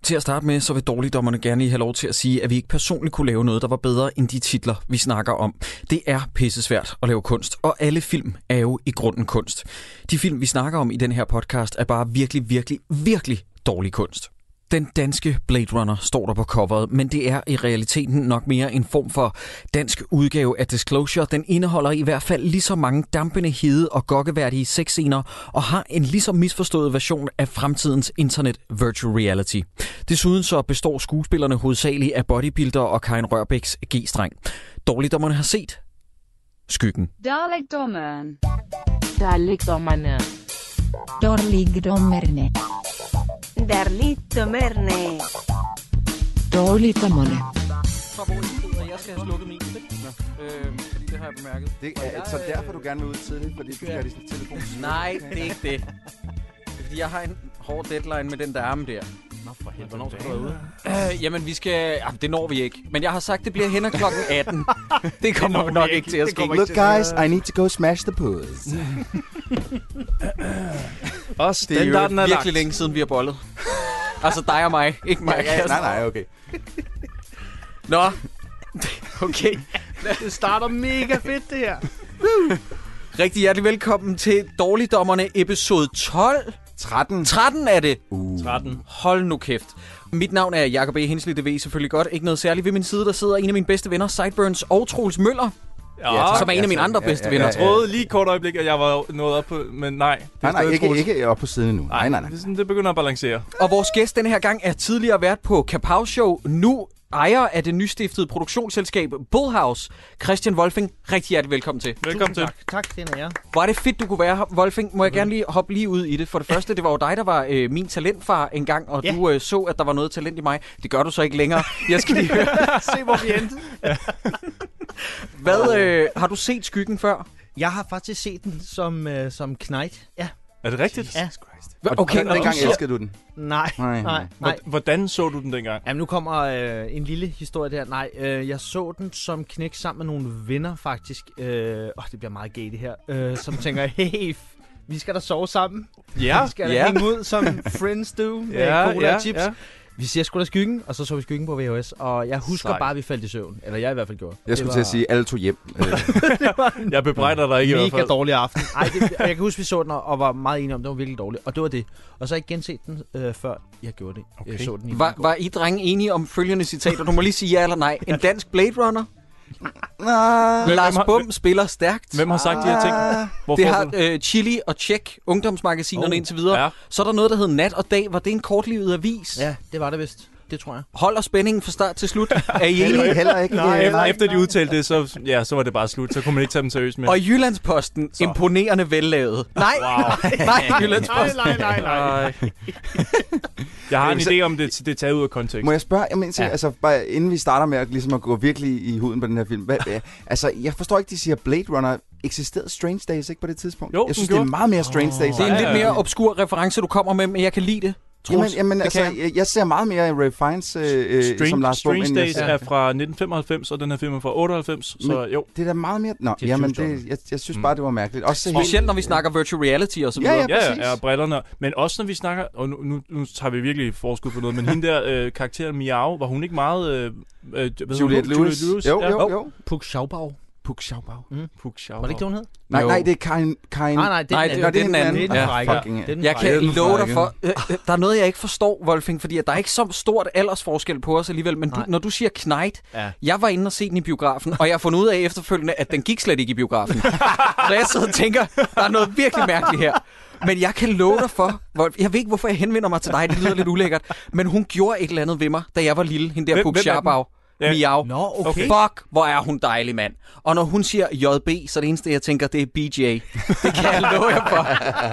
Til at starte med, så vil dårligdommerne gerne lige have lov til at sige, at vi ikke personligt kunne lave noget, der var bedre end de titler, vi snakker om. Det er pissesvært at lave kunst, og alle film er jo i grunden kunst. De film, vi snakker om i den her podcast, er bare virkelig dårlig kunst. Den danske Blade Runner står der på coveret, men det er i realiteten nok mere en form for dansk udgave af Disclosure. Den indeholder i hvert fald lige så mange dampende, hede og gokkeværdige sexscener, og har en lige så misforstået version af fremtidens internet virtual reality. Desuden så består skuespillerne hovedsageligt af bodybuilder og Karin Rørbæks G-streng. Dårligdommerne har set Skyggen. Dårligdommerne. Dårligdommerne. Dårligdommerne. Dårligdommerne. Dårligdommerne. Jeg skal have slukket min fordi det har jeg bemærket. Det er så derfor, du gerne vil ud tidligt, fordi du skal have din telefon. Nej, det er ikke det. Fordi jeg har en hård deadline med den der arme der. Nå for helvede, hvornår skal du være ude? Jamen, vi skal... Jamen, det når vi ikke. Men jeg har sagt, det bliver hen ad klokken 18. Det kommer nok ikke til at ske. Look guys, I need to go smash the puss. Også Det er den, jo der den er virkelig lagt. længe siden, vi har bollet. Altså dig og mig, ikke mig. Nej, okay. Nå, okay. Det starter mega fedt, det her. Rigtig hjertelig velkommen til Dårligdommerne episode 12. 13. 13 er det. 13. Hold nu kæft. Mit navn er Jacob E. Hensley, det ved I selvfølgelig godt. Ikke noget særligt ved min side, der sidder en af mine bedste venner, Sideburns og Troels Møller, som er en af mine andre bedste venner. Jeg troede lige kort øjeblik, at jeg var nået op på, men nej. Nej, ikke op på siden endnu. Nej. Det begynder at balancere. Og vores gæst denne her gang er tidligere vært på Kapow Show, nu ejer af det nystiftede produktionsselskab Bullhouse. Christian Wolfing, rigtig hjertelig velkommen til. Velkommen til. Tak, det er jeg. Hvor er det fedt, du kunne være her, Wolfing. Må jeg gerne lige hoppe lige ud i det. For det første, det var jo dig, der var min talentfar engang, og du så, at der var noget talent i mig. Det gør du så ikke længere. Jeg skal lige høre. Se, hvor vi endte. Hvad, har du set Skyggen før? Jeg har faktisk set den som Knight. Ja. Er det rigtigt? Ja. Okay, og dengang elskede du den. Nej. Hvordan så du den dengang? Jamen, nu kommer en lille historie der. Nej, jeg så den som knæk sammen med nogle venner, faktisk. Det bliver meget gay, det her. Som tænker, hey, vi skal da sove sammen. Ja. Vi skal da hænge ud, som friends do, med cola og chips. Ja. Vi ser sgu da Skyggen, og så vi Skyggen på VHS. Og jeg husker bare, at vi faldt i søvn. Eller jeg i hvert fald gjorde. Jeg skulle til at sige, at alle tog hjem. Jeg bebrejder dig ikke i hvert mega fald. dårlig aften. Jeg kan huske, vi så den og var meget enige om, det var virkelig dårligt. Og det var det. Og så har jeg genset den, før jeg gjorde det. Okay. Jeg så den i Var I drenge enige om følgende citater? Du må lige sige ja eller nej. En dansk Blade Runner? Lars Bum spiller stærkt. Hvem har sagt de her ting? Det har Chili og Check, ungdomsmagasinerne indtil videre. Ja. Så er der noget, der hedder Nat og Dag. Var det en kortlivet avis? Ja, det var det vist. Det tror jeg. Holder spændingen fra start til slut. Er I enige? Heller ikke. Efter de udtalte det, så var det bare slut. Så kunne man ikke tage dem seriøst mere. Og Jyllandsposten, imponerende vellavet. Nej, nej, Jyllandsposten. Nej. Jeg har en idé om det er taget ud af kontekst. Må jeg spørge, altså, bare inden vi starter med at gå virkelig i huden på den her film. Altså, jeg forstår ikke, de siger Blade Runner. Eksisterede Strange Days ikke på det tidspunkt? Jo, jeg synes, det er meget mere Strange Days. Det er en lidt mere obskur reference, du kommer med, men jeg kan lide det. Jamen altså, jeg ser meget mere Ray Fiennes som Lars Bum. Strange Days er fra 1995, og den her film er fra 98, så jo. Det er da meget mere... Nå, jamen, jeg synes bare, det var mærkeligt. Også specielt når vi snakker virtual reality og så videre. Ja, brillerne. Men også når vi snakker... Og nu tager vi virkelig forskud på noget, men hende der karakteren Miao, var hun ikke meget... Juliette Lewis? Jo. Puk Schaubau. Puk Schaubau. Var det ikke det, hun hed? Nej, det er Karin... Nej, det er den anden. Jeg kan love dig for... Der er noget, jeg ikke forstår, Wolfing, fordi der er ikke så stort aldersforskel på os alligevel, men når du siger Knight, jeg var inde og se den i biografen, og jeg har fundet ud af efterfølgende, at den gik slet ikke i biografen. Så jeg sidder og tænker, der er noget virkelig mærkeligt her. Men jeg kan love dig for, jeg ved ikke, hvorfor jeg henvender mig til dig, det lyder lidt ulækkert, men hun gjorde et eller andet ved mig, da jeg var lille, hende der Puk Schaubau. Ja. Miao. Nå, okay. Fuck, hvor er hun dejlig, mand. Og når hun siger JB, så det eneste, jeg tænker, det er BJ. Det kan jeg love jer for.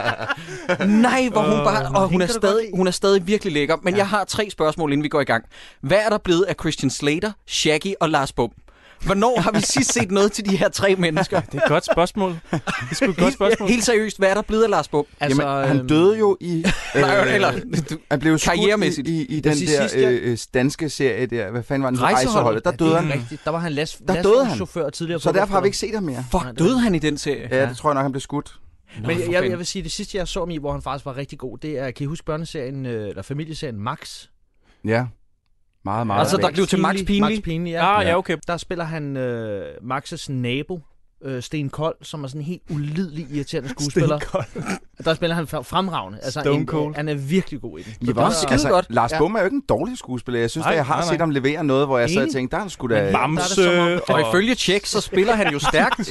Nej, hvor hun bare... Og hun er stadig virkelig lækker. Men jeg har 3 spørgsmål, inden vi går i gang. Hvad er der blevet af Christian Slater, Shaggy og Lars Bum? Hvornår har vi sidst set noget til de her 3 mennesker? Det er et godt spørgsmål. Det er sgu et godt spørgsmål. Helt seriøst, hvad er der blevet af Lars Bum? Altså, jamen, han døde jo i... han blev karrieremæssigt i den der danske serie der. Hvad fanden var den? Rejseholdet. Der døde han. Rigtigt. Der var han lastbilchauffør tidligere. Så derfor har vi ikke set ham mere. Fuck, døde han i den serie? Ja, det tror jeg nok, han blev skudt. Men jeg vil sige, det sidste, jeg så ham i, hvor han faktisk var rigtig god, det er, kan I huske børneserien, eller familieserien Max? Ja, meget, meget. Altså, der blev til Max Pinlig. Max Pinlig, ja. Ja, okay. Der spiller han Max's nabo, Sten Kold, som er sådan en helt ulidelig irriterende skuespiller. Der spiller han fremragende. Altså, han er virkelig god i den. Det var skide godt. Lars Bum er jo ikke en dårlig skuespiller. Jeg synes, at jeg har set ham levere noget, hvor jeg så tænkte, der er han sgu da... Bamse. Og ifølge Tjek, så spiller han jo stærkt.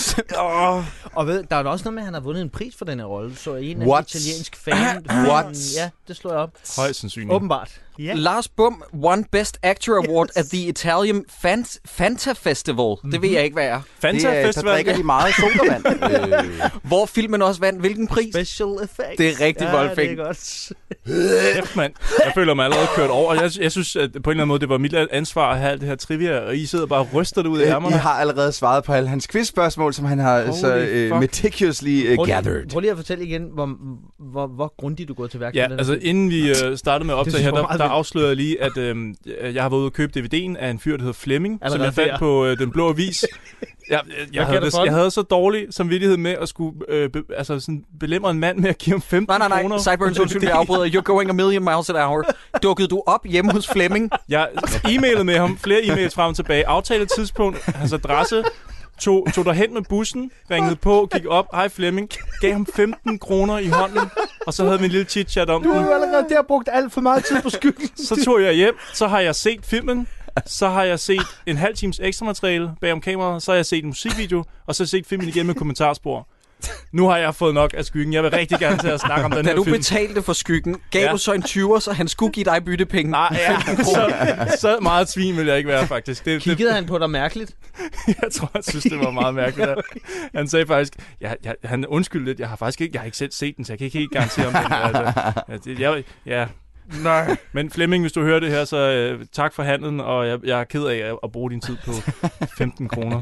Og der er også noget med, at han har vundet en pris for den her rolle. Så en af What? italiensk fan. What? Ja, det slår jeg op. Højst sandsynligt. Åbenbart. Ja. Lars Bum won Best Actor Award at the Italian Fanta Festival. Det ved jeg ikke, hvad er. Fanta Der Festival. drikker de meget sodavand. Hvor filmen også vandt hvilken pris? Special effects. Det er rigtig Wolfing. det er godt. Kæft, mand. Jeg føler mig allerede kørt over. Jeg synes, at på en eller anden måde, det var mit ansvar at have alt det her trivia, og I sidder bare og ryster det ud af I ærmerne. har allerede svaret på alle hans quizspørgsmål, som han har meticulously gathered. Prøv lige at fortælle igen, hvor grundigt du går til værk. Ja, altså inden vi startede med at optage her, der vildt. afslørede jeg lige, at jeg har været ude og købe DVD'en af en fyr, der hedder Flemming, som jeg fandt der. på Den Blå Avis. Jeg havde så dårlig samvittighed med at skulle sådan belemre en mand med at give ham 15 kroner. Nej. Sideburns, undskyld, jeg afbryder. You're going a million miles an hour. Dukkede du op hjemme hos Flemming? Jeg e-mailede med ham flere e-mails frem og tilbage. Aftalte et tidspunkt, hans adresse, tog derhen med bussen, ringede på, gik op, hej Flemming, gav ham 15 kroner i hånden, og så havde vi en lille chit-chat om Du den. har jo allerede der brugt alt for meget tid på skylden. Så tog jeg hjem, så har jeg set filmen, så har jeg set en halv times ekstra materiale bag om kameraet, så har jeg set en musikvideo, og så har jeg set filmen igen med kommentarspor. Nu har jeg fået nok af Skyggen. Jeg vil rigtig gerne til at snakke om den her Da du film. betalte for Skyggen, gav du så en 20'er, så han skulle give dig byttepenge? Nej, så meget svin vil jeg ikke være, faktisk. Kiggede han på dig mærkeligt? Jeg tror, han synes, det var meget mærkeligt. Han sagde faktisk, han undskyldte lidt, jeg har ikke selv set den, så jeg kan ikke helt garantere om den. Nej. Men Flemming, hvis du hører det her, så tak for handlen, og jeg er ked af at bruge din tid på 15 kroner.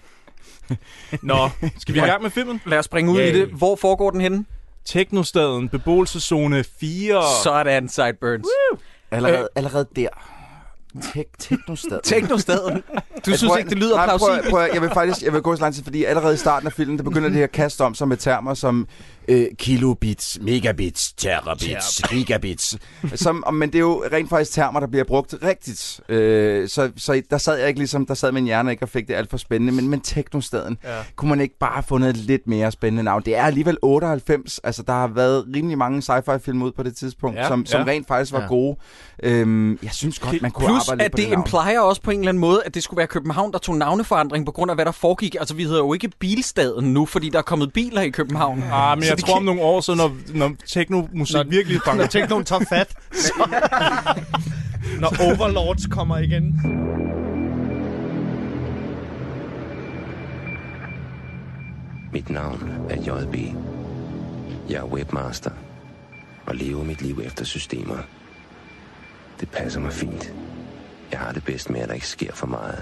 Nå, skal vi i gang med filmen? Lad os springe ud i det. Hvor foregår den henne? Teknostaden, beboelseszone 4. Sådan, Sideburns. Allerede der. Teknostaden. Teknostaden. Du synes ikke, det lyder plausibelt? Jeg vil gå så lang tid, fordi allerede i starten af filmen, der begynder det her kast om sig med termer som kilobits, megabits, terabits, gigabits. Men det er jo rent faktisk termer, der bliver brugt rigtigt. Så der sad jeg ikke ligesom, der sad min hjerne ikke og fik det alt for spændende. Men teknostaden, kunne man ikke bare have fundet et lidt mere spændende navn? Det er alligevel 98. Altså, der har været rimelig mange sci-fi-film ud på det tidspunkt, som rent faktisk var gode. Jeg synes godt, man kunne Plus, arbejde lidt at på det implier også på en eller anden måde, at det skulle være København, der tog navneforandring på grund af, hvad der foregik. Altså, vi hedder jo ikke Bilstaden nu, fordi der er kommet biler i København. Men jeg tror om nogle år, så når teknomusik virkelig fanger. Når teknoen tager fat. Når Overlords kommer igen. Mit navn er JB. Jeg er webmaster og lever mit liv efter systemer. Det passer mig fint. Jeg har det bedst med, at der ikke sker for meget.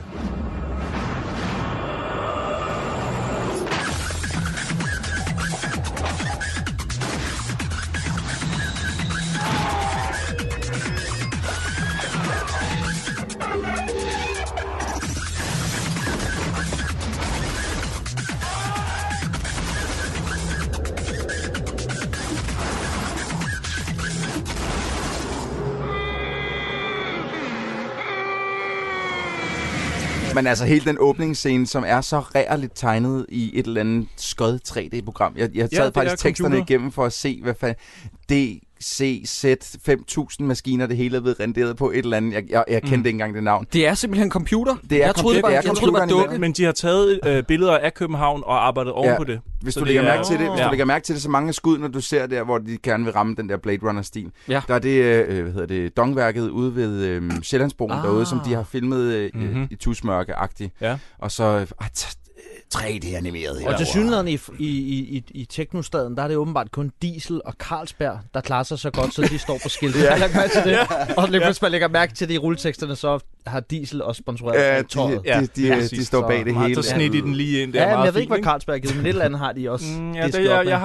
Men altså hele den åbningsscene, som er så rærligt tegnet i et eller andet skød 3D-program. Jeg sad faktisk teksterne igennem for at se, hvad fanden... DCZ 5000 maskiner, det hele er blevet renderet på et eller andet. Jeg kendte ikke engang det navn. Det er simpelthen computer. Jeg troede det var dukke. Men de har taget billeder af København og arbejdet oven på det. Hvis du lægger mærke til det, så mange skud, når du ser der, hvor de gerne vil ramme den der Blade Runner-stil. Ja. Der er det dongværket ude ved Sjællandsbroen derude, som de har filmet i tusmørke-agtigt. Ja. Og så 3D-animeret. Og til synligheden i Teknostaden, der er det åbenbart kun Diesel og Carlsberg, der klarer sig så godt, så de står på skiltet. Jeg lægger mærke til det. Og hvis man lægger mærke til det i rulleteksterne, så har Diesel også sponsoreret tøjet. De står bag det hele. Så snit I den lige ind. Det men jeg ved ikke, hvad Carlsberg givet, men et eller andet har de også.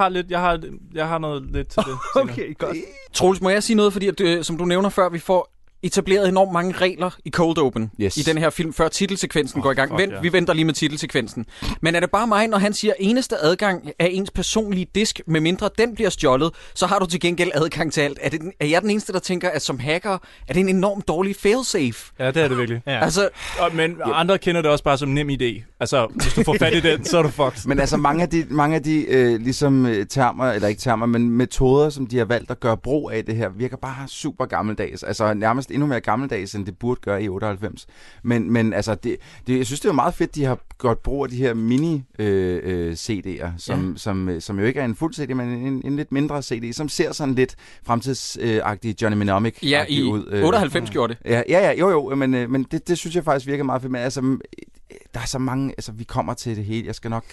Jeg har noget lidt til det. Okay, godt. Troels, må jeg sige noget, fordi at, som du nævner før, vi får etableret enormt mange regler i Cold Open i den her film, før titelsekvensen går i gang. Vi venter lige med titelsekvensen. Men er det bare mig, når han siger, eneste adgang er ens personlige disk, medmindre den bliver stjålet, så har du til gengæld adgang til alt. Er jeg den eneste, der tænker, at som hacker er det en enormt dårlig failsafe? Ja, det er det virkelig. Ja. Altså, men andre kender det også bare som nem idé. Altså, hvis du får fat i den, så er du fucked. Men altså, mange af de ligesom termer, eller ikke termer, men metoder, som de har valgt at gøre brug af det her, virker bare super gammeldags. Altså nærmest endnu mere gammeldags, end det burde gøre i 98. Men altså, jeg synes, det er meget fedt, de har gjort brug af de her mini-CD'er, som jo ikke er en fuld CD, men en lidt mindre CD, som ser sådan lidt fremtidsagtig Johnny Mnemonic-agtig ud. Ja, i 98 gjorde det. Jo, men det synes jeg faktisk virker meget fedt. Men altså, der er så mange, altså vi kommer til det hele. Jeg skal nok,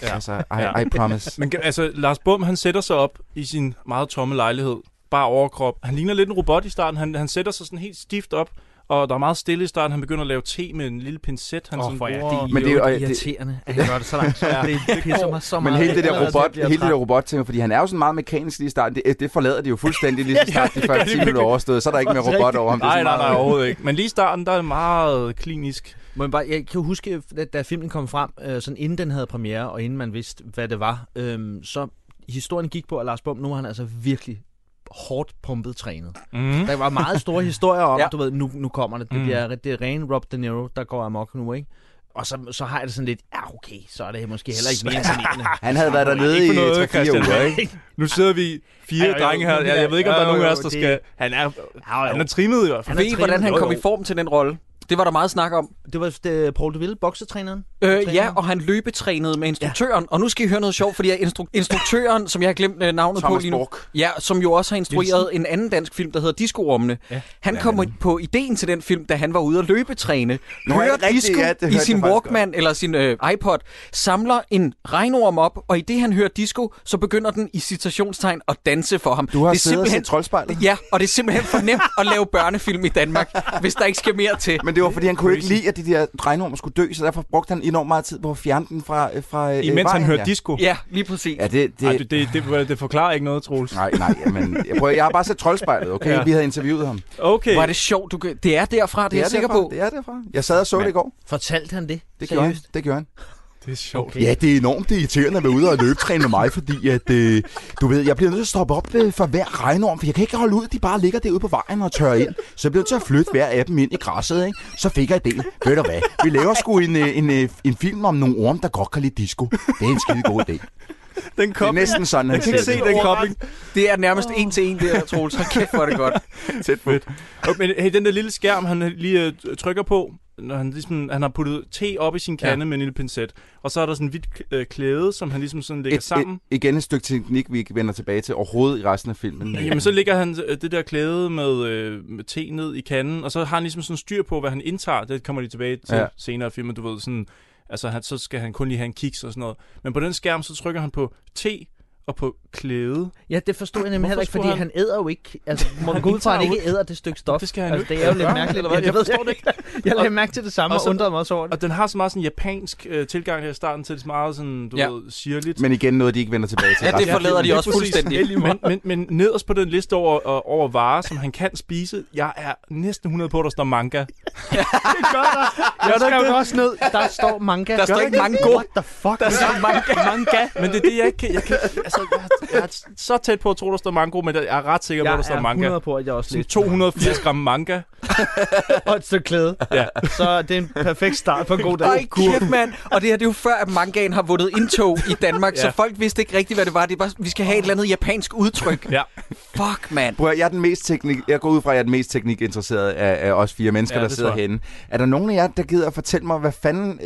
I promise. Men altså, Lars Bom, han sætter sig op i sin meget tomme lejlighed, bare overkrop. Han ligner lidt en robot i starten. Han sætter sig sådan helt stift op, og der er meget stille i starten. Han begynder at lave te med en lille pincet. Han Men det er jo irriterende, at han gør det så langt. Det pisser mig så meget. Men hele det der robot-ting, fordi han er jo sådan meget mekanisk lige i starten, det forlader det jo fuldstændig lige så snart de første 10 minutter overstået. Så er der ikke mere robot over ham. Nej, overhovedet ikke. Men lige i starten, der er det meget klinisk. Jeg kan huske, da filmen kom frem, sådan inden den havde premiere, og inden man vidste, hvad det var, så historien gik på, at Lars Bom, nu er han altså virkelig hårdt pumpet trænet. Der var meget store historier om, du ved, nu kommer det. Det er ren Rob De Niro, der går amok nu, ikke? Og så har jeg det sådan lidt, okay, så er det måske heller ikke mere imponerende. Han havde været dernede i 3-4 uger, ikke? Nu sidder vi 4 drenge her. Jeg ved ikke, om der er nogen af os, der skal... Han er trimmet i hvert fald. Ved I, hvordan han kom i form til den rolle? Det var der meget snak om. Det var Paul DeVille, boksetræneren? Ja, og han løbetrænede med instruktøren. Ja. Og nu skal I høre noget sjovt, fordi instruktøren, som jeg har glemt navnet Thomas på lige nu. Borch. Ja, som jo også har instrueret en anden dansk film, der hedder Disco-rummene. Ja. Han kom på ideen til den film, da han var ude at løbetræne. Hører disco i sin Walkman eller sin iPod, samler en regnorm op, og i det han hører disco, så begynder den i citationstegn at danse for ham. Du har siddet og set Troldspejlet? Ja, og det er simpelthen for nemt at lave børnefilm i Danmark, hvis der ikke skal mere til. Men det var fordi, han kunne ikke lide, at de der regnormer skulle dø, så derfor brugte han enormt meget tid på at fjerne den fra imens han hørte disco. Ja, lige præcis. Ja, det forklarer ikke noget, Troels. Nej, men jeg har bare set Troldspejlet, okay? Ja. Vi havde interviewet ham. Okay. Hvor er det sjovt. Det er derfra, det er jeg sikker på. Det er derfra. Jeg sad og så det i går. Fortalte han det? Det gjorde han. Det er sjovt. Okay. Ja, det er enormt irriterende at være ude og løbetræne med mig, fordi at, du ved, jeg bliver nødt til at stoppe op for hver regnorm, for jeg kan ikke holde ud, at de bare ligger derude på vejen og tørrer ind. Så jeg bliver nødt til at flytte hver af dem ind i græsset, ikke? Så fik jeg idéen. Ved du hvad? Vi laver sgu en film om nogle orme, der godt kan lide disco. Det er en skide god idé. Den det er næsten sådan, han siger. Jeg kan se den kobling. Det er nærmest en til en, det der, Troels. Hold kæft, hvor er det godt. Tæt fedt. Men hey, den der lille skærm, han lige trykker på, når han har puttet te op i sin kande med en lille pincet, og så er der sådan en hvidt klæde, som han ligesom sådan lægger sammen. Igen et stykke teknik, vi vender tilbage til overhovedet i resten af filmen. Jamen, så lægger han det der klæde med te ned i kanden, og så har han ligesom sådan styr på, hvad han indtager. Det kommer de tilbage til senere i filmen, du ved, sådan... Altså, så skal han kun lige have en kiks og sådan noget. Men på den skærm, så trykker han på te og på klæde. Ja, det forstod jeg nemlig heller ikke, fordi han æder jo ikke... Altså, må man gå ud fra, at han ikke æder det stykke stof. Det skal han jo det er jo lidt mærkeligt, eller hvad? Jeg forstår det ikke. Jeg lagde mærke til det samme og undrede mig også over det. Og den har så meget sådan japansk tilgang her i starten til det meget sådan, du ved, sirligt. Men igen noget, de ikke vender tilbage til. Ja, det forlader de også fuldstændig. Men nederst på den liste over varer, som han kan spise, jeg er næsten 100 på, der står manga. Det gør der. Jeg skrev det også ned. Der står manga. Der står ikke mango. What the fuck? Der står manga. Men det er det, jeg ikke kan... Jeg er så tæt på at tro, der står mango, men jeg er ret sikker på, at der står manga. Jeg er 100 på, at jeg også lidt. 280 gram manga. Og et stykke klæde. Ja. Så det er en perfekt start på en god dag. Ej, kæft, mand. Og det her, det er jo før, at mangaen har vundet indtog i Danmark, så folk vidste ikke rigtigt, hvad det var. Det var, vi skal have et eller andet japansk udtryk. Ja. Fuck, mand. Jeg går ud fra, at jeg er den mest teknikinteresseret af os 4 mennesker, der sidder herinde. Er der nogen af jer, der gider at fortælle mig, hvad fanden...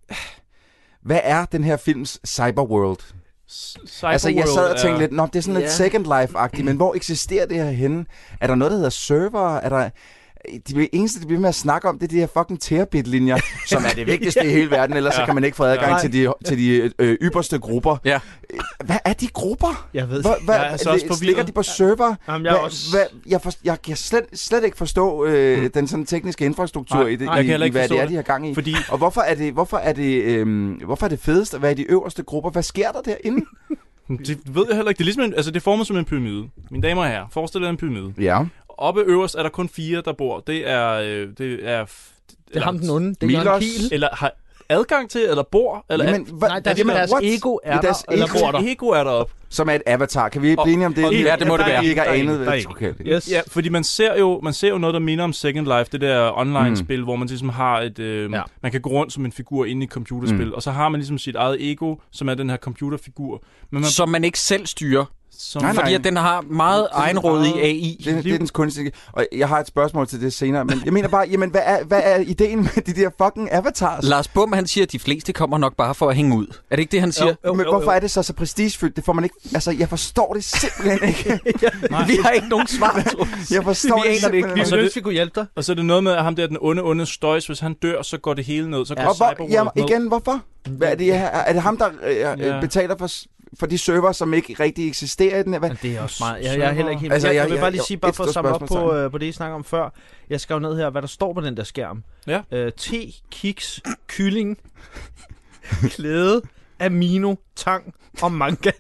hvad er den her films cyberworld? Altså, jeg sad og tænkte lidt, det er sådan lidt Second Life-agtigt, men hvor eksisterer det her henne? Er der noget, der hedder server? Er der... Det eneste, de bliver med at snakke om, det er de her fucking terabit-linjer, som er det vigtigste i hele verden, ellers så kan man ikke få adgang til de ypperste grupper. Ja. Hvad er de grupper? Jeg ved ligger de på server? Jamen, jeg kan slet ikke forstå den sådan tekniske infrastruktur i hvad det er, de har gang i. Fordi... Og hvorfor er det fedest at være i de øverste grupper? Hvad sker der derinde? Det ved jeg heller ikke. Det er ligesom det er formet som en pyramide. Mine damer og herrer, forestil dig en pyramide. Ja. oppe øverst er der kun 4, der bor. Det er Det er ham den onde. Det er Jørgen Kiel. eller har adgang til, eller bor, eller Jamen, Nej, deres ego er deres der, eller bor der. ego er deroppe. Som er et avatar. Kan vi blive enige om det? Ja, det må det være. Vi ikke har anet, Der hvad er det ikke. skulle kalde. Yes. Ja, fordi man ser jo noget, der minder om Second Life, det der online-spil, hvor man ligesom har et... Man kan gå rundt som en figur inde i et computerspil, og så har man ligesom sit eget ego, som er den her computerfigur. Men Som man ikke selv styrer. Nej. Fordi at den har meget egenrådig AI. Det er dens kunstige. Og jeg har et spørgsmål til det senere, men jeg mener bare, jamen, hvad er ideen med de der fucking avatars? Lars Bum, han siger, at de fleste kommer nok bare for at hænge ud. Er det ikke det, han siger? Men hvorfor er det så prestigefyldt? Det får man ikke... Altså, jeg forstår det simpelthen ikke. Vi har ikke nogen svar, Jeg forstår Vi det aner det ikke. simpelthen Vi ikke. synes, vi kunne hjælpe dig. Og så er det noget med, at ham der, den onde Støjs, hvis han dør, så går det hele ned. Så går Og Cyberworld jamen, ned. igen, hvorfor? Hvad er det her? Er det ham, der betaler for de server, som ikke rigtig eksisterer i den her? Men det er også meget. Jeg er heller ikke helt... Altså, jeg vil bare lige sige, bare et for at stort samle op spørgsmålstegn. på det, I snakker om før. Jeg skrev ned her, hvad der står på den der skærm. Ja. Te, kiks, kylling, klæde, amino, tang og manga.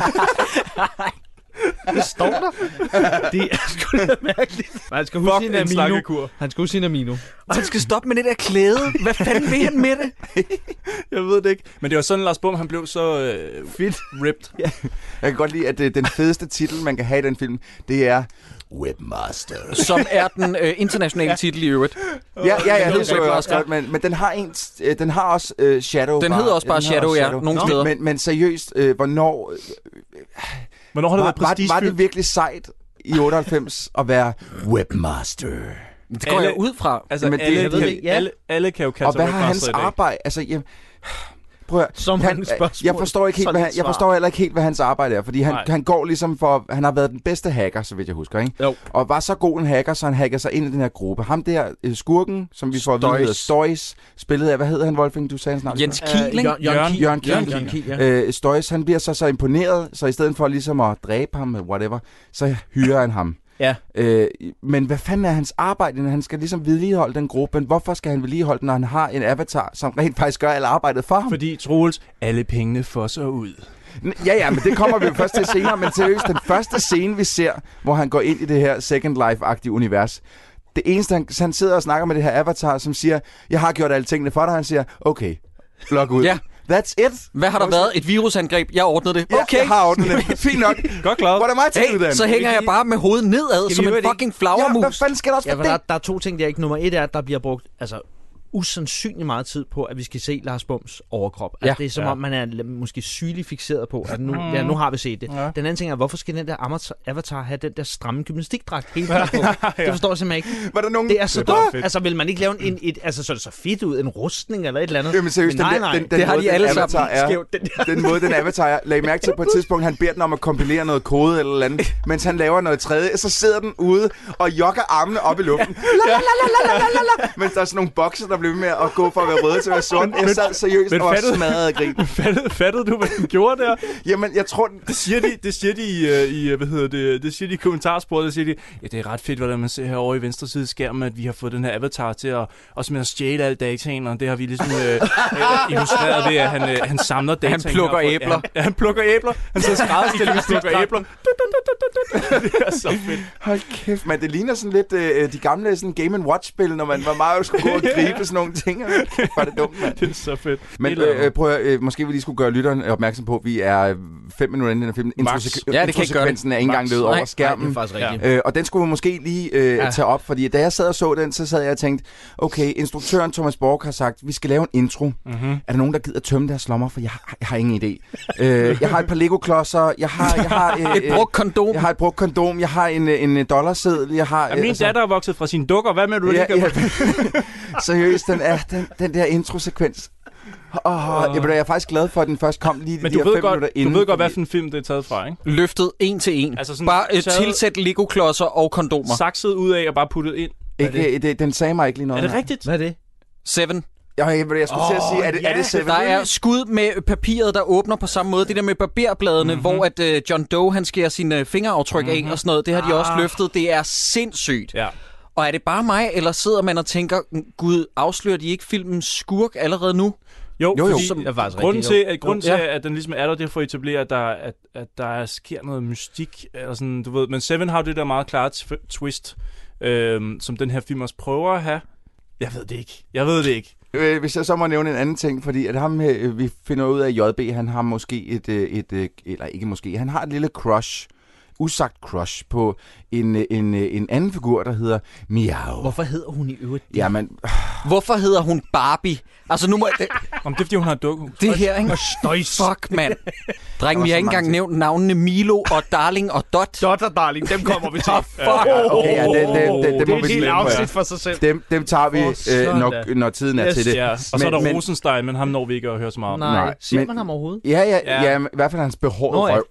Det står der. Det er sgu da mærkeligt. Han skal huske sin en amino. slankekur. Han skal huske sin amino. Og han skal stoppe med det der klæde. Hvad fanden vil han med det? Jeg ved det ikke. Men det var sådan, Lars Bum, han blev så Fedt. ripped. Jeg kan godt lide, at den fedeste titel, man kan have i den film, det er Webmaster. Som er den internationale titel i øvrigt. Ja, det så jeg Webmaster. også godt, men den har også Shadow. Den hedder også bare Shadow, ja, nogle steder. Men seriøst, hvornår Hvornår har det været var prestigefyldt? det virkelig sejt i 98 at være Webmaster? Det går jeg ud fra. Altså, Men det- alle, jeg ved det ikke, ja. alle kan jo kalde Og sig hvad har hans webmaster i dag. arbejde? Altså, prøv at, Så mange spørgsmål. jeg forstår ikke helt, Så hvad lidt jeg svar. forstår heller ikke helt, hvad hans arbejde er, fordi Nej. han går ligesom for, han har været den bedste hacker, så vidt jeg husker, ikke? Jo. Og var så god en hacker, så han hacker sig ind i den her gruppe. Ham der skurken, som vi får at vide, hedder Stois, spillet af, hvad hedder han, Wolfgang, du sagde snart? Jens Kiel, ikke? Jørgen Kiel. Jørgen Kiel, ja. Stois, han bliver så imponeret, så i stedet for ligesom at dræbe ham, whatever, så hyrer han ham. Ja. Men hvad fanden er hans arbejde, når han skal ligesom vedligeholde den gruppe? Men hvorfor skal han vedligeholde den, når han har en avatar, som rent faktisk gør alt arbejdet for ham? Fordi, Troels, alle pengene fosser ud. Ja, men det kommer vi jo først til senere. Men seriøst, den første scene, vi ser, hvor han går ind i det her Second Life-agtige univers, det eneste, han sidder og snakker med det her avatar, som siger, jeg har gjort alle tingene for dig. Han siger, okay, log ud. Ja. That's it. Hvad har der været? Et virusangreb? Jeg ordnede det. Ja, Okay. jeg har ordnet det. Fint nok. Godt klaret. Hvor er det mig til Hey, uddannet? så hænger jeg bare med hovedet nedad som en fucking Ja, flagermus. hvad fanden skal der også Ja, for for det? der er to ting der ikke. Nummer et er, at der bliver brugt usandsynligt meget tid på, at vi skal se Lars Bums overkrop. Altså, Ja. det er som om, man er måske sygeligt fixeret på, at nu har vi set det. Ja. Den anden ting er, hvorfor skal den der avatar have den der stramme gymnastikdragt hele tiden på? Det forstår jeg simpelthen ikke. Var der nogen... Det er så Det er bare dumt. fedt. Altså, vil man ikke lave så er det så fedt ud, en rustning eller et eller andet? Jamen seriøst, Men den Det har måde, de alle den sammen avatar er, skævt, den der. den måde, den avatar er, lag mærke til på et tidspunkt, han beder den om at kompilere noget kode eller andet, mens han laver noget tredje, så sidder den ude og jokker armene op i luften. Mens der er sådan nogle bokser, der bliver ved med at gå fra at være røde til at være sorte. Jeg sad seriøst men og var fattede- smadret af grin. Fattede du, hvad den gjorde der? Jamen, jeg tror... Det siger de i hvad hedder det siger de i kommentarsporet, der siger de, ja, det er ret fedt, hvordan man ser herovre i venstre side af skærmen, at vi har fået den her avatar til at stjæle al dataen, og det har vi ligesom illustreret ved, at han samler dataen. Han plukker herfra. æbler. Ja, han plukker æbler. Han sidder skrædderstilling og plukker æbler. Det er så fedt. Hold kæft, man. Det ligner sådan lidt de gamle sådan Game & Watch-spil, når man var meget skulle gå og gribe sådan nogle ting. Var det dumt, mand. Det er så fedt. Men prøv at, måske vi lige skulle gøre lytteren opmærksom på, at vi er 5 minutter inde i den film. Ja, det kan ikke gøre det. Introsekvensen er ikke engang løbet over Nej, skærmen. det er faktisk rigtigt. Og den skulle vi måske lige tage op, fordi da jeg sad og så den, så sad jeg og tænkte, okay, instruktøren Thomas Borg har sagt, vi skal lave en intro. Mm-hmm. Er der nogen, der gider tømme deres lommer? For jeg har ingen idé. Jeg har et par Lego-klodser, jeg har Et brugt kondom. jeg har et brugt kondom, jeg har en dollarseddel, jeg har... Ja, min datter er vokset fra sine dukker. Hvad med, du ikke gør? Seriøst, den der introsekvens. Jeg er faktisk glad for, at den først kom lige Men de du her ved 5 godt, minutter inden. du ved godt, hvad for en film det er taget fra, ikke? Løftet en til en. Altså sådan Bare taget- tilsæt Lego-klodser og kondomer. Sakset ud af og bare puttet ind. Den sagde mig ikke lige noget. Er det rigtigt? Hvad er det? Seven. Jeg skulle til at sige, er det Seven? Der er skud med papiret, der åbner på samme måde. Det der med barberbladene, hvor at John Doe, han skærer sine fingeraftryk af og sådan noget. Det har de også løftet. Det er sindssygt. Ja. Og er det bare mig, eller sidder man og tænker, gud, afslører de ikke filmens skurk allerede nu? Jo. Som er faktisk Grunden til, at den ligesom er der, det er for at etablere, at der sker noget mystik, eller sådan, du ved. Men Seven har det der meget klart twist, som den her film også prøver at have. Jeg ved det ikke. Hvis jeg så må nævne en anden ting, fordi at ham, vi finder ud af, at JB, han har måske eller ikke måske, han har et lille crush, usagt crush på en anden figur, der hedder Miau. Hvorfor hedder hun i øvrigt det? Jamen, Hvorfor hedder hun Barbie? Altså nu må det Om det er, fordi hun har et dukkehus. det her, ikke? Fuck, mand. Dreng, vi har ikke engang nævnt navnene Milo og Darling og Dot. Dot og Darling, dem kommer vi til. okay, ja, det må Det er vi et helt lige afsnit for sig selv. Dem tager vi, når tiden er til det. Ja, og så er der Rosenstein, men ham når vi ikke at høre så meget om. Nej, siger man ham overhovedet? Ja, i hvert fald hans behårede røv.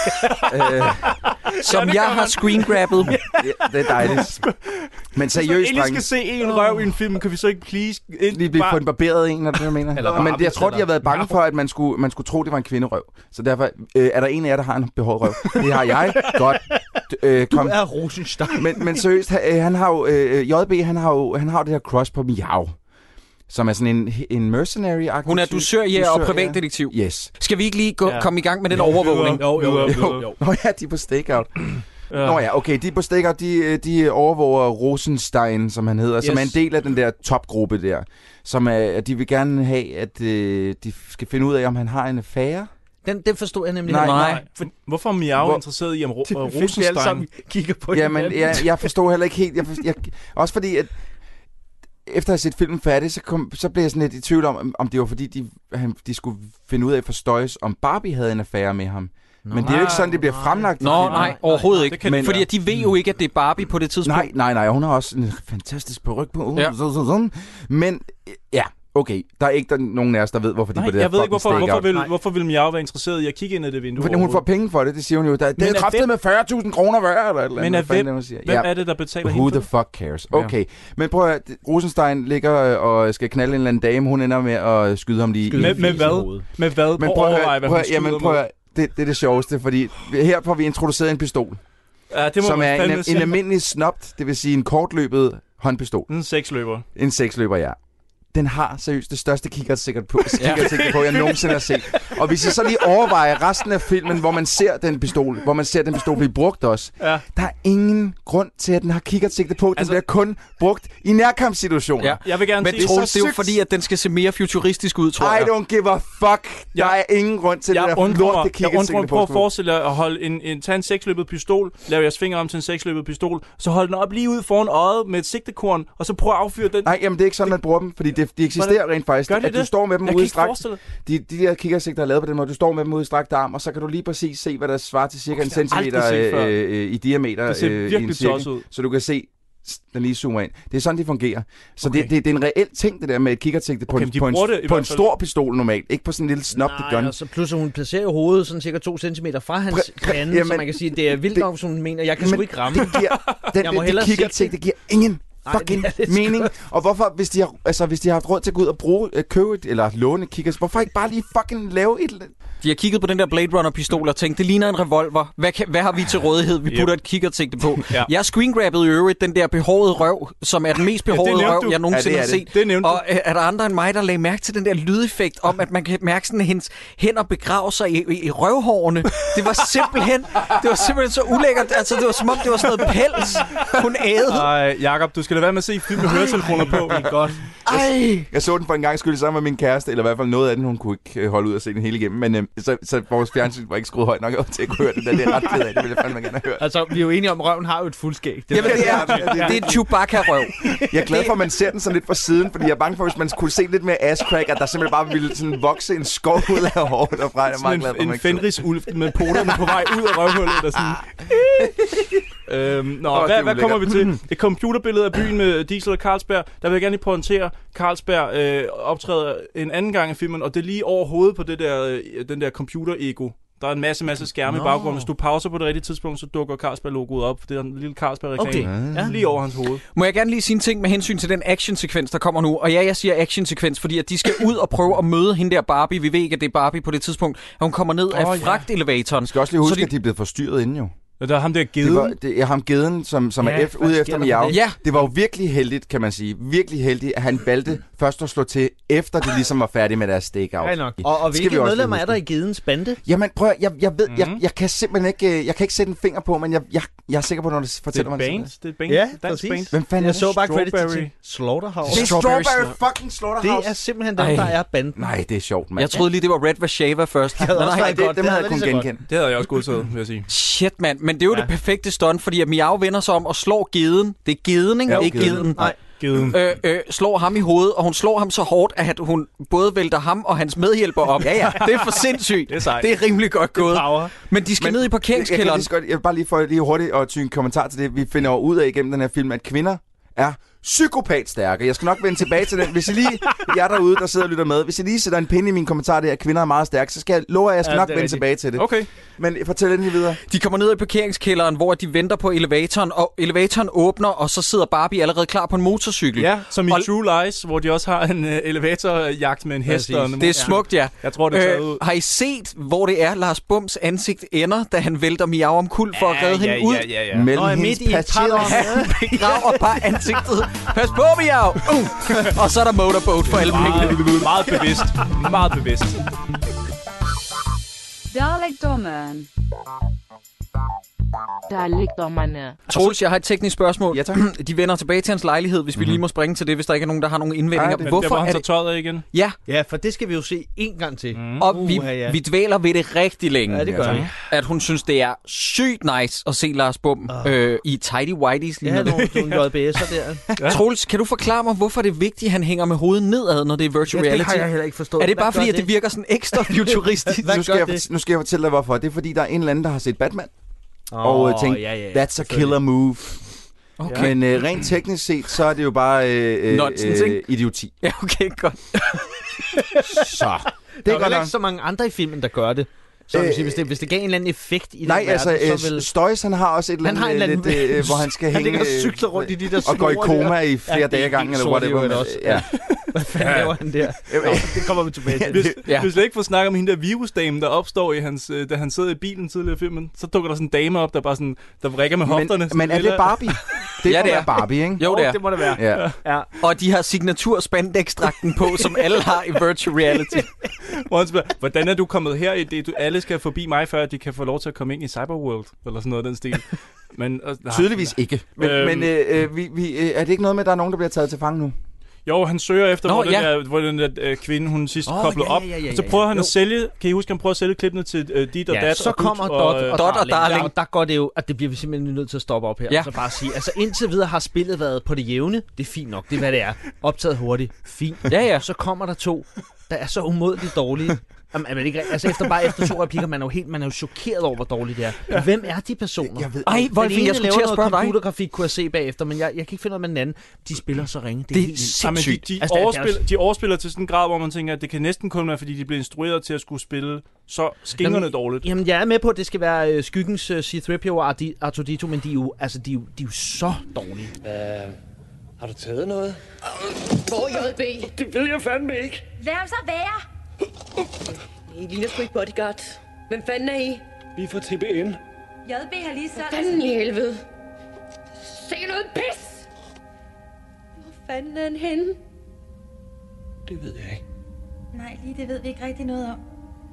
Som jeg har screengrabbet. Ja, det er dejligt. Men seriøst, Hvis vi skal se en røv i en film, kan vi så ikke please... lige blive på en barberet en, eller det, jeg mener. Men jeg tror, de har været bange for, at man skulle tro, det var en kvinderøv. Så derfor er der en af jer, der har en behåret røv. Det har jeg. Godt. Du er Rosenstein. Men seriøst, han har jo... JB, han har jo det her crush på Miau. Som er sådan en mercenary-agtig. Hun er dusørjæger og privatdetektiv. Yes. Skal vi ikke lige komme i gang med den overvågning? Jo. Nå ja, de er på stakeout. Nå ja, okay, de er på stakeout, de overvåger Rosenstein, som han hedder, yes. Som er en del af den der topgruppe der. Som er, de vil gerne have, at de skal finde ud af, om han har en affære. Den forstod jeg nemlig. Nej. Hvorfor er Miau interesseret i, om Rosenstein kigger på det? Jamen, jeg forstår heller ikke helt. Også fordi, at efter at have set filmen færdig, så blev jeg sådan lidt i tvivl om det var fordi, de skulle finde ud af for Støjs, om Barbie havde en affære med ham. Men det er jo ikke sådan, det bliver fremlagt. Nej, overhovedet ikke. Men fordi de ved jo ikke, at det er Barbie på det tidspunkt. Nej, hun har også en fantastisk paryk på. Ja. Men ja, okay, der er ikke nogen af os, der ved, hvorfor de på det her. Jeg ved ikke, hvorfor vil Miau være interesseret i at kigge ind i det vindue? Fordi hun får penge for det, det siger hun jo. Det er kraftet med 40.000 kroner værd, eller et eller andet. Men hvem er det, der betaler hende? Who the fuck cares? Okay, men prøv at Rosenstein ligger og skal knalde en eller anden dame. Hun ender med at skyde ham lige med hvad? Med hvad? Men prøv at det er det sjoveste, fordi her får vi introduceret en pistol. Ja, det må som er en almindelig snobt, det vil sige en kortløbet håndpistol. En seksløber. En seksløber, ja. Den har seriøst det største kikkertsigte på, jeg nogensinde har set. Og hvis jeg så lige overvejer resten af filmen, hvor man ser den pistol, blive brugt også, der er ingen grund til, at den har kikkertsigte på. Den bliver kun brugt i nærkampssituationer. Ja. Jeg vil gerne sige, det er jo fordi, at den skal se mere futuristisk ud, tror jeg. I don't give a fuck. Der er ingen grund til det der lorte kikkertsigte på. Prøv at forestille dig at holde tage en seksløbet pistol, lave jeres fingre om til en seksløbet pistol, så hold den op lige ud foran øjet med et sigtekorn, og så prøv at affyre den. Nej, jamen det er ikke sådan, man bruger dem, fordi de eksisterer rent faktisk. At du står med dem ude i strakt. De der kikkersigter er lavet på den måde. Du står med dem ude i strakt arm, og så kan du lige præcis se, hvad der svarer til cirka en centimeter i diameter. Det ser virkelig tosset ud. Så du kan se, den lige zoomer ind. Det er sådan, det fungerer. Så det er en reel ting, det der med et kikkersigte på en stor pistol normalt. Ikke på sådan en lille snoptet gun. Altså, plus hun placerer hovedet sådan cirka 2 centimeter fra hans pande, så man kan sige, det er vildt nok, som hun mener. Jeg kan sgu ikke ramme. Det kikkersigte giver ingen fucking mening. Og hvorfor, hvis de har haft råd til at gå ud og købe eller låne kickers, hvorfor ikke bare lige fucking lave et... De har kigget på den der Blade Runner-pistol og tænkt, det ligner en revolver. Hvad har vi til rådighed? Vi putter et kikkertsigte på. Ja. Jeg screengrabbede i øvrigt den der behårede røv, som er den mest behårede røv, jeg nogensinde har set. Og er der andre end mig, der lagde mærke til den der lydeffekt om, at man kan mærke sådan, at hendes hænder begraver sig i røvhårene. Det var simpelthen så ulækkert. Altså, det var som om, det var sådan noget pels, hun ædede. Ej, Jakob, du skal da være med at se film med høretelefoner på. Det er godt. Jeg så den for en gang skyld sammen med min kæreste, eller i hvert fald noget af den, hun kunne ikke holde ud og se den hele igennem. Men så vores fjernsyn var ikke skruet højt nok til at kunne høre det der. Det er ret ked af, det ville jeg fandme gerne have hørt. Altså, vi er jo enige om, at røven har jo et fuldskæg. Jamen, det er et Chewbacca-røv. Jeg er glad for, at man ser den sådan lidt fra siden, fordi jeg er bange for, hvis man kunne se lidt mere ass-crack, at der simpelthen bare ville sådan vokse en skov ud af håret derfra. Jeg er meget glad for, en fenrisulv med poterne på vej ud af røvhullet. Og sådan. Hvad kommer vi til? Et computerbillede af byen med Diesel og Carlsberg. Der vil jeg gerne lige pointere, Carlsberg optræder en anden gang i filmen, og det er lige over hovedet på det der, den der computer-ego. Der er en masse skærme i baggrunden. Hvis du pauser på det rigtige tidspunkt, så dukker Carlsberg-logoet op. Det er en lille Carlsberg-reklame lige over hans hoved. Må jeg gerne lige sige en ting med hensyn til den actionsekvens, der kommer nu? Og ja, jeg siger actionsekvens, fordi at de skal ud og prøve at møde hende der Barbie. Vi ved ikke, at det er Barbie på det tidspunkt. Hun kommer ned af fragtelevatoren. Du skal også lige huske, at de er blevet forstyrret inden jo. Der er ham der geden. Det er ham geden, som er ude efter Miao. Ja. Det var jo virkelig heldigt, kan man sige. Virkelig heldigt, at han valgte først at slå til, efter de ligesom var færdige med deres stakeout. Ja, nok. Og hvilke medlemmer er der i gedens bande? Jamen prøv at, jeg ved, jeg kan simpelthen ikke, jeg kan ikke sætte en finger på, men jeg er sikker på, når du fortæller mig det. Det er Bane. Ja, Dansk præcis. Bane. Hvem fanden er Jeg så bare Strawberry. credit til Slaughterhouse. Det er Strawberry fucking Slaughterhouse. Det er simpelthen dem, der er banden. Nej, det er sjovt, mand. Jeg troede lige, det var Red Vashava først. Det havde også været godt. Dem havde jeg kun lige så godt. genkendt. Det havde jeg også godtaget, vil jeg sige. Shit, mand. Men det er jo det perfekte stunt, fordi at Miao vender sig om og slår geden. Det er geden, ikke? Ja, Ikke geden. geden. Nej. Geden. Slår ham i hovedet, og hun slår ham så hårdt, at hun både vælter ham og hans medhjælper op. Ja. Det er for sindssygt. Det er sejt. Det er rimelig godt gået. Power. Men de skal ned i parkeringskælderen. Jeg vil bare lige få lige hurtigt og tyde en kommentar til det. Vi finder jo ud af igennem den her film, at kvinder er psykopatstærke. Jeg skal nok vende tilbage til den. Hvis I lige, jer derude, der sidder og lytter med, hvis I lige sætter en pinde i min kommentar, det er, at kvinder er meget stærke, så skal jeg love, at jeg skal nok vende tilbage til det. Okay. Men fortæl endelig videre. De kommer ned i parkeringskælderen, hvor de venter på elevatoren, og elevatoren åbner, og så sidder Barbie allerede klar på en motorcykel. Ja, som i True Lies, hvor de også har en elevatorjagt med en hest. Og en Det er smukt, ja. Jeg tror, det er taget ud. Har I set, hvor det er, Lars Bums ansigt ender, da han vælter Miao omkuld for at redde hende ud? Ja. Mellem Og er hendes midt i et pachetter. Han begraver bare ansigtet. Pas på, Miao! Og så er der motorboat for alle pengene. Meget bevidst. Meget bevidst. Dalekdommeren. Dalekdommerne. Troels, jeg har et teknisk spørgsmål. Ja, tak. De vender tilbage til hans lejlighed, hvis vi lige må springe til det, hvis der ikke er nogen, der har nogle indvendinger. det- Hvorfor han tager tøjet af igen? Ja, Ja, for det skal vi jo se en gang til. og ja. vi dvæler ved det rigtig længe. Ja, det gør vi. At hun synes, det er sygt nice at se Lars Bum i tidy whities. Ja, nogle JBS'er der. Troels, kan du forklare mig, hvorfor det er vigtigt, at han hænger med hovedet nedad, når det er virtual Det reality? har jeg heller ikke forstået. Er det bare Hvad fordi, gør at det virker sådan ekstra futuristisk? Hvad Nu skal, gør jeg, det? nu skal jeg fortælle dig, hvorfor. Det er fordi, der er en eller anden, der har set Batman. Og tænkt, that's a killer move. Okay. Men rent teknisk set, så er det jo bare Nonsens, ikke? idioti. Ja, okay, godt. Så. Det er godt jo nok. ikke så mange andre i filmen, der gør det. Så vil sige, hvis det gav en eller anden effekt i Nej, den altså, verden, så vil... Støjs, han har også et eller Han andet, har en eller anden- lidt, hvor han skal Han hænge... ligger og cykler rundt i de der og går i snore koma der. i flere Ja, det dage er ad gangen, helt eller sort i whatever. øvrigt også. Ja. Hvad fanden laver han der? Nå, det kommer vi tilbage til. Hvis Ja. vi slet ikke får snakket om hende der virusdame, der opstår i hans, da han sidder i bilen tidligere i filmen, så dukker der sådan en dame op, der bare sådan, der vrikker med hofterne. Men er det Barbie? Det Ja, må det er. være Barbie, ikke? Jo, det er. Det må det være. Ja. Ja. Og de har signatur spandextrakten på, som alle har i virtual reality. Hvor han spørger, hvordan er du kommet her i det? Alle skal forbi mig, før de kan få lov til at komme ind i Cyberworld, eller sådan noget af den stil. Men, Tydeligvis ikke. Men er det ikke noget med, at der er nogen, der bliver taget til fange nu? Jo, han søger efter, Nå, hvor den der kvinde, hun sidst koblede ja, op. ja, Og så prøver han jo. at sælge, kan I huske, han prøver at sælge klippene til dit og dat. Så og kommer Dut Dot og Darling. Ja, og der går det jo, at det bliver vi simpelthen nødt til at stoppe op her. Ja. Så bare sige, altså indtil videre har spillet været på det jævne. Det er fint nok, det er hvad det er. Optaget hurtigt, fint. Ja. Så kommer der to, der er så umådeligt dårlige. Jamen, er man ikke, altså efter 2 replikker, man er jo chokeret over, hvor dårligt det er. Ja. Hvem er de personer? Jeg ved Ej, Den Wolfie, ene jeg skulle laver til at noget spørge dig. computergrafik, kunne jeg se bagefter, men jeg kan ikke finde ud af med den anden. De spiller så ringe. Det er Det er helt vildt. Jamen, sindssygt. de Altså, de overspiller til sådan en grad, hvor man tænker, at det kan næsten kun være, fordi de bliver instrueret til at skulle spille så skingerne dårligt. Jamen, jeg er med på, at det skal være Skyggens C-3PO og R2-D2, men de er jo så dårlige. Har du taget noget? Hvor JB? Det ved jeg fandme ikke. Lad ham så være. I ligner sgu ikke bodyguard. Hvem fanden er I? Vi er fra TBN. JB har lige sagt... Fanden i helvede. Se noget pis! Hvor fanden er han henne? Det ved jeg ikke. Nej, lige det ved vi ikke rigtig noget om.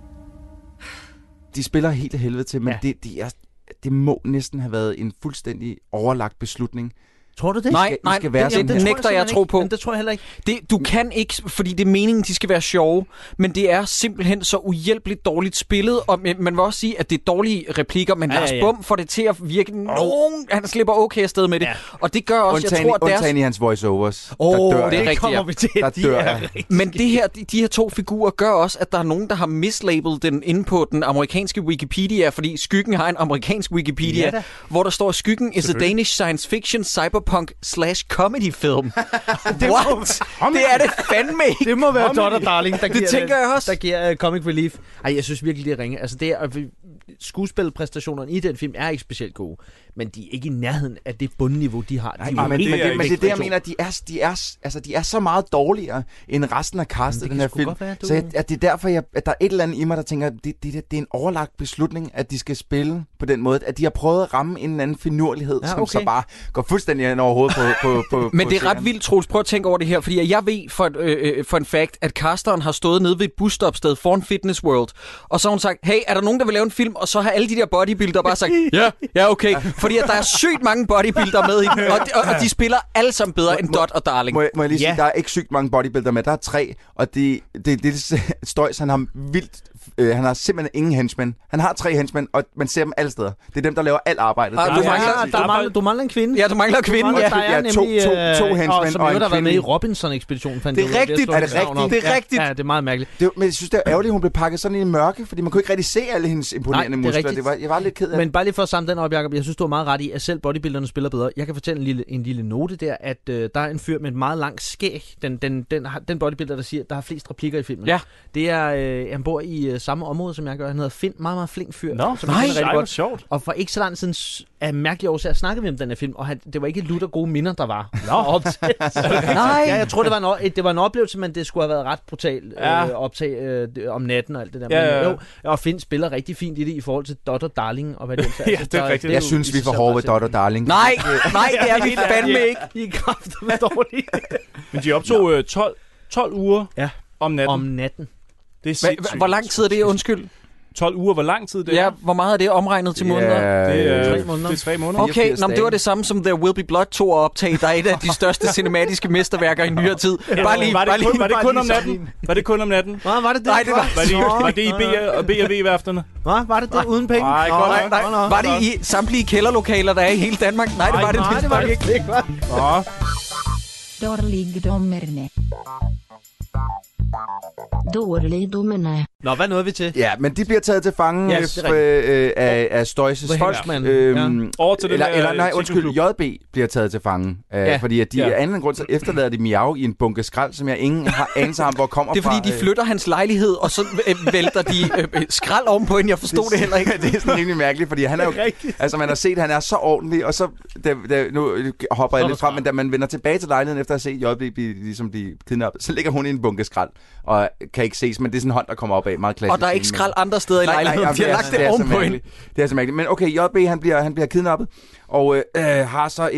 De spiller helt af helvede til, men det må næsten have været en fuldstændig overlagt beslutning. Tror du det? Nej, skal være sådan det her. nægter jeg at tro på. Men det tror jeg heller ikke. Du kan ikke, fordi det er meningen, de skal være sjove, men det er simpelthen så uhjælpeligt dårligt spillet, og man vil også sige, at det er dårlige replikker, men Lars Bum får det til at virke han slipper okay afsted med det, og det gør også, jeg tror, at undtagen i hans voiceovers. det er Det rigtigt, kommer ja. vi til. Der dør han. Men de her to figurer gør også, at der er nogen, der har mislabelt den inde på den amerikanske Wikipedia, fordi Skyggen har en amerikansk Wikipedia, hvor der står, Skyggen is a Danish science fiction cyberpunk / comedy film. What? Det er det fandme ikke. Det må være Dot og Darling, der giver, tænker jeg også. Der giver comic relief. Ej, jeg synes virkelig, det er ringe. Altså, skuespilpræstationerne i den film er ikke specielt gode. men de er ikke i nærheden af det bundniveau, de har. Nej, men det er det, jeg mener, at de er så meget dårligere end resten af castet i den her film. Så at det er derfor, at der er et eller andet i mig, der tænker, det er en overlagt beslutning, at de skal spille på den måde, at de har prøvet at ramme en eller anden finurlighed, som så bare går fuldstændig ind over hovedet på men det er ret vildt, Troels. Prøv at tænke over det her, fordi jeg ved for en fact, at casteren har stået nede ved et busstopsted foran Fitness World, og så har hun sagt, hey, er der nogen, der vil lave en film? Og så har alle de der bodybuildere bare sagt, ja, okay. Fordi at der er sygt mange bodybuildere med i den, og de spiller alle sammen bedre end Dot og Darling. Må jeg lige sige, der er ikke sygt mange bodybuildere med, der er 3, og det Støjs, han har vildt. Han har simpelthen ingen henchmen. Han har 3 henchmen, og man ser dem alle steder. Det er dem, der laver alt arbejdet. Du mangler en kvinde. Ja, du mangler en kvinde. Der er nemlig to henchmen som og en der har været med i kvinde. Robinson-ekspeditionen. Det er rigtigt. Er det rigtigt? Det er rigtigt. Ja, det er meget mærkeligt. Men jeg synes, det er ærgerligt, at hun blev pakket sådan i mørke, fordi man kunne ikke rigtig se alle hendes imponerende muskler. Jeg var lidt ked af. Men bare lige for at samle den op, Jacob, jeg synes, du er meget ret i, at selv bodybuilderne spiller bedre. Jeg kan fortælle en lille note der, at der er en fyr med et meget langt skæg. Den bodybuilder, der siger, der har flest replikker i filmen. Ja. Det er, han bor i samme område, som jeg gør. Han hedder Finn, meget, meget flink fyr. Som rigtig godt. Sjovt. Og for ikke så lang siden af mærkelige årsager snakkede vi om den her film, og det var ikke lutter gode minder, der var. Nej. Ja, jeg tror, det var en oplevelse, men det skulle have været ret brutalt optag om natten og alt det der. Ja. Men og Finn spiller rigtig fint i det i forhold til Dot og Darling og hvad det er. Ja, det er rigtigt. Jeg synes, vi får hårde ved Dot og Darling. Nej, det er vi fandme ikke. I er kraftedeme dårlige. Men de optog 12 uger om natten. Om natten. Det er sindssygt. Hvor lang tid er det, undskyld? 12 uger, hvor lang tid det er? Ja, hvor meget er det omregnet til måneder? Det er 3 måneder. Det er 3 måneder. Okay, det var det samme som There Will Be Blood 2 optag, der er et af de største cinematiske mesterværker i nyere tid. Var det kun om natten? Var det kun om natten? Var det det? Nej, det Var det i B&V-værfterne? Var det uden penge? Nej, var det i samtlige kælderlokaler, der er i hele Danmark? Nej, det var det ikke. Dårligdommerne. Dårligdommerne. Nå, hvad nåede vi til? Ja, men de bliver taget til fange af Støjses folk. Over til den JB bliver taget til fange. Fordi at de af anden grund, så efterlader de Miao i en bunke skrald, som jeg ingen har anelse om, hvor kommer fra. Det er fordi, de flytter hans lejlighed, og så vælter de skrald ovenpå hende. Jeg forstod det heller ikke. Det er sådan rimelig mærkeligt, fordi han er jo... Altså, man har set, at han er så ordentlig, og så... Nu hopper jeg lidt frem, men da man vender tilbage til lejligheden, efter at se JB ligesom blive kidnappet, så ligger hun i en bunke skrald, og kan ikke ses, men det er sådan en hånd, der kommer op af. Meget klassisk. Og der er ikke skrald andre steder i lejligheden. De har lagt det ovenpå hende. Det er så mærkeligt. Men okay, JB, han bliver kidnappet, og har så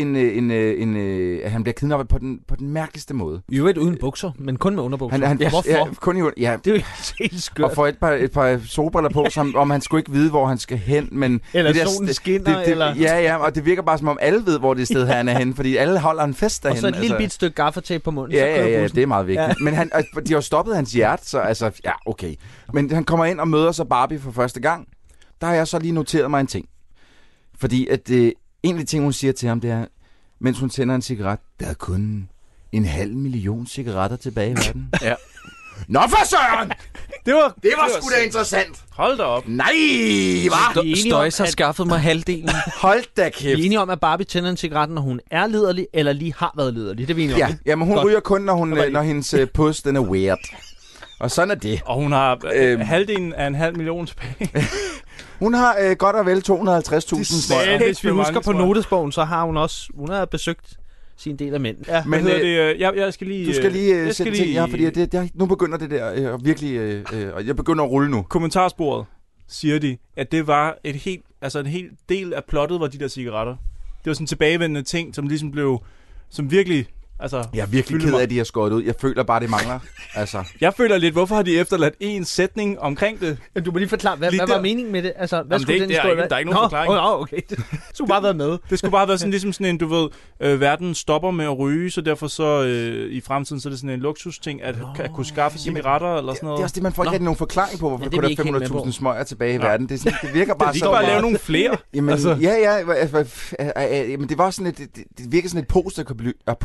han bliver kidnappet på den mærkeligste måde. I øvrigt uden bukser, men kun med underbukser. Hvorfor? Ja, kun i det er jo helt skørt. Og får et par solbriller på, om han skulle ikke vide, hvor han skal hen, men... Eller solen skinner, eller... Ja, og det virker bare, som om alle ved, hvor det sted han er henne, fordi alle holder en fest derhen. Og så et lille bit stykke gaffatape på munden, ja, det er meget vigtigt. Ja. Men de har stoppet hans hjerte, så altså, ja, okay. Men han kommer ind og møder så Barbie for første gang. Der har jeg så lige noteret mig en ting. Fordi at en af de ting, hun siger til ham, det er, mens hun tænder en cigaret, der er kun 500.000 cigaretter tilbage i verden. Ja. Nå for søren! Det var sgu da interessant. Hold da op. Nej, hva? Støjs har skaffet mig halvdelen. Hold da kæft. Vi er enige om, at Barbie tænder en cigaret, når hun er liderlig, eller lige har været liderlig. Det er vi enige om. Ja, men hun ryger kun, når hendes pus, den er weird. Og sådan er det. Og hun har halvdelen af 500.000 tilbage. Hun har godt og vel 250.000 smøger. Hvis vi husker på notesbogen, så har hun har besøgt sin del af mænd. Ja, men jeg skal lige... Du skal lige sætte ting her, fordi nu begynder det der virkelig... og jeg begynder at rulle nu. Kommentarsporet siger de, at det var en helt del af plottet var de der cigaretter. Det var sådan en tilbagevendende ting, som ligesom blev... Som virkelig... Altså, jeg er virkelig ked af, at de har skåret ud. Jeg føler bare, det mangler. Altså. Jeg føler lidt, hvorfor har de efterladt en sætning omkring det? Du må lige forklare, hvad var meningen med det? Altså, hvad skulle den historie være? Der er ikke nogen forklaring. Okay. Det skulle bare være med. Det skulle bare være sådan, ligesom sådan en, du ved, verden stopper med at ryge, så derfor så i fremtiden, så er det sådan en luksusting, at kunne skaffe cigaretter eller sådan noget. Det er også det, man får ikke rigtig nogen forklaring på, hvorfor der kun er 500.000 smøger tilbage i verden. Det virker bare så... De kan bare lave nogle flere. Jamen, men det var sådan det virker sådan et post-apokalyptisk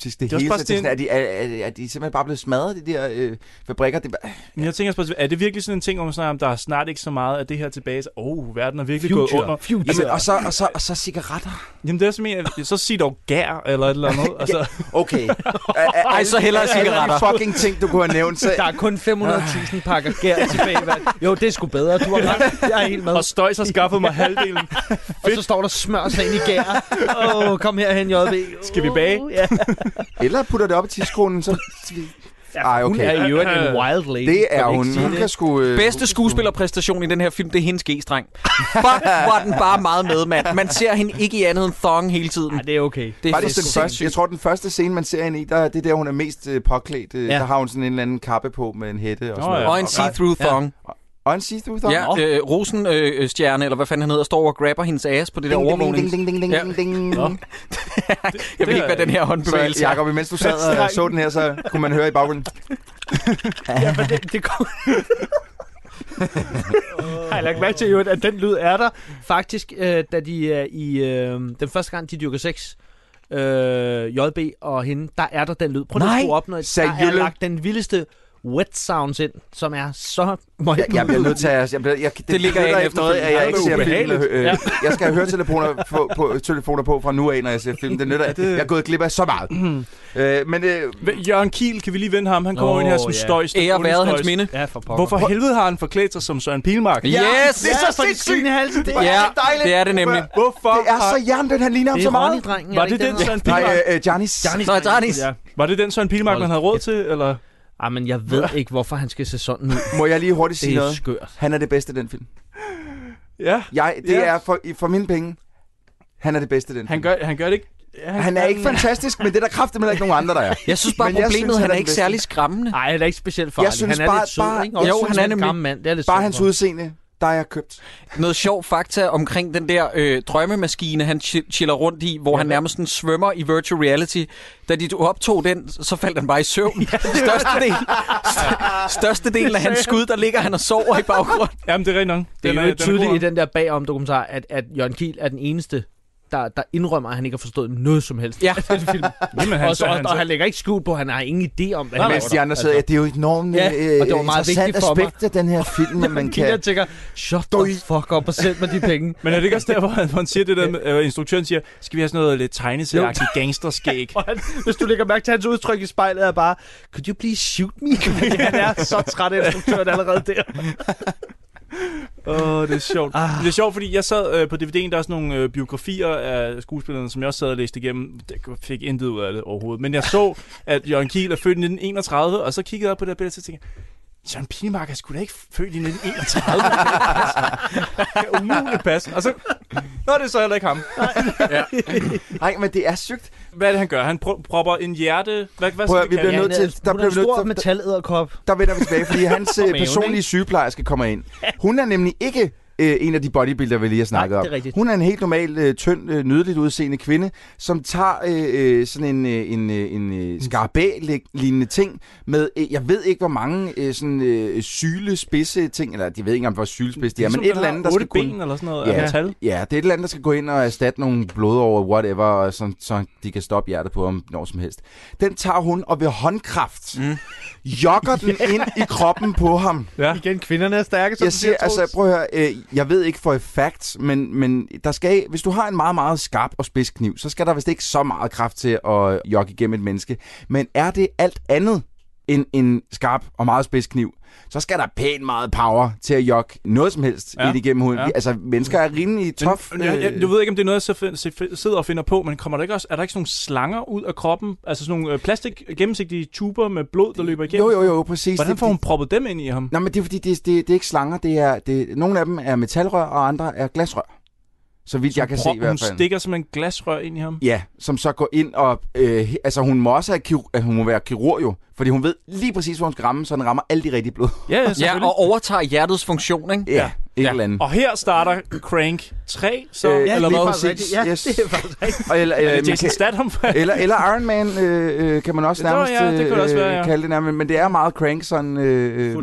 kaotisk. Det hele sådan, er de simpelthen bare blevet smadret, de der fabrikker? Men jeg tænker spørgsmålet, er det virkelig sådan en ting, hvor man snakker om, der er snart ikke så meget af det her tilbage? verden er virkelig gået under. Jamen, og så cigaretter. Jamen det er simpelthen, så sig dog gær eller et eller andet. Altså. Okay. Ej, så hellere cigaretter. Alle de fucking ting, du kunne have nævnt. Der er kun 500.000 pakker gær tilbage. Jo, det er sgu bedre. Du har ret. Jeg er helt med. Og Støjs har skaffet mig halvdelen. Og så står der smør sig ind i gær. Kom herhen, JB. Skal vi bage? Ja. Eller putter det op i tidskronen, så... Ja, hun er jo en wild lady. Det er hun. Hun kan sgu... Bedste skuespillerpræstation i den her film, det er hendes G-streng. Fuck, var den bare meget med, mand. Man ser hende ikke i andet end thong hele tiden. Nej, det er okay. Det er faktisk den første, jeg tror, den første scene, man ser hende i, det er der, hun er mest påklædt. Der har hun sådan en eller anden kappe på med en hætte. Og, sådan og en see-through thong. Og en see-through thong? Ja, Rosenstjerne, eller hvad fanden han hedder, står og grabber hendes ass på det der overvågning. Jeg ved ikke, hvad den her håndbevægelse er. Jacob, imens du sad og så den her, så kunne man høre i baggrunden. Ja, men det går... Har jeg lagt mærke til, at den lyd er der. Faktisk, da de er i... den første gang, de dyrker sex, JB og hende, der er der den lyd. Prøv at skrue op, når der er lagt den vildeste wet sounds ind, som er så... Jeg bliver nødt til at... Det ligger jeg efter noget, at jeg ikke ser film. Jeg skal have høretelefoner på fra nu af, når jeg ser film. Det nytter, jeg er gået glip af så meget. Men Jørgen Kiel, kan vi lige vende ham? Han kommer ind her som Støjs. Ære været hans minde. Ja, hvorfor helvede har han forklædt sig som Søren Pilmark? Yes! Det er så sindssygt! Det er dejligt. Det er det nemlig. Hvorfor? Det er så hjernedødt, han ligner ham så meget. Var det den Søren Pilmark? Nej, Janis. Var det den Søren Pilmark, man havde råd til, eller... Men jeg ved ikke, hvorfor han skal se sådan ud. Må jeg lige hurtigt sige noget? Skørt. Han er det bedste i den film. Ja. Det er for mine penge. Han er det bedste i den film. Han gør det ikke... Han er ikke fantastisk, men det er der kraftedeme ikke nogen andre, der er. Jeg synes bare, problemet han er ikke særlig skræmmende. Nej, han er ikke specielt farlig. Jeg synes han er lidt sød, ikke? Jo, han er nemlig gammel mand. Det er lidt bare hans udseende. Der er jeg købt. Noget sjov fakta omkring den der drømmemaskine, han chiller rundt i, hvor han nærmest sådan svømmer i virtual reality. Da de optog den, så faldt han bare i søvn. Størstedelen af hans skud, der ligger han og sover i baggrunden. Jamen, det er rigtig nok. Det er jo tydeligt i den der bagom dokumentar, at Jørgen Kiel er den eneste, der indrømmer, at han ikke har forstået noget som helst. Ja. Den film. Jamen, og han lægger ikke skjult på, at han har ingen idé om, hvad mens de andre sidder, det er jo et enormt og det var meget vigtigt for mig. aspekt af den her film, at man kan... Jeg tænker, shut the fuck up og send mig de penge. Men er det ikke også der, hvor han siger det der med, instruktøren siger, skal vi have sådan noget lidt tegneserieagtigt gangsterskæg? Hvis du lægger mærke til hans udtryk i spejlet, er bare, could you please shoot me? Han er så træt af instruktøren allerede der. Det er sjovt. Det er sjovt, fordi jeg sad på DVD'en, der er sådan nogle biografier af skuespillerne, som jeg også sad og læste igennem. Det fik intet ud af det overhovedet. Men jeg så, at Jørgen Kiel er født i 1931, og så kiggede jeg på det her billede, og tænkte Søren Pilmark er sgu da ikke født i 1931. Det kan umuligt passe. Og så... Nå, det er så heller ikke ham. Nej, men det er sygt. Hvad er det, han gør? Han propper en hjerte... Hvad vi bliver nødt til... Der bliver stor metal-edderkop. Der vender vi tilbage, fordi hans personlige sygeplejerske kommer ind. Hun er nemlig ikke en af de bodybuilder, vi lige har snakket om. Hun er en helt normal, tynd, nydeligt udseende kvinde, som tager sådan en skarabæ-lignende ting med, jeg ved ikke, hvor mange sylespidse ting, eller de ved ikke, om hvor sylespidse de er, men et eller andet, der skal kunne... eller sådan noget metal. Ja, det er et eller andet, der skal gå ind og erstatte nogle blod over whatever, så de kan stoppe hjertet på ham når som helst. Den tager hun, og ved håndkraft jogger den ind i kroppen på ham. Ja. Igen, kvinderne er stærke, som jeg siger, altså, prøv at høre, jeg ved ikke for fact, men der skal, hvis du har en meget, meget skarp og spids kniv, så skal der vist ikke så meget kraft til at jogge igennem et menneske. Men er det alt andet end en skarp og meget spids kniv, så skal der pænt meget power til at jogge noget som helst ind igennem huden. Ja. Altså, mennesker er rimelig tough. Du ved ikke, om det er noget, jeg sidder og finder på, men kommer der ikke også, er der ikke sådan nogle slanger ud af kroppen? Altså sådan nogle plastik gennemsigtige tuber med blod, der løber igennem? Jo, præcis. Hvordan får hun proppet dem ind i ham? Nej, men det er fordi, det er ikke slanger. Nogle af dem er metalrør, og andre er glasrør. Så vidt jeg kan se i hvert fald. Hun stikker som en glasrør ind i ham? Ja, som så går ind og... altså, hun må også hun må være kirurg jo, fordi hun ved lige præcis, hvor hun skal ramme, så den rammer alle de rigtige blod. Ja, og overtager hjertets funktion, ikke? Ja, et eller andet. Og her starter Crank 3, så... eller hvad? Præcis. Ja, yes. Det er faktisk rigtigt. Eller Jason Statham. eller Iron Man kan man også nærmest det også være, kalde det nærmest, men det er meget Crank sådan...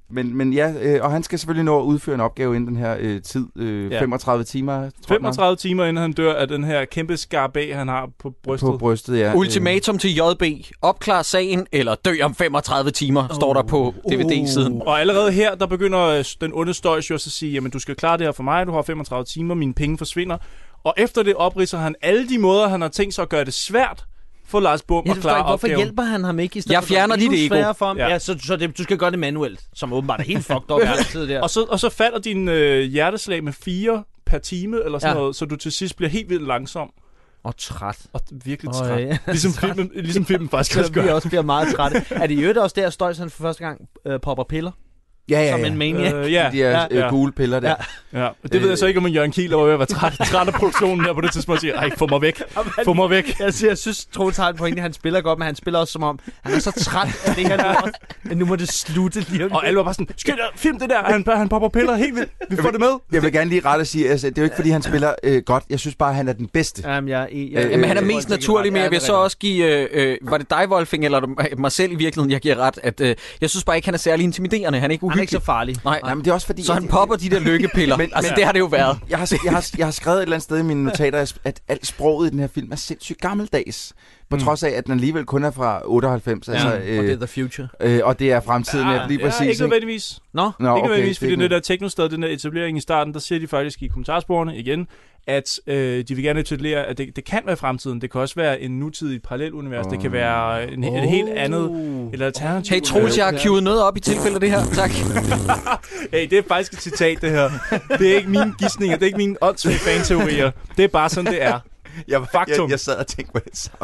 Men ja, og han skal selvfølgelig nå at udføre en opgave inden den her tid. 35 timer. 35 timer inden han dør af den her kæmpe skarbag, han har på brystet. På brystet, ja. Ultimatum til JB. Opklar sagen, eller dø om 35 timer, står der på DVD-siden. Og allerede her, der begynder den onde Støjs jo at sige, jamen du skal klare det her for mig, du har 35 timer, mine penge forsvinder. Og efter det opridser han alle de måder, han har tænkt sig at gøre det svært for Lars Bom at klare hvorfor opgaven. Hjælper han ham ikke i stedet Jeg fjerner dit ego. For ham? Ja, så du skal gøre det manuelt, som åbenbart er helt fucked up altid der. Og så falder din hjerteslag med 4 per time, eller sådan noget, så du til sidst bliver helt vildt langsom. Og træt. Og virkelig træt. Ligesom filmen faktisk også gør. Vi også bliver meget trætte. Er det i øvrigt også der, Støjs han for første gang popper piller? Ja. Som en maniac. De der gule piller der. Ja. Det ved jeg så ikke, om en Jørgen Kiel var ved at være træt af produktionen her på det tidspunkt og siger, ej, få mig væk. Jeg synes, Troels har en pointe, han spiller godt, men han spiller også som om, han er så træt af det her lort, at nu må det slutte lige om. Og alle var bare sådan, skynd dig, film det der, han popper piller helt vildt, vi får det med. Jeg vil gerne lige rette og sige, altså, det er jo ikke, fordi han spiller godt, jeg synes bare, han er den bedste. Jamen, han er mest naturlig, men jeg vil så også give, var det dig, Wolfing, eller mig selv i virkeligheden, jeg giver ret, at jeg synes bare ikke, han er særlig intimiderende, han er ikke uhyggelig. Han er ikke så farlig. Nej, men det er også fordi... Så han popper de der lykkepiller. men det har det jo været. Jeg har skrevet et eller andet sted i mine notater, at alt sproget i den her film er sindssygt gammeldags. På trods af, at den alligevel kun er fra 98. Ja, altså, og det er the future. Og det er fremtiden, lige præcis. Ikke nødvendigvis. Nå, ikke nødvendigvis, fordi det der teknostad, den der etablering i starten, der siger de faktisk i kommentarsporene igen, at de vil gerne etablere, at det kan være fremtiden. Det kan også være en nutidig parallelunivers. Det kan være et helt andet, eller alternativ. Hey, Troels, jeg har queuet noget op i tilfælde af det her. Tak. Hey, det er faktisk et citat, det her. Det er ikke mine gidsninger, det er ikke mine åndssvage fanteorier. Det er bare sådan, det er. Faktum. Jeg sad og tænkte på det samme.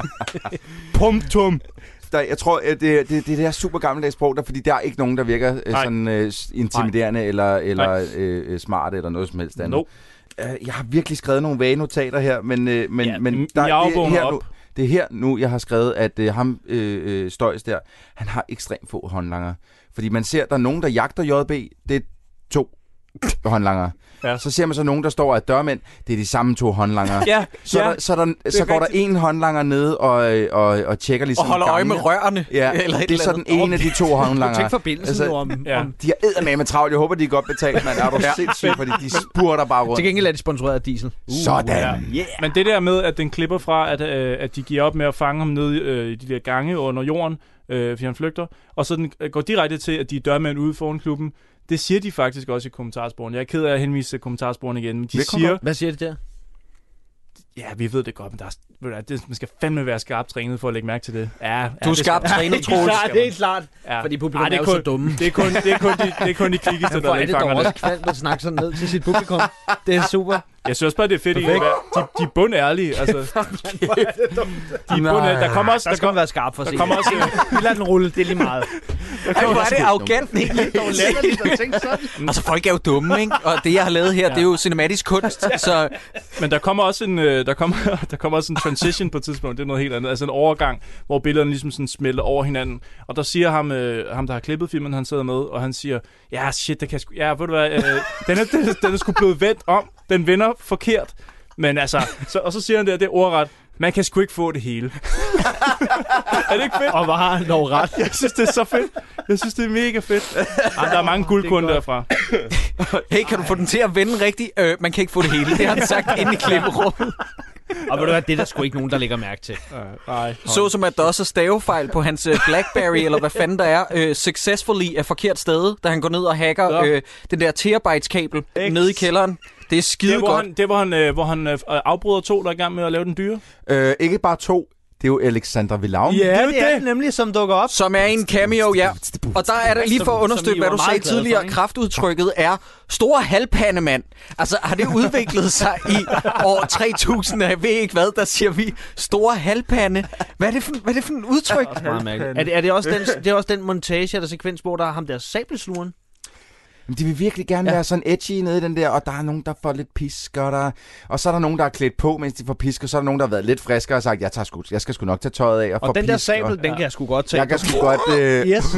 Punktum. Jeg tror, det er det her super gammeldags sprog, fordi der er ikke nogen, der virker sådan intimiderende eller smart eller noget som helst andet. Nope. Jeg har virkelig skrevet nogle vage notater her, men det er her nu, jeg har skrevet, at ham Støjs der, han har ekstremt få håndlanger. Fordi man ser, der er nogen, der jagter JB, det er 2 håndlanger. Ja. Så ser man så nogen, der står af dørmænd. Det er de samme 2 håndlanger. Så går der en håndlanger ned og tjekker ligesom og holder øje med rørene. Ja, det er så den ene af de 2 håndlanger. Tænk forbindelsen om... De har eddermame travlt. Jeg håber, de er godt betalt, mand. Er du sindssygt, fordi de spurter bare rundt. Til gengæld er de sponsoreret af diesel. Sådan. Yeah. Men det der med, at den klipper fra, at de giver op med at fange ham ned i de der gange under jorden, fordi han flygter, og så den går direkte til, at de er dørmænd ude foran klubben. Det siger de faktisk også i kommentarsporene. Jeg er ked af at henvise kommentarsporene igen, men de siger... Hvad siger de der? Ja, vi ved det godt, men man skal fandme være skarpt trænet for at lægge mærke til det. Ja, du er skarpt trænet, Troels. Det er klart. Ja. Fordi publikum er jo så dumme. Det er kun de klikkeste, der ikke fanger det. Hvor er det dog også kvalmt at snakke sådan ned til sit publikum. Det er super. Jeg synes bare, det er fedt, de er bundærlige. Altså. De er bundærlige. Der kommer også... Der skal man være skarp for at se. Der kommer også... Vi lader den rulle, det er lige meget. Hvor er det arrogant, egentlig? Altså, folk er jo dumme, ikke? Og det, jeg har lavet her, det er jo cinematisk kunst. Så... Men der kommer også en... Der kommer også en transition på et tidspunkt. Det er noget helt andet. Altså en overgang, hvor billederne ligesom sådan smelter over hinanden. Og der siger ham der har klippet filmen, han sidder med, og han siger, ja, shit, det kan sgu... Ja, ved du hvad, den er sgu blevet vendt om. Den vender forkert. Men altså... Og så siger han det er ordret. Man kan sgu ikke få det hele. Er det ikke fedt? Og hvor har han dog ret? Jeg synes, det er så fedt. Jeg synes, det er mega fedt. Der er mange guldkunder derfra. Hey, kan du få den til at vende rigtigt? Man kan ikke få det hele. Det har han sagt inde i klipperummet. Og ved du hvad, det er der sgu ikke nogen, der lægger mærke til. Så som at der også er stavefejl på hans BlackBerry, eller hvad fanden der er. Successfully er forkert sted, da han går ned og hacker den der terabytes-kabel nede i kælderen. Det er skide godt. Det er, hvor han afbryder 2, der er i gang med at lave den dyre. Ikke bare 2. Det er jo Alexander Villaume. Ja, det er nemlig, som dukker op. Som er en cameo, ja. Og der er der lige for at understøtte, hvad du sagde tidligere. Kraftudtrykket er store halvpandemand. Altså, har det udviklet sig i år 3000? Jeg ved ikke hvad, der siger vi store halvpande. Hvad er det for en udtryk? Er det også den montage eller sekvens, hvor der er ham der sabelslugeren? Men de vil virkelig gerne være sådan edgy nede i den der, og der er nogen, der får lidt pisk, og så er der nogen, der er klædt på, mens de får pisk, og så er der nogen, der har været lidt friskere og sagt, jeg skal sgu nok tage tøjet af og få den pisk. Der sabel, den kan jeg sgu godt tage. Jeg kan sgu godt... Yes.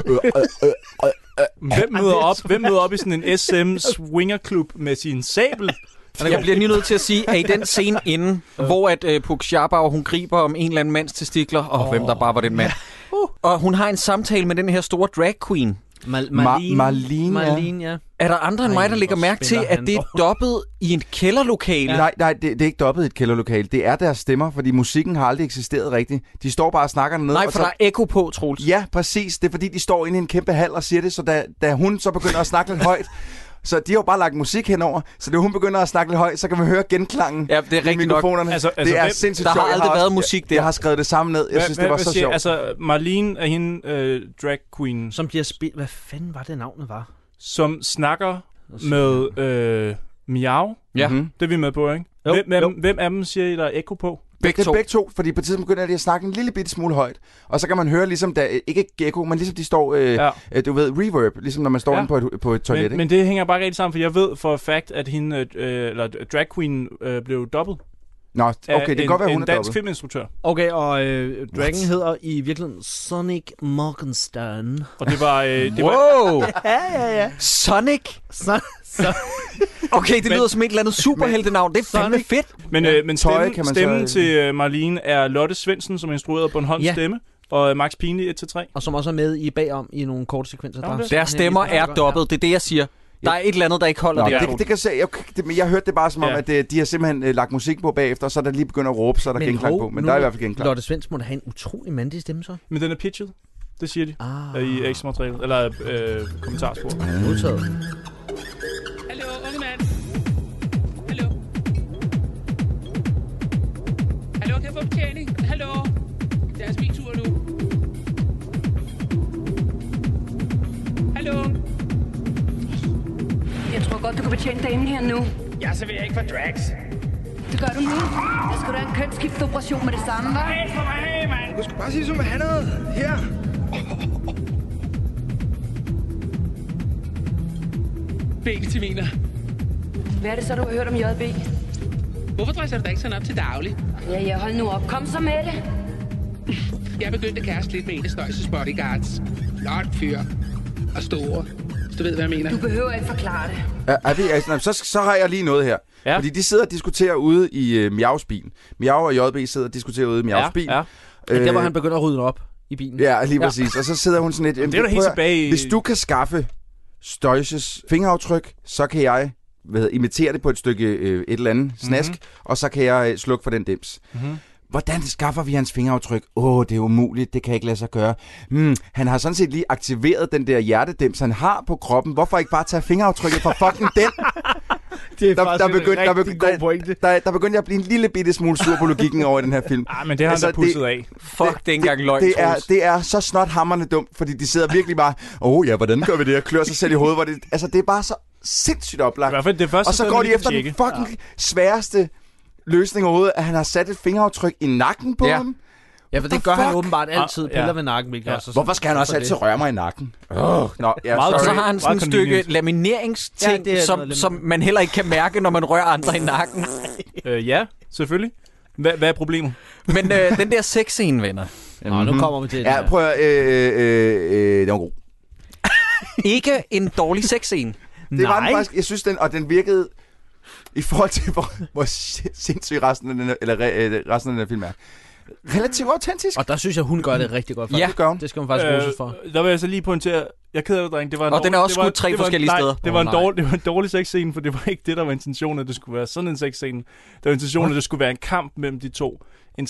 Hvem møder op i sådan en SM swingerklub med sin sabel? Jeg bliver lige nødt til at sige, at i den scene inden, hvor at Puk Schabauer, hun griber om en eller anden mands testikler, hvem der bare var den mand, og hun har en samtale med den her store drag queen, Marlene, ja. Er der andre end mig, der lægger mærke til, at det er dobbet i et kælderlokale? Ja. Nej, det er ikke dobbet i et kælderlokale. Det er deres stemmer, fordi musikken har aldrig eksisteret rigtigt. De står bare og snakker dernede. Nej, for der er ekko på, Troels. Ja, præcis. Det er fordi, de står inde i en kæmpe hal og siger det, så da hun så begynder at snakke lidt højt, så de har jo bare lagt musik henover, så da hun begynder at snakke lidt højt, så kan man høre genklangen i mikrofonerne. Altså, det er sindssygt der sjovt. har aldrig været musik der. Jeg har skrevet det samme ned. Jeg synes, det var så sjovt. Altså, Marlene er hende drag queen. Som bliver spillet... Hvad fanden var det, navnet var? Som snakker med Miau. Ja. Det er vi med på, ikke? Hvem af dem siger I, der er ekko på? Begge to, fordi på tiden begynder de at snakke en lille bitte smule højt. Og så kan man høre ligesom, ikke gecko, men ligesom de står, du ved, reverb, ligesom når man står inde på et toilet. Men det hænger bare rigtig sammen, for jeg ved for et fact, at hende, eller drag queen blev dobbelt. Nå, okay, det kan godt være, hun er en dansk filminstruktør. Okay, og dragen hedder i virkeligheden Sonic Morgenstern. Og det var... wow! Ja. Sonic? Okay, det lyder som et eller andet superheltenavn. Det er fandme fedt. Men stemmen til Marlene er Lotte Svendsen, som instruerede Bornholms Stemme, og Max Pinli 1-3. Og som også er med i bagom i nogle korte sekvenser. Deres stemmer er dobbelt, det er det, jeg siger. Der er et eller andet, der ikke holder det. Det kan jeg hørte det bare som om, at de har simpelthen lagt musik på bagefter, og så er der lige begyndt at råbe, så er der genklang på. Men der er i hvert fald genklang. Lotte Svendsen må da have en utrolig mandig stemme så. Men den er pitchet. Det siger de i ekstra-materialet. Eller kommentarspor. Modtaget. Hallo, unge mand. Hallo. Hallo, kan jeg få betjening? Hallo. Det er min tur nu. Hallo. Jeg tror godt, du kan betjene damen her nu. Ja, så vil jeg ikke få drags. Det gør du nu. Jeg skal da have en kønsskiftoperation med det samme, hva'? Nej, for mig af, mand. Du skal bare sige, som han noget. Her. B-vitaminer. Hvad er det så, du har hørt om JB? Hvorfor dresser du da ikke sådan op til daglig? Ja, hold nu op. Kom så med det. Jeg er begyndt at kæreste lidt med en af Støjses bodyguards. Flot fyr. Og store. Hvis du ved, hvad jeg mener. Du behøver ikke forklare det. Så har jeg lige noget her. Ja. Fordi de sidder og diskuterer ude i Miaus bil. Miau og JB sidder og diskuterer ude i Miaus bil. Ja. Der var han begynder at rydde op i bilen. Ja, lige præcis. Og så sidder hun sådan lidt... Det er da helt tilbage. Hvis du kan skaffe Støjses fingeraftryk, så kan jeg imitere det på et stykke et eller andet snask, og så kan jeg slukke for den dims. Hvordan skaffer vi hans fingeraftryk? Det er umuligt, det kan jeg ikke lade sig gøre. Han har sådan set lige aktiveret den der hjertedims, han har på kroppen. Hvorfor ikke bare tage fingeraftrykket fra fucking den? Det er faktisk en rigtig god pointe. Der begyndte jeg at blive en lille bitte smule sur på logikken over i den her film. Men det har han da pudset af. Fuck, det er ikke engang løgn, det er så snot hammerende dumt, fordi de sidder virkelig bare, hvordan gør vi det? Og klør sig selv i hovedet. Hvor det er bare så sindssygt oplagt. I hvert fald det første, og så går de efter den fucking sværeste løsning overhovedet, at han har sat et fingeraftryk i nakken på ham. Ja, for det gør han åbenbart altid. Piller ved nakken. Hvorfor skal han også altid røre mig i nakken? Og så har han sådan et stykke lamineringsting, som man heller ikke kan mærke, når man rører andre i nakken. Ja, selvfølgelig. Hvad er problemet? Men den der sexscene, venner. Nu kommer vi til det. Ja, prøv at... det var god. Ikke en dårlig sexscene. Det var den faktisk. Jeg synes, den virkede... I forhold til, hvor sindssygt resten af den her film er. Relativt autentisk. Og der synes jeg, hun gør det rigtig godt. Ja, det gør hun. Det skal man faktisk roses for. Der vil jeg så lige pointere, jeg keder dig, dreng. Det var den er også skudt 3 forskellige steder. Det var en dårlig sexscene, for det var ikke det, der var intentionen, at det skulle være sådan en sexscene. Det var intentionen, at det skulle være en kamp mellem de to.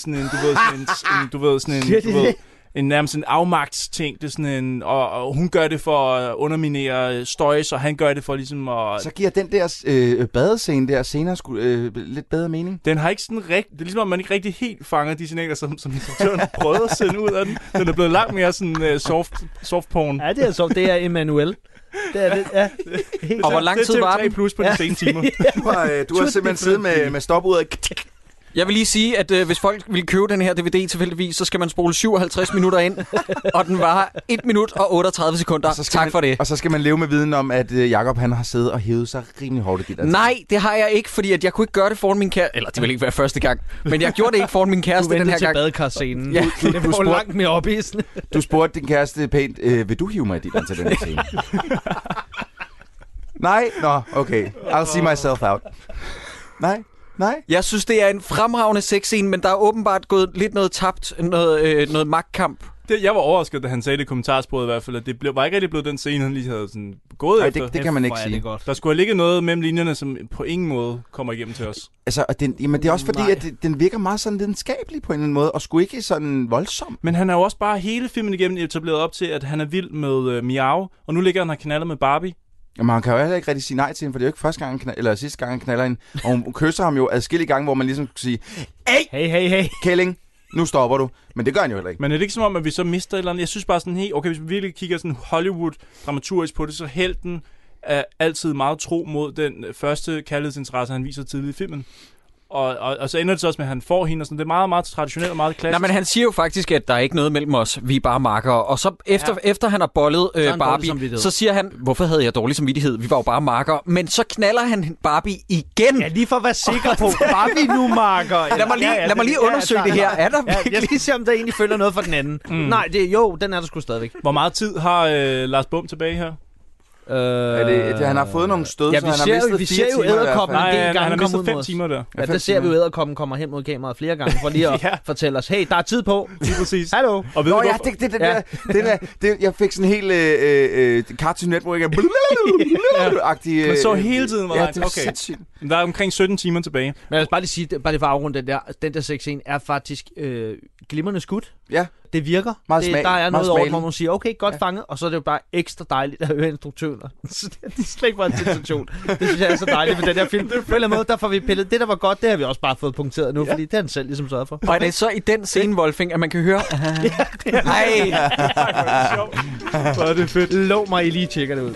Nærmest en afmagtsting. Det er sådan en, og hun gør det for at underminere Støjs, og han gør det for ligesom at... Så giver den der badescene der senere lidt bedre mening? Den har ikke sådan det er ligesom, at man ikke rigtig helt fanger de signaler, som instruktøren prøvede at sende ud af den. Den er blevet langt mere sådan soft porn. Ja, det er soft. Det er Emmanuel. Det er det, ja. Og hvor lang tid var den? Plus på de sene timer. Du har simpelthen siddet med stopudet. Jeg vil lige sige, at hvis folk vil købe den her DVD tilfældigvis, så skal man spole 57 minutter ind, og den var 1 minut og 38 sekunder. Tak for det. Og så skal man leve med viden om, at Jakob han har siddet og hævet sig rimelig hårdt i det der. Nej, det har jeg ikke, fordi at jeg kunne ikke gøre det foran min kæreste. Eller det ville ikke være første gang, men jeg gjorde det ikke foran min kæreste den her gang. Du ventede til badekarscenen. Ja. Du spurgte langt mere op i sådan. Du spurgte din kæreste pænt, vil du hive mig i dit til den her scene? Nej? Nå, okay. I'll see myself out. Nej? Jeg synes, det er en fremragende sexscene, men der er åbenbart gået lidt noget tabt, noget magtkamp Jeg var overrasket, da han sagde det i kommentarsporet i hvert fald, at det var ikke rigtig blevet den scene, han lige havde sådan gået efter. Det kan man ikke sige. Der skulle have ligget noget mellem linjerne, som på ingen måde kommer igennem til os. Altså, det er også fordi, at den virker meget sådan videnskabelig på en eller anden måde, og skulle ikke sådan voldsom. Men han er jo også bare hele filmen igennem etableret op til, at han er vild med Miao, og nu ligger han og knaller med Barbie. Jamen, han kan jo heller ikke rigtig sige nej til hende, for det er jo ikke første gang, eller sidste gang, han knaller hende. Og hun kysser ham jo adskillige gange, hvor man ligesom kan sige, hey, Kælling, nu stopper du. Men det gør han jo heller ikke. Men er det ikke som om, at vi så mister et eller andet? Jeg synes bare sådan, hey, okay, hvis vi virkelig kigger sådan Hollywood-dramaturgisk på det, så helten er altid meget tro mod den første kærlighedsinteresse, han viser tidligt i filmen. Og så ender det så også med, at han får hende, og sådan. Det er meget, meget traditionelt og meget klassisk. Nej, men han siger jo faktisk, at der er ikke noget mellem os. Vi er bare makkere. Og så efter han har bollet Barbie, så siger han, hvorfor havde jeg dårlig samvittighed? Vi var jo bare makkere. Men så knaller han Barbie igen. Ja, lige for at være sikker på, Barbie nu makker. Lad mig lige undersøge det her. Er der jeg skal se, om der egentlig følger noget for den anden. Nej, den er der sgu stadigvæk. Hvor meget tid har Lars Bum tilbage her? Han har fået nogle stød, ja, så han har mistet 4 timer. Vi ser jo Edderkoppen en del gange. Han har mistet 5 timer der. Ja, der ser vi jo Edderkoppen kommer hen mod kameraet flere gange, for lige at fortælle os, hey, der er tid på. Lige præcis. Hallo. Og ved jeg fik sådan en helt Cartoon Network-agtig... Man så hele tiden, ja, det var sindssygt. Der er omkring 17 timer tilbage. Men lad os bare lige sige, bare det for at afrunde den der sexscene er faktisk glimrende skudt. Ja. Det virker. Der er noget over, hvor man siger, okay, godt fanget, og så er det jo bare ekstra dejligt at høre instruktøren. Så det er slet ikke bare en sensation. Det synes jeg er så dejligt med den her film. På en eller anden måde, der får vi pillet. Det, der var godt, det har vi også bare fået punkteret nu, fordi det har han selv ligesom sørget for. Og er det så i den scene, Wolfing, at man kan høre... Nej! Så er det fedt. Lov mig, I lige tjekker det ud.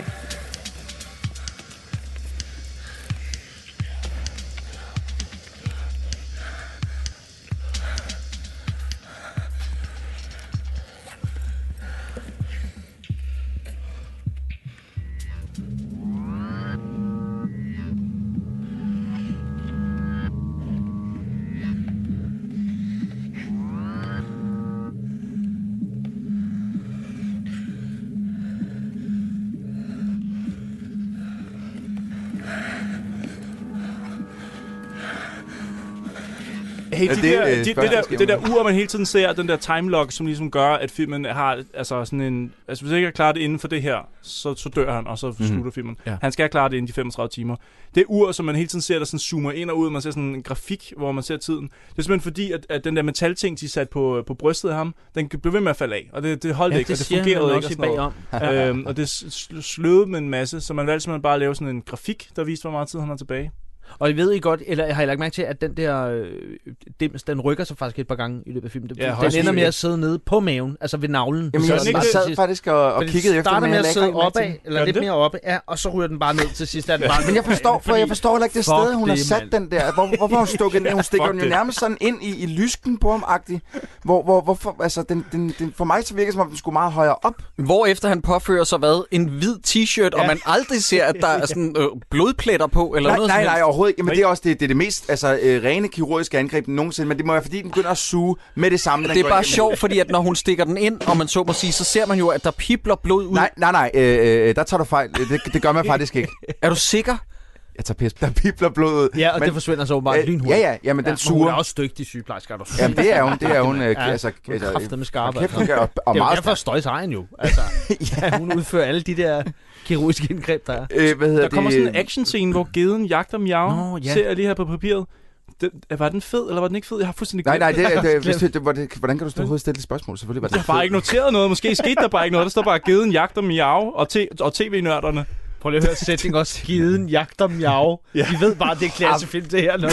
Hey, det der ur, man hele tiden ser, den der timelock, som ligesom gør, at filmen har altså sådan en... Altså, hvis ikke jeg klarer det inden for det her, så dør han, og så slutter filmen. Ja. Han skal klare det inden de 35 timer. Det ur, som man hele tiden ser, der sådan zoomer ind og ud, man ser sådan en grafik, hvor man ser tiden. Det er simpelthen fordi, at den der metalting, de satte på brystet af ham, den blev ved med at falde af. Og det holdt ikke, og det fungerede ikke. Og det sløvede med en masse, så man valgte simpelthen bare at lave sådan en grafik, der viste, hvor meget tid han har tilbage. Og I ved I godt, eller har I lagt mærke til, at den der dims, den rykker sig faktisk et par gange i løbet af filmen. Den ender med at sidde nede på maven, altså ved navlen. Jamen, jeg sad faktisk og kiggede efter, men jeg sidde opad, eller lidt mere oppe, og så ryger den bare ned til sidst. Men jeg forstår heller ikke det sted, hun har sat den der. Hvorfor har hun stukket den? Hun stikker den jo nærmest sådan ind i lysken på ham-agtigt. Hvorfor, altså, den for mig så virker som om, den skulle meget højere op. Hvorefter han påfører sig en hvid t-shirt, og man aldrig ser, at der er sådan blodpletter på, eller noget sådan. Nej, overhovedet ikke. Men det er også det mest rene kirurgiske angreb nogensinde, men det må være, fordi den begynder at suge med det samme. Det er bare sjovt, fordi at når hun stikker den ind, og man så må sige, så ser man jo, at der pibler blod ud. Nej, der tager du fejl. Det gør man faktisk ikke. Er du sikker? Jeg tager pis. Der pibler blod ud. Ja, og det forsvinder så åbenbart lynhurtigt. Ja, men den suger. Hun er også dygtig sygeplejerske. Jamen, det er hun. Hun kræfter med skarpe. Og det er jo derfor støjs egen jo. Altså, hun udfører alle de der kirurgiske indgreb, der er. Der kommer sådan en action-scene, hvor geden jagter Miao. Ser jeg lige her på papiret. Var den fed, eller var den ikke fed? Jeg har fuldstændig glemt. Hvordan kan du stå stille et spørgsmål? Selvfølgelig var det. Jeg har bare ikke noteret noget. Måske skete der bare ikke noget. Der står bare, geden jagter Miao og tv-nørderne. Prøv lige at høre sætning også. Giden jagter Miao. Ja. Vi ved bare, det er klassefilm, det her.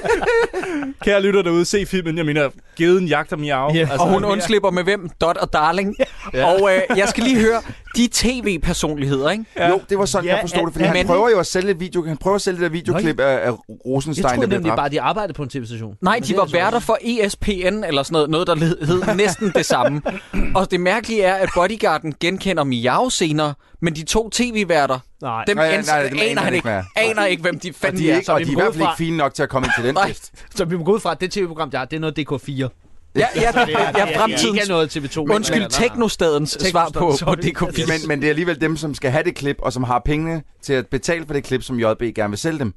Kære lytter derude, se filmen. Jeg mener, geden jagter Miao. Yeah. Altså, og hun undslipper med hvem? Dot og Darling. Ja. Og jeg skal lige høre, de tv-personligheder, ikke? Ja. Jo, det var sådan, jeg forstod det. Fordi han prøver jo at sælge et video. Han prøver at sælge det der videoklip af Rosenstein. Jeg troede nemlig bare, de arbejdede på en tv-station. Nej, de var værter for ESPN, eller sådan noget der hed næsten det samme. Og det mærkelige er, at Bodyguarden genkender Miao senere, men de to tv-værter, dem aner han ikke. Aner ikke, hvem de fanden er. Og de er i hvert fald ikke fine nok til at komme ind til den fest. Så vi må gå ud fra, at det tv-program, der er, det er noget DK4. Ja, fremtidens. Ikke noget TV2. Undskyld, Teknostadens svar på DK4. Men det er alligevel dem, som skal have det klip, og som har pengene til at betale for det klip, som JB gerne vil sælge dem.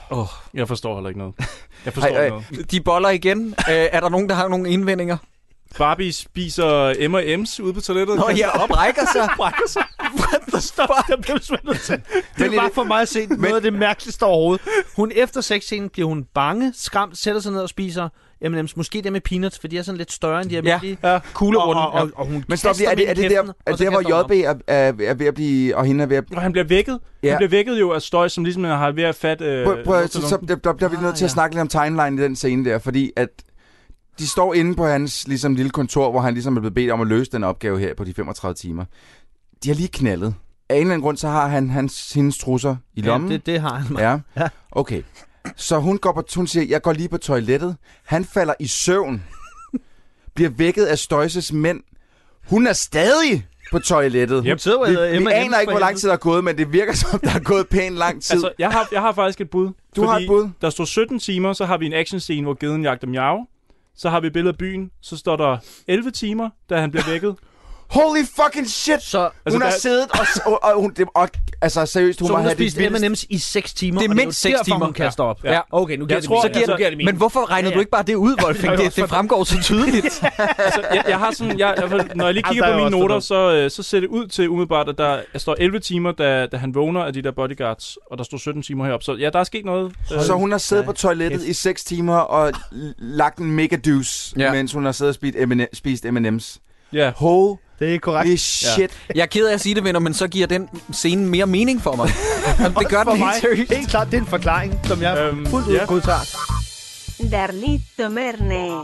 Jeg forstår heller ikke noget. Jeg forstår noget. De boller igen. Er der nogen, der har nogle indvendinger? Barbie spiser M&M's ude på toilettet. Nå ja, og brækker sig. Stop, jeg blev svært til. Det var for mig at se noget af det mærkeligste overhovedet. Hun efter sexscenen bliver hun bange, skræmt, sætter sig ned og spiser M&M's. Måske det med peanuts, for de er sådan lidt større end de almindelige. Ja. Kuglerunden. Og hun Men stop lige, er det der, hvor JB er ved at blive, og hende er ved at... Og han bliver vækket. Ja. Han bliver vækket jo af støj, som ligesom har ved at fatte... Der bliver vi nødt til at snakke lidt om timeline i den scene der, fordi at de står inde på hans ligesom, lille kontor, hvor han ligesom er blevet bedt om at løse den opgave her på de 35 timer. De har lige knaldet. Af en eller anden grund, så har han hendes trusser i lommen. Ja, det har han. Ja, okay. Så hun siger, jeg går lige på toilettet. Han falder i søvn. Bliver vækket af Støjses mænd. Hun er stadig på toilettet. Yep. Vi aner ikke, hvor lang tid der er gået, men det virker som, der er gået pænt lang tid. Altså, jeg har faktisk et bud. Du har et bud? Der står 17 timer, så har vi en actionscene, hvor geden jagter Miao. Så har vi billedet af byen. Så står der 11 timer, da han bliver vækket. Holy fucking shit! Så, hun har siddet og hun... Altså seriøst, hun så må hun har have spist M&M's i 6 timer, det er mindst 6 timer. Hun kaster op. Ja. Okay, nu giver det tror, så giver det men hvorfor regnede du ikke bare det ud, Wolfgang? Det fremgår så tydeligt. Altså, jeg har sådan... når jeg lige kigger på mine noter, så ser det ud til umiddelbart, at der står 11 timer, da han vågner af de der bodyguards, og der står 17 timer heroppe. Så ja, der er sket noget. Så hun har siddet på toilettet i 6 timer og lagt en mega deuce, mens hun har siddet og spist M&M's. Ja. Det er korrekt. Shit. Ja. Jeg er ked af at sige det, venner, men så giver den scene mere mening for mig. Det gør den helt seriøst. Helt klart, det er en forklaring, som jeg fuldt ud godtager. Darlito Merne.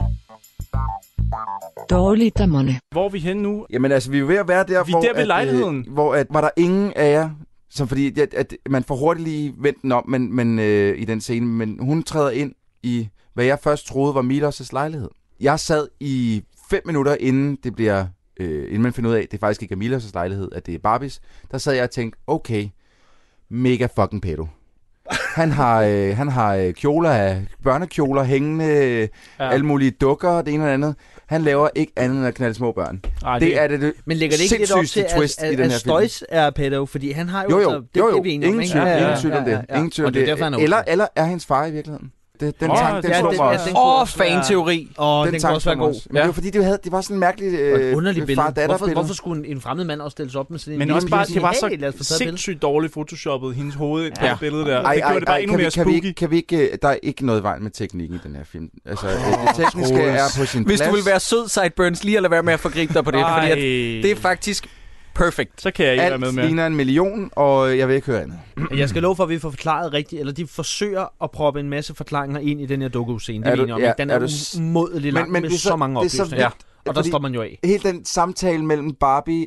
Dårligdommerne. Hvor er vi henne nu? Jamen altså, vi er ved at være der, Vi er der ved lejligheden. Var der ingen af jer, som fordi at man får hurtigt lige vendt den om, men i den scene, men hun træder ind i, hvad jeg først troede var Milos' lejlighed. Jeg sad i 5 minutter, inden det bliver... inden man finder ud af, at det faktisk ikke er Milos' lejlighed, at det er Barbies, der sad jeg og tænkte, okay, mega fucking pedo. Han har kjoler af børnekjoler hængende, alle mulige dukker, det ene og andet. Han laver ikke andet end at knalde små børn. Det er det men lægger det ikke lidt op til, at Støjs er pedo? Fordi han har jo... Jo, ingen tvivl om det. Ingen tvivl om det. Eller er hans far i virkeligheden? Den tanke, den slår mig også. Fan-teori. Den kan også være god. Men det var fordi, det var sådan en mærkelig underlig billede. far-datter-billede. Hvorfor skulle en fremmed mand også stilles op med sådan en... Men også bare, det var så sindssygt dårligt photoshoppet, hendes hoved på det billede der. Det gjorde det bare endnu mere spooky. Kan vi ikke... Der er ikke noget vej med teknikken i den her film. Altså, det tekniske er på sin plads. Hvis du vil være sød, Sideburns, lige at lade være med at forgribe dig på det. Fordi det er faktisk... Perfect. Så kan jeg ikke være med mere. Alt ligner 1 million, og jeg vil ikke høre andet. Jeg skal love for, at vi får forklaret rigtigt, eller de forsøger at proppe en masse forklaringer ind i den her doku-scene. Det mener jeg om. Den er umådelig lang med så mange oplysninger. Og der står man jo af. Helt den samtale mellem Barbie,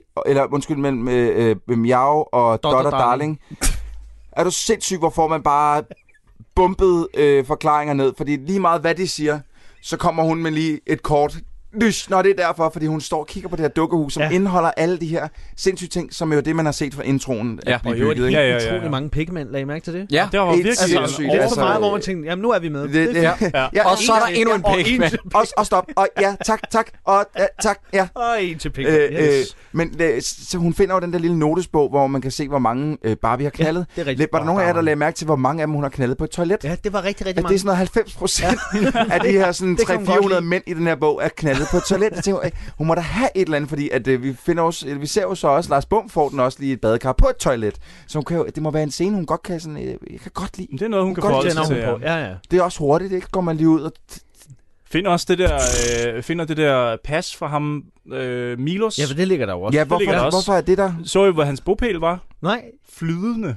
mellem Miao og Dot og Darling. Er du sindssyg, hvor får man bare bumpet forklaringer ned? Fordi lige meget hvad de siger, så kommer hun med lige et kort... Nå, det er derfor, fordi hun står og kigger på det her dukkehus, som indeholder alle de her sindssyge ting, som er jo det, man har set fra introen. Ja, og jo helt utrolig mange pigmænd, lagde I mærke til det? Ja, det var virkelig sindssygt. Lidt for meget, hvor man tænkte, jamen nu er vi med. Og så er der endnu en pigmand. Og stop, og ja, tak, og tak, ja. Og en til pigmand, yes. Men så hun finder jo den der lille notesbog, hvor man kan se, hvor mange Barbie har knaldet. Ja, det er rigtigt. Var der nogen af jer, der lagde mærke til, hvor mange af dem hun har knaldet på et toilet? Ja, det var rigtig mange. Det er sådan noget 90% af de her sådan 300-400 mænd i den her bog er knaldet på et toilet. Jeg tænker, hun må da have et eller andet, fordi at, vi ser jo så også, Lars Bum får den også lige et badekar på et toilet. Så hun kan jo, det må være en scene, hun godt kan sådan, jeg kan godt lide. Det er noget, hun kan forholde sig til. Ja. Det er også hurtigt, det går man lige ud og... Finder det der pas fra ham, Milos. Ja, for det ligger der jo også. Ja, hvorfor er det der? Så I, hvor hans bopæl var? Nej. Flydende.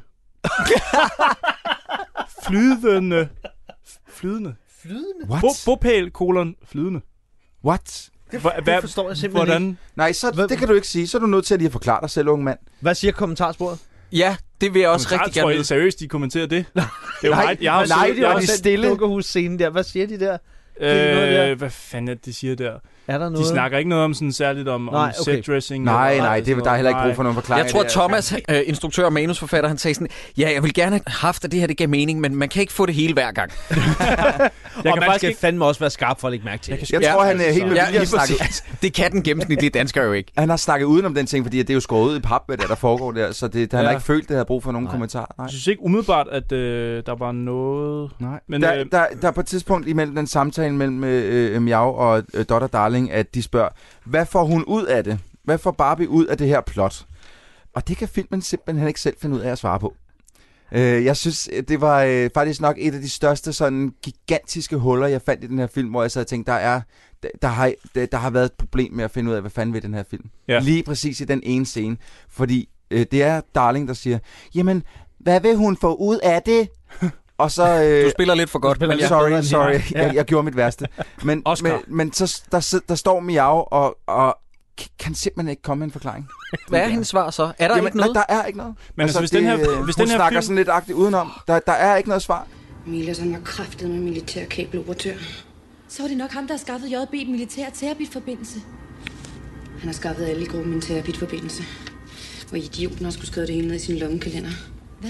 What? Bopæl, flydende. What? Det forstår jeg simpelthen ikke. Nej, det kan du ikke sige. Så er du nødt til at lige at forklare dig selv, unge mand. Hvad siger kommentarsporet? Ja, det vil jeg også rigtig gerne vide. Seriøst, de kommenterer det? Det var de stille. Dukkehus-scenen der. Hvad siger de der? Hvad fanden er det, de siger der? Er der noget? De snakker ikke noget om sådan særligt om set-dressing. Nej, der er heller ikke brug for nogen forklaring. Jeg tror, Thomas, instruktør og manusforfatter, han sagde sådan, ja, jeg vil gerne have haft, at det her det gav mening, men man kan ikke få det hele hver gang. Og man skal fandme også være skarp for at lægge mærke til det. Jeg tror, han er helt med vilje at snakke. Det kan den gennemsnitlige dansker jo ikke. Han har snakket udenom den ting, fordi det er jo skåret ud i pap, hvad der foregår der, så han har ikke følt, at det havde brug for nogen kommentar. Jeg synes ikke umiddelbart, at der var noget... Nej. Men der er på et tidspunkt imellem den samtale mellem Miao og Dot og Darling, Darling, at de spørger, hvad får hun ud af det? Hvad får Barbie ud af det her plot? Og det kan filmen simpelthen ikke selv finde ud af at svare på. Jeg synes, det var faktisk nok et af de største sådan gigantiske huller, jeg fandt i den her film, hvor jeg sad og tænkte, der har været et problem med at finde ud af, hvad fanden ved den her film. Ja. Lige præcis i den ene scene. Fordi det er Darling, der siger, jamen, hvad vil hun få ud af det? Og så, du spiller lidt for godt. Sorry. Jeg gjorde mit værste. Men så der står Miao og kan simpelthen ikke komme med en forklaring. Hvad er hendes svar så? Er der ikke noget? Der er ikke noget. Men altså, hvis den her snakker film... sådan lidt agtigt udenom. Der er ikke noget svar. Milas, han var kraftet med militær kabeloperatør. Så var det nok ham, der har skaffet JB en militær terabit-forbindelse. Han har skaffet alle i gruppen en terabit-forbindelse. Og idioten har skulle skrive det hele ned i sin lommekalender. Hvad?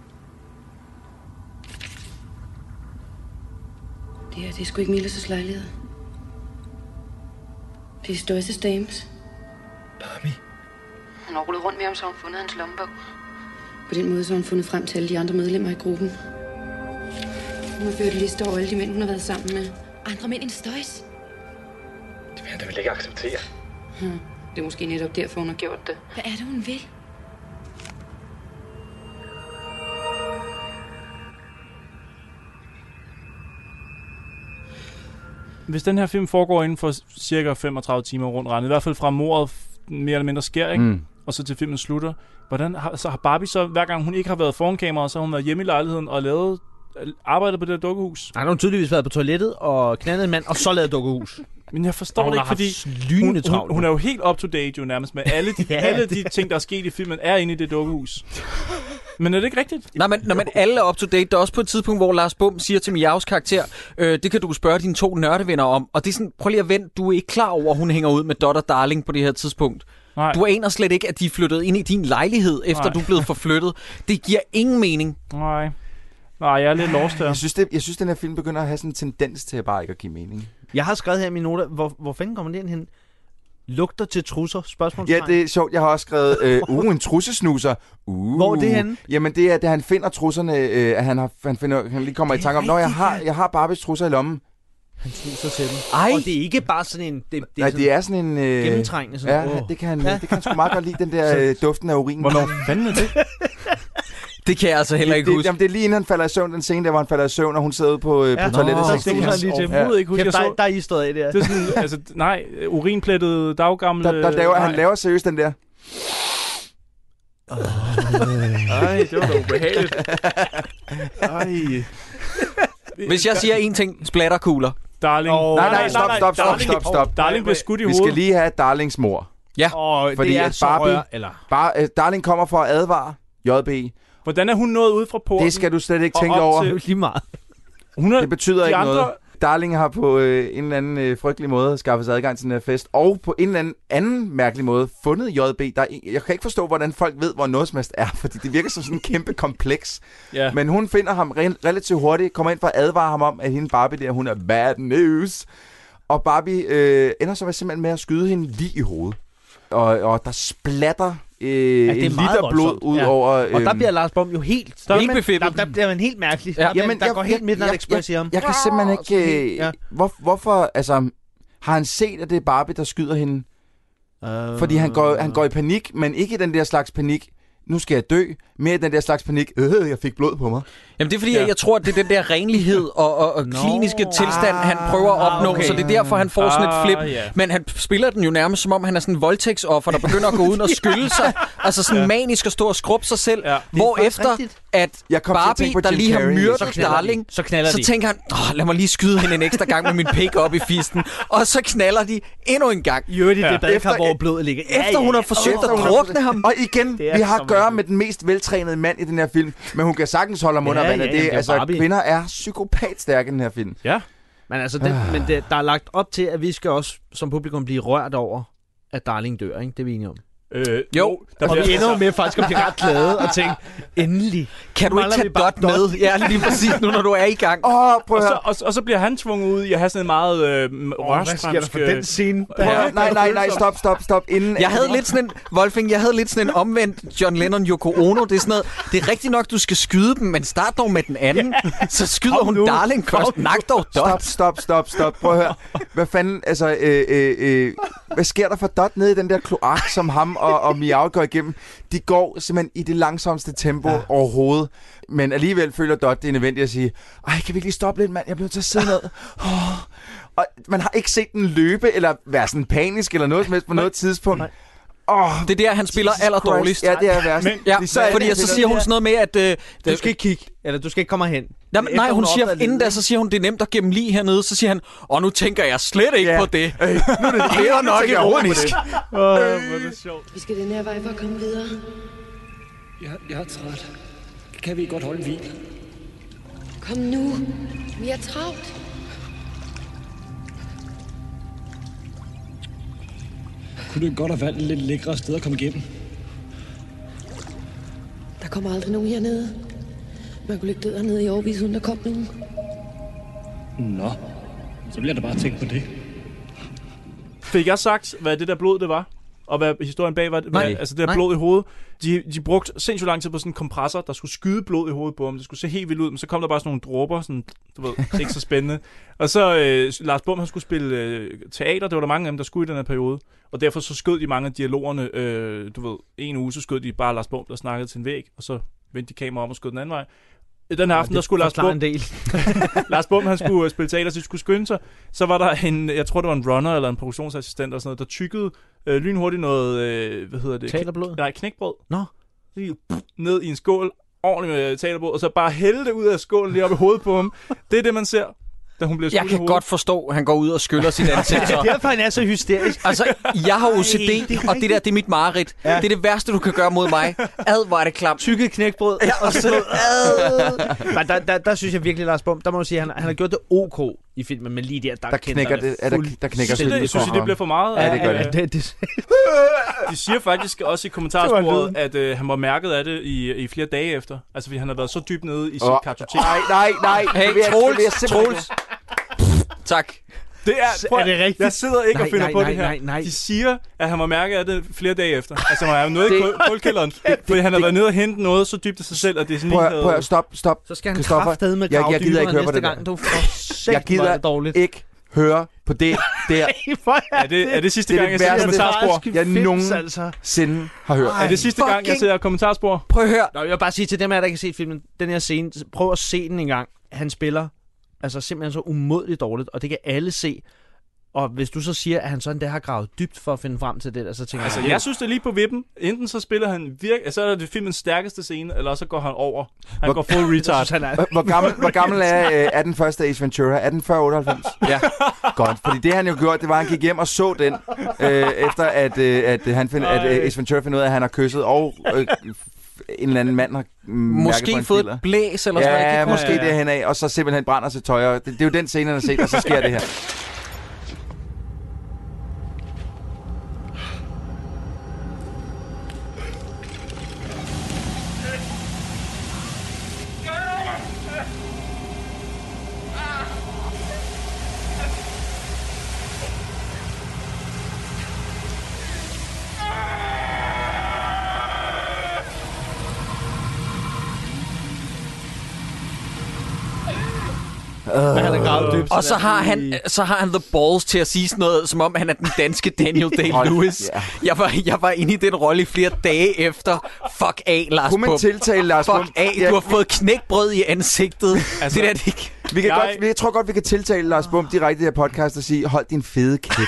Det er sgu ikke Milas' lejlighed. Det er Stoices dames. Barbie. Han har rullet rundt med ham, så har hun fundet hans lommebog. På den måde så har hun fundet frem til alle de andre medlemmer i gruppen. Hun har ført liste over alle de mænd, hun har været sammen med. Andre mænd end Stoice? Det vil jeg da vel ikke acceptere. Det er måske netop derfor, hun har gjort det. Hvad er det, hun vil? Hvis den her film foregår inden for cirka 35 timer rundt regnet, i hvert fald fra mordet mere eller mindre sker, ikke? Og så til filmen slutter, så har Barbie så, hver gang hun ikke har været foran kameraet, så har hun været hjemme i lejligheden og arbejdet på det der dukkehus? Nej, hun har tydeligvis været på toilettet og knaldet en mand, og så lavet dukkehus. Men jeg forstår det ikke, fordi hun er jo helt up to date jo nærmest med alle de ting, der er sket i filmen, er inde i det dukkehus. Men er det ikke rigtigt? Nej, men alle er up to date. Der er også på et tidspunkt, hvor Lars Bum siger til Miaos karakter, det kan du spørge dine 2 nørdevenner om. Og det er sådan, prøv lige at vente, du er ikke klar over, at hun hænger ud med Dot og Darling på det her tidspunkt. Nej. Du aner slet ikke, at de er flyttet ind i din lejlighed, efter du er blevet forflyttet. Det giver ingen mening. Nej, jeg er lidt lost der. Jeg synes, den her film begynder at have sådan en tendens til at bare ikke at give mening. Jeg har skrevet her i mine noter, hvor fanden kommer det ind hen? Lugter til trusser? Spørgsmålstegn. Ja, det er sjovt. Jeg har også skrevet, en trussesnuser. Hvor er det henne? Jamen, det er, da han finder trusserne, at han lige kommer i tanke om, jeg har Barbies trusser i lommen. Han truser til dem. Ej. Og det er ikke bare sådan en... Det er sådan en... gennemtrængende. Sådan, ja, det kan han sgu meget godt lide, den der duften af urin. Hvornår fanden er det? Det kan jeg altså heller ikke huske. Jamen, det er lige inden han falder i søvn, den scene der, hvor han falder i søvn, og hun sidder ude på toilettet. Det kan lige til. Jeg ikke huske, der er I stået af det. Det er sådan, altså, nej, urinplettet daggamle... Han laver seriøst den der. Ej, det var da ubehageligt. Ej. Hvis jeg siger en ting, splatterkugler. Darling. Stop. Darling bliver skudt i hovedet. Vi skal lige have Darlings mor. Ja. Fordi det er Barbie, Darling kommer for at advare JB. Hvordan er hun nået ud fra porten? Det skal du slet ikke tænke over. Det er lige meget. Det betyder ikke noget. Darling har på en eller anden frygtelig måde skaffet sig adgang til den her fest, og på en eller anden mærkelig måde fundet JB. Jeg kan ikke forstå, hvordan folk ved, hvor noget som helst er, fordi det virker som sådan en kæmpe kompleks. Yeah. Men hun finder ham relativt hurtigt, kommer ind for at advare ham om, at hende Barbie der, hun er bad news. Og Barbie ender så simpelthen med at skyde hende lige i hovedet. Og der splatter liter blod ud over... Og der bliver Lars Bom jo helt befippet. Der bliver man helt mærkelig. Ja. Jamen, der går helt Midnight Express i ham. Jeg kan simpelthen ikke... Hvorfor... Altså, har han set, at det er Barbie, der skyder hende? Fordi han går i panik, men ikke den der slags panik. Nu skal jeg dø. Mere den der slags panik. Jeg fik blod på mig. Jamen det er fordi, jeg tror, at det er den der renlighed og kliniske tilstand, han prøver at opnå. Okay. Så det er derfor, han får sådan et flip. Yeah. Men han spiller den jo nærmest, som om han er sådan en voldtægtsoffer, der begynder at gå ud og skylle sig. Altså sådan manisk at stå og skrubbe sig selv. Ja. Hvorefter at Barbie, der lige har myrdet Darling, så tænker han, lad mig lige skyde hende en ekstra gang med min pik op i fisten. Og så knaller de endnu en gang. Jo, det er det badekar, hvor blodet ligger. Efter hun har forsøgt at drukne ham. Og igen, vi har at gøre med den mest veltrænede mand i den her film, men hun kan sagtens holde ham under vandet. Altså, kvinder er psykopatstærke i den her film. Ja. Men altså, der er lagt op til, at vi skal også som publikum blive rørt over, at Darling dør, ikke? Det er vi enige om. Jo, og vi ender med faktisk at blive ret glade og tænke, endelig. Kan du ikke tage Dot med? Ja, lige præcis nu, når du er i gang. Og så bliver han tvunget ud i at have sådan en meget rørstrømsk... Hvad sker der for den scene? Nej, stop. Inden jeg havde lidt sådan en, Wolfing, omvendt John Lennon Yoko Ono. Det er sådan noget, det er rigtigt nok, du skal skyde dem, men start dog med den anden. Så skyder hun Darling først. Nak dog Dot. Stop. Prøv at høre. Hvad fanden, altså... hvad sker der for Dot nede i den der kloak, som ham og Miao går igennem? De går simpelthen i det langsomste tempo overhovedet. Men alligevel føler Dot, det er nødvendigt at sige, ej, kan vi ikke lige stoppe lidt, mand? Jeg bliver til at sidde ned. Og man har ikke set den løbe, eller være sådan panisk, eller noget som helst på noget tidspunkt. Det er der, han spiller allerdårligst. Ja, det er værst. Fordi så siger hun sådan noget med, at... du skal ikke kigge, eller du skal ikke komme herhen. Nej, hun siger, inden da, så siger hun, det er nemt at gemme lige hernede. Så siger han, nu tænker jeg slet ikke på det. Nu er det nok ironisk. Hvor er det sjovt. Vi skal den her vej for at komme videre. Jeg er træt. Kan vi godt holde en hvil? Kom nu. Vi er travlt. Kunne det godt have valgt et lidt lækre sted at komme igennem? Der kommer aldrig nogen hernede. Man kunne ligge død hernede i årvis, uden der kom nogen. Nå, så bliver der bare tænkt på det. Fik jeg sagt, hvad det der blod det var? Og hvad historien bag var? Altså det der blod i hovedet. De brugte sindssygt lang tid på sådan en kompressor, der skulle skyde blod i hovedet på ham. Det skulle se helt vildt ud, men så kom der bare sådan nogle dråber, sådan, du ved, ikke så spændende. Og så Lars Bom, han skulle spille teater. Det var der mange af dem, der skulle i den her periode. Og derfor så skød de mange af dialogerne, du ved, en uge, så skød de bare Lars Bom, der snakkede til en væg, og så vendte de kamera om og skød den anden vej. Den aften, der skulle Lars Bom, han skulle spille teater, så de skulle skynde sig. Så var der jeg tror det var en runner eller en produktionsassistent eller sådan noget, der tykkede lynhurtigt noget, hvad hedder det? Teaterblod? Nej, knækbrød. Nå. Ned i en skål, ordentligt med teaterbrød, og så bare hælde det ud af skålen lige op i hovedet på ham. Det er det, man ser, da hun bliver skudt i hovedet. Jeg kan godt forstå, at han går ud og skyller sit ansigt. Det er derfor, han er så hysterisk. Altså, jeg har OCD, og det der, det er mit mareridt. Ja. Det er det værste, du kan gøre mod mig. Hvor er det klamt. Tykket knækbrød. Ja, og så... der synes jeg virkelig, Lars Bom, der må man sige, han har gjort det OK i filmen, men lige der knækker det. Der knækker det. Jeg synes, det bliver for meget. Ja, det gør det. De siger faktisk også i kommentarsporet, at han var mærket af det i flere dage efter. Altså, fordi han har været så dybt nede i sit kartotek. Nej. Hey, Troels. Tak. Det er det rigtigt? Jeg sidder ikke og finder på det her. Nej. De siger, at han var mærket af det flere dage efter. Altså, han har jo noget i kulkælderen. Fordi han har været nede og hentet noget så dybt af sig selv, at det er sådan lige... Prøv at stop. Så skal han kraftedeme med grave dybere næste gang. Jeg gider ikke høre på det der. Er det sidste gang, jeg ser kommentarspor? Jeg nogensinde har hørt. Er det sidste gang, jeg ser kommentarspor? Prøv at høre. Jeg vil bare sige til dem, der ikke har set filmen, den her scene, prøv at se den en gang. Han spiller altså simpelthen så umådeligt dårligt, og det kan alle se. Og hvis du så siger, at han sådan der har gravet dybt for at finde frem til det, så tænker altså, jeg synes det er lige på vippen. Enten så spiller han så er det filmens stærkeste scene, eller så går han over. Han går full retard. Hvor gammel er den første Ace Ventura? Er den før 98? Ja. Godt, fordi det han jo gjort, det var, at han gik hjem og så den, efter at Ace Ventura finder ud af, at han har kysset, og en eller anden mand har måske fået et blæs eller sådan noget. Ja, måske derhen af, og så simpelthen brænder sit tøj. Det er jo den scene, han har set, og så sker det her. Og så har han the balls til at sige sådan noget, som om han er den danske Daniel Day-Lewis. Jeg var inde i den rolle i flere dage efter. Fuck af, Lars Bum. Kunne man tiltale Lars Bum? Fuck af, du har fået knækbrød i ansigtet. Altså, det der, det ikke. Jeg tror godt, vi kan tiltale Lars Bum direkte i her podcast og sige, hold din fede kæft.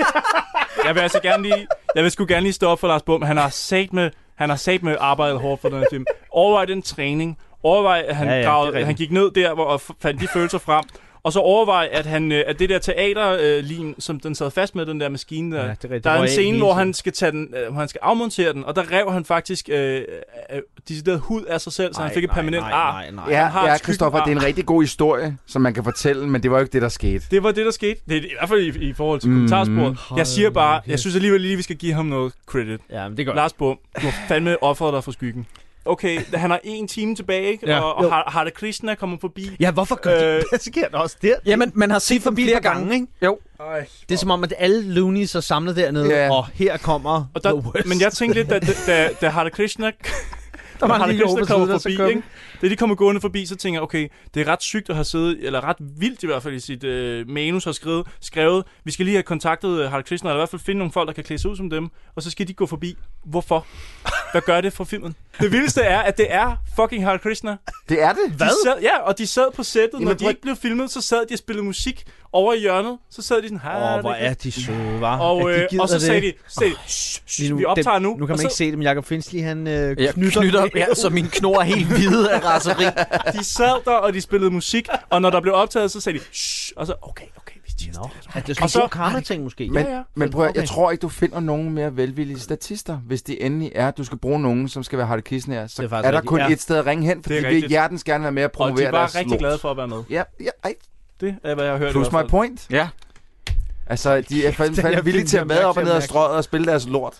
Jeg vil sgu gerne lige stå op for Lars Bum. Han har sat med arbejdet hårdt for den her film. Overvej den træning. Overvej, at han gik ned der og fandt de følelser frem. Og så overvej, at at det der teaterlin, som den sad fast med, den der maskine der, der er en scene, hvor han skal han skal afmontere den, og der rev han faktisk decideret hud af sig selv, så han fik et permanent ar. Ja, Christoffer, det er en rigtig god historie, som man kan fortælle, men det var jo ikke det, der skete. Det var det, der skete. Det er i hvert fald i forhold til kommentarsporet. Jeg siger bare, jeg synes alligevel lige, vi skal give ham noget credit. Ja, men det gør Lars Bom, du har fandme offret dig for skyggen. Okay, han har 1 time tilbage, ikke? Ja. Og Hare Krishna kommer forbi. Ja, hvorfor gør det? Sker der også der? Jamen, man har set forbi flere gange, ikke? Jo. Det er som om, at alle loonies er samlet dernede, og her kommer men jeg tænkte lidt, da Hare Krishna... Der var en lille kommer forbi, ikke? Da de kommer gående forbi, så tænker jeg, okay, det er ret sygt at have siddet, eller ret vildt i hvert fald i sit manus har skrevet, vi skal lige have kontaktet Hare Krishna, eller i hvert fald finde nogle folk, der kan klæde sig ud som dem, og så skal de gå forbi. Hvorfor? Hvad gør det for filmen? Det vildeste er, at det er fucking Hare Krishna. Det er det? Hvad? Og de sad på sættet, når de ikke blev filmet, så sad de og spillede musik over i hjørnet. Så sad de sådan, hvor er de søde, var? Og så sagde de, vi optager nu. Nu kan man ikke se det, men Jacob Finsley, han knytter. Ja, så min knor er helt hvide af raseri. De sad der, og de spillede musik, og når der blev optaget, så sagde de, og så, okay, vi siger det. Det er sådan en god karma-ting måske. Men prøv jeg tror ikke, du finder nogen mere velvillige statister, hvis det endelig er, at du skal bruge nogen, som skal være Hare Krishna. Så er der kun et sted at ringe hen, fordi vi hjertens gerne være med at promovere deres lort. Og de var rigtig glade for at være med. Ja, det er, hvad jeg har hørt. Plus my point. Ja. Altså, de er villige til at made op og ned af strøget og spille deres lort.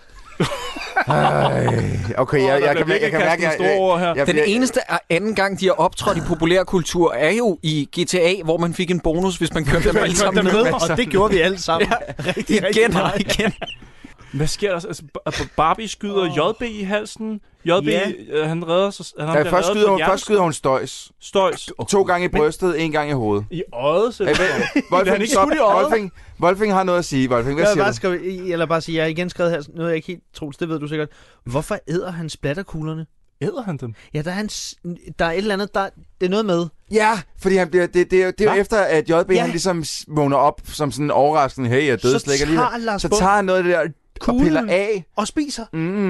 Okay, jeg kan mærke, den eneste anden gang, de har optrådt i populærkultur, er jo i GTA, hvor man fik en bonus, hvis man kørte dem alle sammen med. Og det gjorde vi alle sammen. Igen og igen. Hvad sker der? Altså, Barbie skyder JB i halsen. JB, han redder sig. Først skyder hun Støjs. 2 gange i brystet, 1 gang i hovedet. I øjet, selvfølgelig. Wolfing har noget at sige. Wolfing, hvad siger du? Eller bare sige, jeg har igen skrevet her noget, jeg ikke helt tror, det ved du sikkert. Hvorfor æder han splatterkuglerne? Æder han dem? Ja, der er et eller andet, det er noget med. Ja, fordi han bliver, det er jo efter, at JB han ligesom vågner op som sådan en overraskende, hey, jeg døde slet ikke alligevel. Så tager han noget af det der og piller af. Og spiser.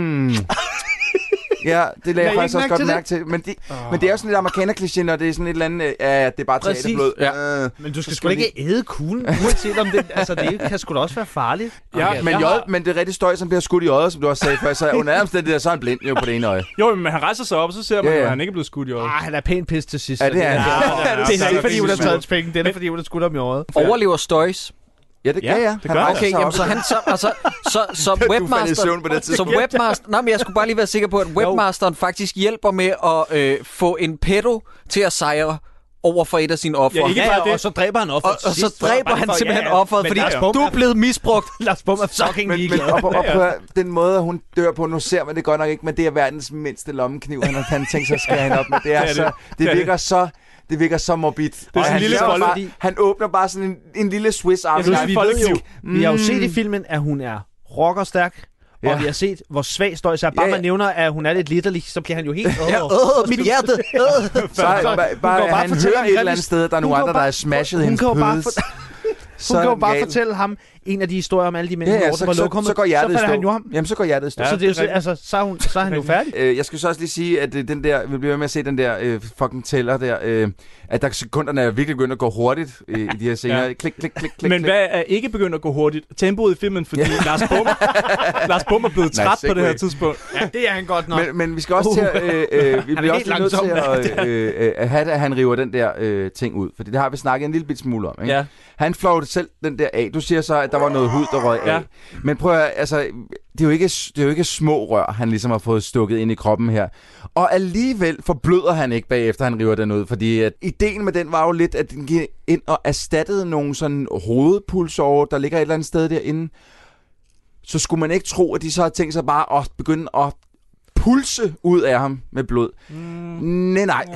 Ja, det lagde jeg faktisk også godt mærke til. Men det er jo sådan lidt amerikaner-kliché, når det er sådan et eller andet, det er bare teaterblod. Ja. Men du skal sgu ikke æde kuglen, uanset om det, altså det kan sgu da også være farligt. Ja, men det er rigtig Støj, som bliver skudt i øjet, som du også sagde før, så under omstændigheder, så er han blind jo på det ene øje. Jo, men han rejser sig op, og så ser man, at han ikke er blevet skudt i øjet. Han er pænt pis til sidst. Ja, det er han. Det er ikke fordi, hun har taget penge, det er fordi, hun har skudt ham i øjet. Overlever Støjs? Ja, det kan jeg. Det gør okay, jamen, så han så webmaster. Nej, men jeg skulle bare lige være sikker på, at webmasteren faktisk hjælper med at få en pedo til at sejre over for et af sine ofre. Og så dræber han offeret. Og så dræber han simpelthen offeret, fordi du er blevet misbrugt. Lars Bum er fucking ligeglad. Og på den måde, hun dør på, nu ser man det godt nok ikke, men det er verdens mindste lommekniv, han har tænkt sig at skære hende op med. Det virker så morbid. Det er sådan en han åbner bare sådan en lille Swiss Army knife. Vi har jo set i filmen, at hun er rockerstærk. Og vi har set, hvor svag Støj er. Bare man nævner, at hun er lidt litterlig, så bliver han jo helt... mit hjerte! Han hører et eller andet sted, der er nogle andre, der har smashet hendes pødes. Hun kan jo bare fortælle ham en af de historier om alle de mennesker, så går hjertet i stå. Jamen, så går hjertet i stå. Så det er så er han jo færdig. Jeg skal så også lige sige, at den der, vi bliver med at se den der fucking tæller der, at der sekunderne er virkelig begyndt at gå hurtigt i de her scener. Klik. Men hvad er ikke begyndt at gå hurtigt? Tempoet i filmen, fordi Lars Bum er blevet træt på det her tidspunkt. Ja, det er han godt nok. Men vi skal også til vi bliver også nødt til at have, at han river den der ting ud, fordi det har vi snakket en lille bit smule om, ikke? Ja. Han flår det selv den der af. Du siger så, at der var noget hud, der røg af. Men prøv at, altså, det er jo ikke små rør, han ligesom har fået stukket ind i kroppen her. Og alligevel forbløder han ikke bagefter, han river den ud. Fordi at ideen med den var jo lidt, at den gik ind og erstattede nogle sådan hovedpulsårer, der ligger et eller andet sted derinde. Så skulle man ikke tro, at de så har tænkt sig bare at begynde at pulse ud af ham med blod. Nej.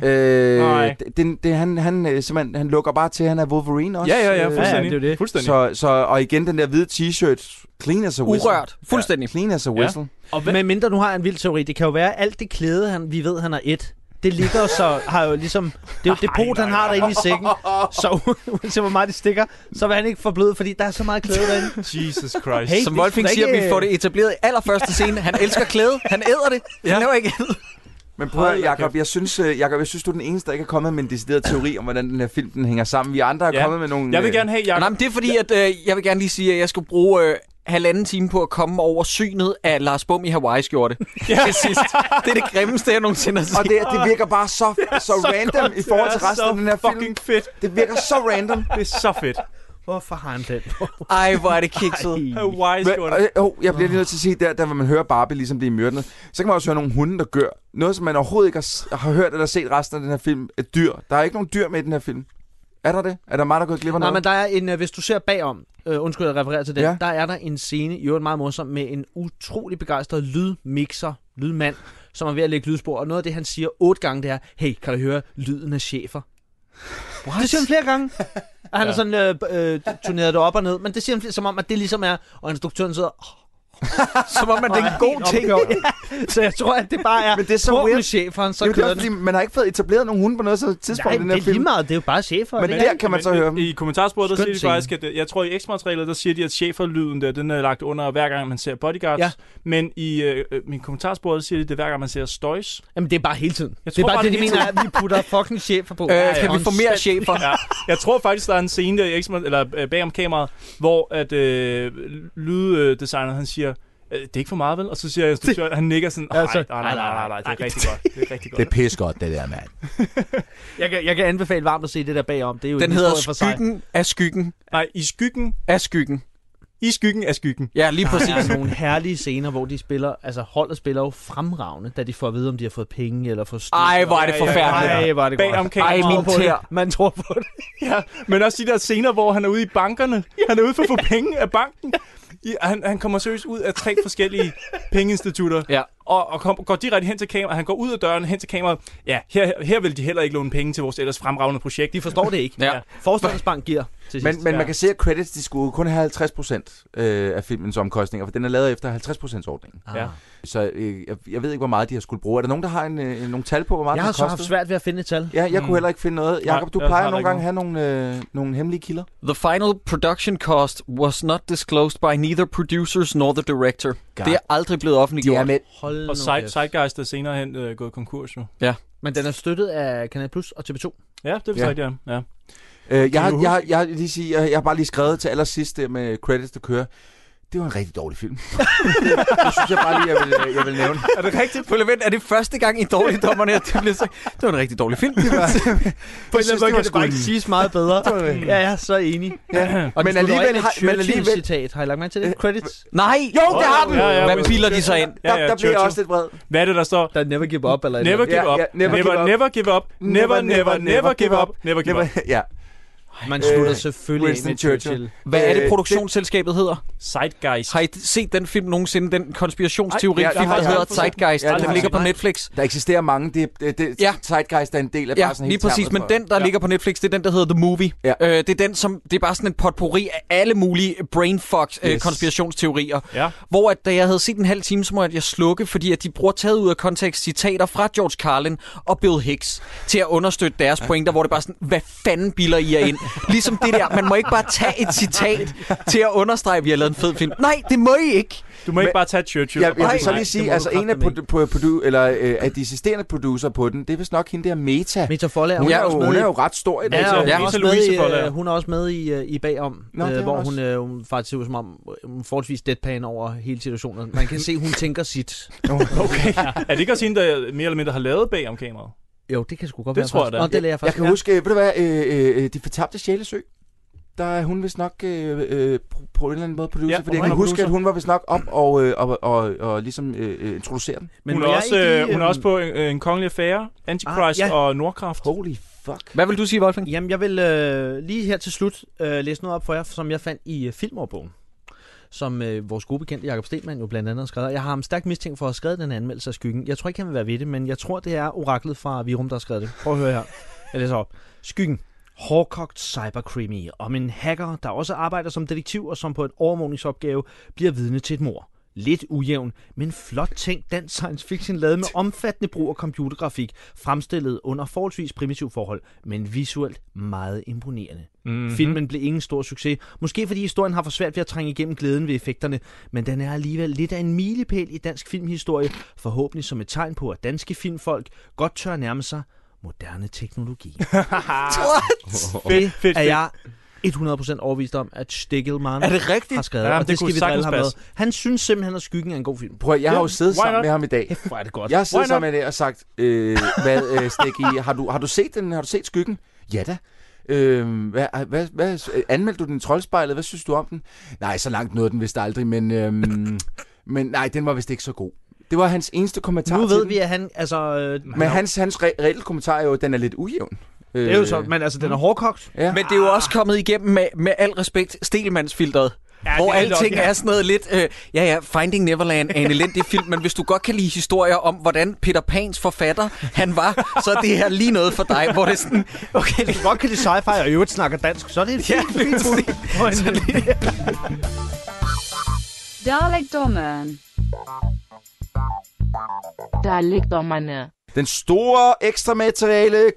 Han lukker bare til, at han er Wolverine også. Ja, fuldstændig. Fuldstændig. Så, og igen, den der hvide t-shirt, clean as a whistle. Urørt. Fuldstændig. Clean as a whistle. Ja. Og men mindre nu har jeg en vild teori. Det kan jo være, alt det klæde, vi ved, han har det ligger så, har jo ligesom, det er jo depot, han har derinde i sækken. Så uanset hvor meget det stikker, så vil han ikke forbløde, fordi der er så meget klæde derinde. Jesus Christ. Hey, som Wolfing siger, vi får det etableret i allerførste scene. Han elsker klæde. Han æder det. Han laver ikke æd. Men prøv at, Jacob, jeg synes, du er den eneste, der ikke er kommet med en decideret teori om, hvordan den her film den hænger sammen. Vi andre er kommet med nogle... Jeg vil gerne have, Jacob. Nej, men det er fordi, at jeg vil gerne lige sige, at jeg skulle bruge 1,5 time på at komme over synet af Lars Bum i Hawaii-skjorte. Det sidst. Det er det grimmeste, jeg nogensinde har set. Og det virker bare så random i forhold til resten af den her film. Fedt. Det virker så random. Det er så fedt. Hvorfor har han den på? Ej, hvor er det kikset. Hawaii-skjorte. Jeg bliver lige nødt til at sige, der hvor man hører Barbie ligesom blive myrdet, så kan man også høre nogle hunde, der gør. Noget, som man overhovedet ikke har hørt eller set resten af den her film. Et dyr. Der er ikke nogen dyr med i den her film. Er der det? Er der meget, der går glip af noget? Nej, men der er en, hvis du ser bagom, undskyld, jeg refererer til den, der er der en scene, i øvrigt meget morsom, med en utrolig begejstret lydmand, som er ved at lægge lydspor. Og noget af det, han siger 8 gange, det er, hey, kan du høre lyden af chefer? What? Det siger han flere gange. Og han er sådan turneret det op og ned, men det siger han som om, at det ligesom er, og instruktøren sidder... Som om, at det er en god ting. Så jeg tror, at det bare er... Men det er så weird. Cheferen, så det er fordi, man har ikke fået etableret nogen hunde på noget tidspunkt i den her film. det er lige meget. Det er jo bare chefer. Men der kan man så høre dem. I kommentarsporet, der siger de faktisk, at jeg tror i ekstramaterialet, der siger de, at cheferlyden der, den er lagt under hver gang, man ser Bodyguards. Ja. Men i min kommentarsporet siger de, det hver gang, man ser Stoys. Jamen, det er bare hele tiden. Det er bare det, de mener, at vi putter fucking chefer på. Kan vi få mere chefer? Ja. Jeg tror faktisk, der er en scene der eller bag om kameraet, hvor at lyddesigneren, han siger, det er ikke for meget, vel? Og så siger instruktøren, han nikker sådan, nej, det er rigtig godt. Det er rigtig godt. Det er pissegodt, det der, mand. Jeg kan anbefale varmt at se det der bagom. Det er jo den hedder Skyggen af skyggen. Nej, i skyggen af skyggen. I skyggen af skyggen. Ja, lige præcis. Der er nogle herlige scener, hvor de spiller, altså holdet spiller jo fremragende, da de får at vide, om de har fået penge eller fået støtte. Ej, hvor er det forfærdeligt. Ej, hvor er det godt. Ej, min tær. Man tror på det. Ja, men også de der scener, hvor han er ude i bankerne. Han er ude for at få penge af banken. Han kommer seriøst ud af 3 forskellige pengeinstitutter. Ja. Og går direkte hen til kameraet. Han går ud af døren hen til kameraet. Ja, her vil de heller ikke låne penge til vores ellers fremragende projekt. De forstår det ikke. Ja. Forstandsbank giver til sidst. Men man kan se, at credits, de skulle kun have 50% af filmens omkostninger, for den er lavet efter 50%-ordningen. Ja. Så jeg ved ikke, hvor meget de har skulle bruge. Er der nogen, der har nogle tal på, hvor meget det har kostet? Jeg har så haft svært ved at finde et tal. Ja, jeg kunne heller ikke finde noget. Jakob, du plejer nogle gange at have nogle hemmelige kilder. The final production cost was not disclosed by neither producers nor the director. God. Det er aldrig blevet offentliggjort. Og Zeitgeist er senere hen gået konkurs jo. Ja. Men den er støttet af Kanal Plus og TV2. Ja, det er rigtigt, ja. Jeg har bare lige skrevet til allersidst det med credits, der kører. Det var en rigtig dårlig film. Det synes jeg bare lige, jeg vil nævne. Er det rigtigt? Er det første gang i Dårligdommerne, at det blev sagt, det var en rigtig dårlig film? På en eller anden måde kan det bare ikke siges meget bedre. Ja, så enig. Ja. Og men alligevel citat. Har I lagt mærke til det? Credits? Nej! Jo, det har den! Hvad bilder de sig ind? Der bliver jeg også lidt vred. Hvad er det, der står? Der er never give up, eller never give up. Never give up. Never give up. Never give up. Ja. Man slutter selvfølgelig ind med Churchill. Hvad er det, produktionsselskabet hedder? Zeitgeist. Har I set den film nogensinde? Den konspirationsteori-film, der hedder Zeitgeist. Den ligger på Netflix. Der eksisterer mange. Zeitgeist er en del af bare sådan lige præcis. Men den, der ligger på Netflix, det er den, der hedder The Movie. Ja. Det er den, som det er bare sådan en potpourri af alle mulige brainfucked konspirationsteorier. Ja. Hvor at, da jeg havde set en halv time, så må jeg slukke, fordi at de bruger taget ud af kontekst citater fra George Carlin og Bill Hicks til at understøtte deres pointer, hvor det bare sådan, hvad fanden bilder I jer ind? Ligesom det der, man må ikke bare tage et citat til at understrege, at vi har lavet en fed film. Nej, det må I ikke. Du må ikke bare tage Churchill. Jeg vil så lige sige, altså en af de assisterende producer på den, det er vist nok hende der Meta. Meta Forlager. Hun er jo ret stor i dag. Hun er også med i bagom, hvor hun faktisk ser ud som om hun forholdsvis deadpan over hele situationen. Man kan se, hun tænker sit. Okay. Er det ikke også hende, der mere eller mindre har lavet bagom kameraet? Jo, det kan sgu godt være. Det tror jeg da. Det lærer jeg faktisk. Jeg kan huske, ved du hvad, De Fortabte Sjælesø. Der er hun vist nok på en eller anden måde producer, fordi jeg kan huske, at hun var vist nok op og ligesom introducere den. Men hun er også på en kongelig affære, Antichrist og Nordkraft. Holy fuck. Hvad vil du sige, Wolfgang? Jamen, jeg vil lige her til slut læse noget op for jer, som jeg fandt i filmårbogen, som vores gode bekendte Jakob Stemann jo blandt andet har skrevet. Jeg har ham stærkt mistænkt for at have skrevet den anmeldelse af Skyggen. Jeg tror ikke, han vil være ved det, men jeg tror, det er oraklet fra Virum, der har skrevet det. Prøv at høre her. Jeg læser op. Skyggen. Hårdkogt cyberkrimi om en hacker, der også arbejder som detektiv og som på en overvågningsopgave bliver vidne til et mord. lidt ujævn, men flot tænkt dansk science fiction lavet med omfattende brug af computergrafik, fremstillet under forholdsvis primitive forhold, men visuelt meget imponerende. Filmen blev ingen stor succes, måske fordi historien har for svært ved at trænge igennem glæden ved effekterne, men den er alligevel lidt af en milepæl i dansk filmhistorie, forhåbentlig som et tegn på, at danske filmfolk godt tør nærme sig moderne teknologi. Det er jeg 100% overbevist om, at Stegelmann Er det rigtigt? har skrevet, Ja, og det skal vi drille ham med. Han synes simpelthen, at Skyggen er en god film. Prøv, jeg har jo siddet sammen med ham i dag. Hvor er det godt. Jeg har siddet sammen med det og sagt, Steggy, har du set den? Har du set Skyggen? Ja da. Hvad anmeldte du den i Troldspejlet? Hvad synes du om den? Nej, så langt nåede den vist aldrig, men nej, den var vist ikke så god. Det var hans eneste kommentar. Nu ved vi, at han... Altså, men hans reelle kommentar er jo, at den er lidt ujævn. Det er jo så, men altså, den er hårdkogt. Ja. Men det er jo også kommet igennem med al respekt Stegelmanns-filteret. Ja, hvor alting er sådan noget lidt... Finding Neverland er en elendig film, men hvis du godt kan lide historier om, hvordan Peter Pans forfatter han var, så er det her lige noget for dig, hvor det er sådan... Okay, hvis du godt kan lide sci-fi og i øvrigt snakker dansk, så er det et fint Dalekdommeren. Dalekdommerne. Den store ekstra materiale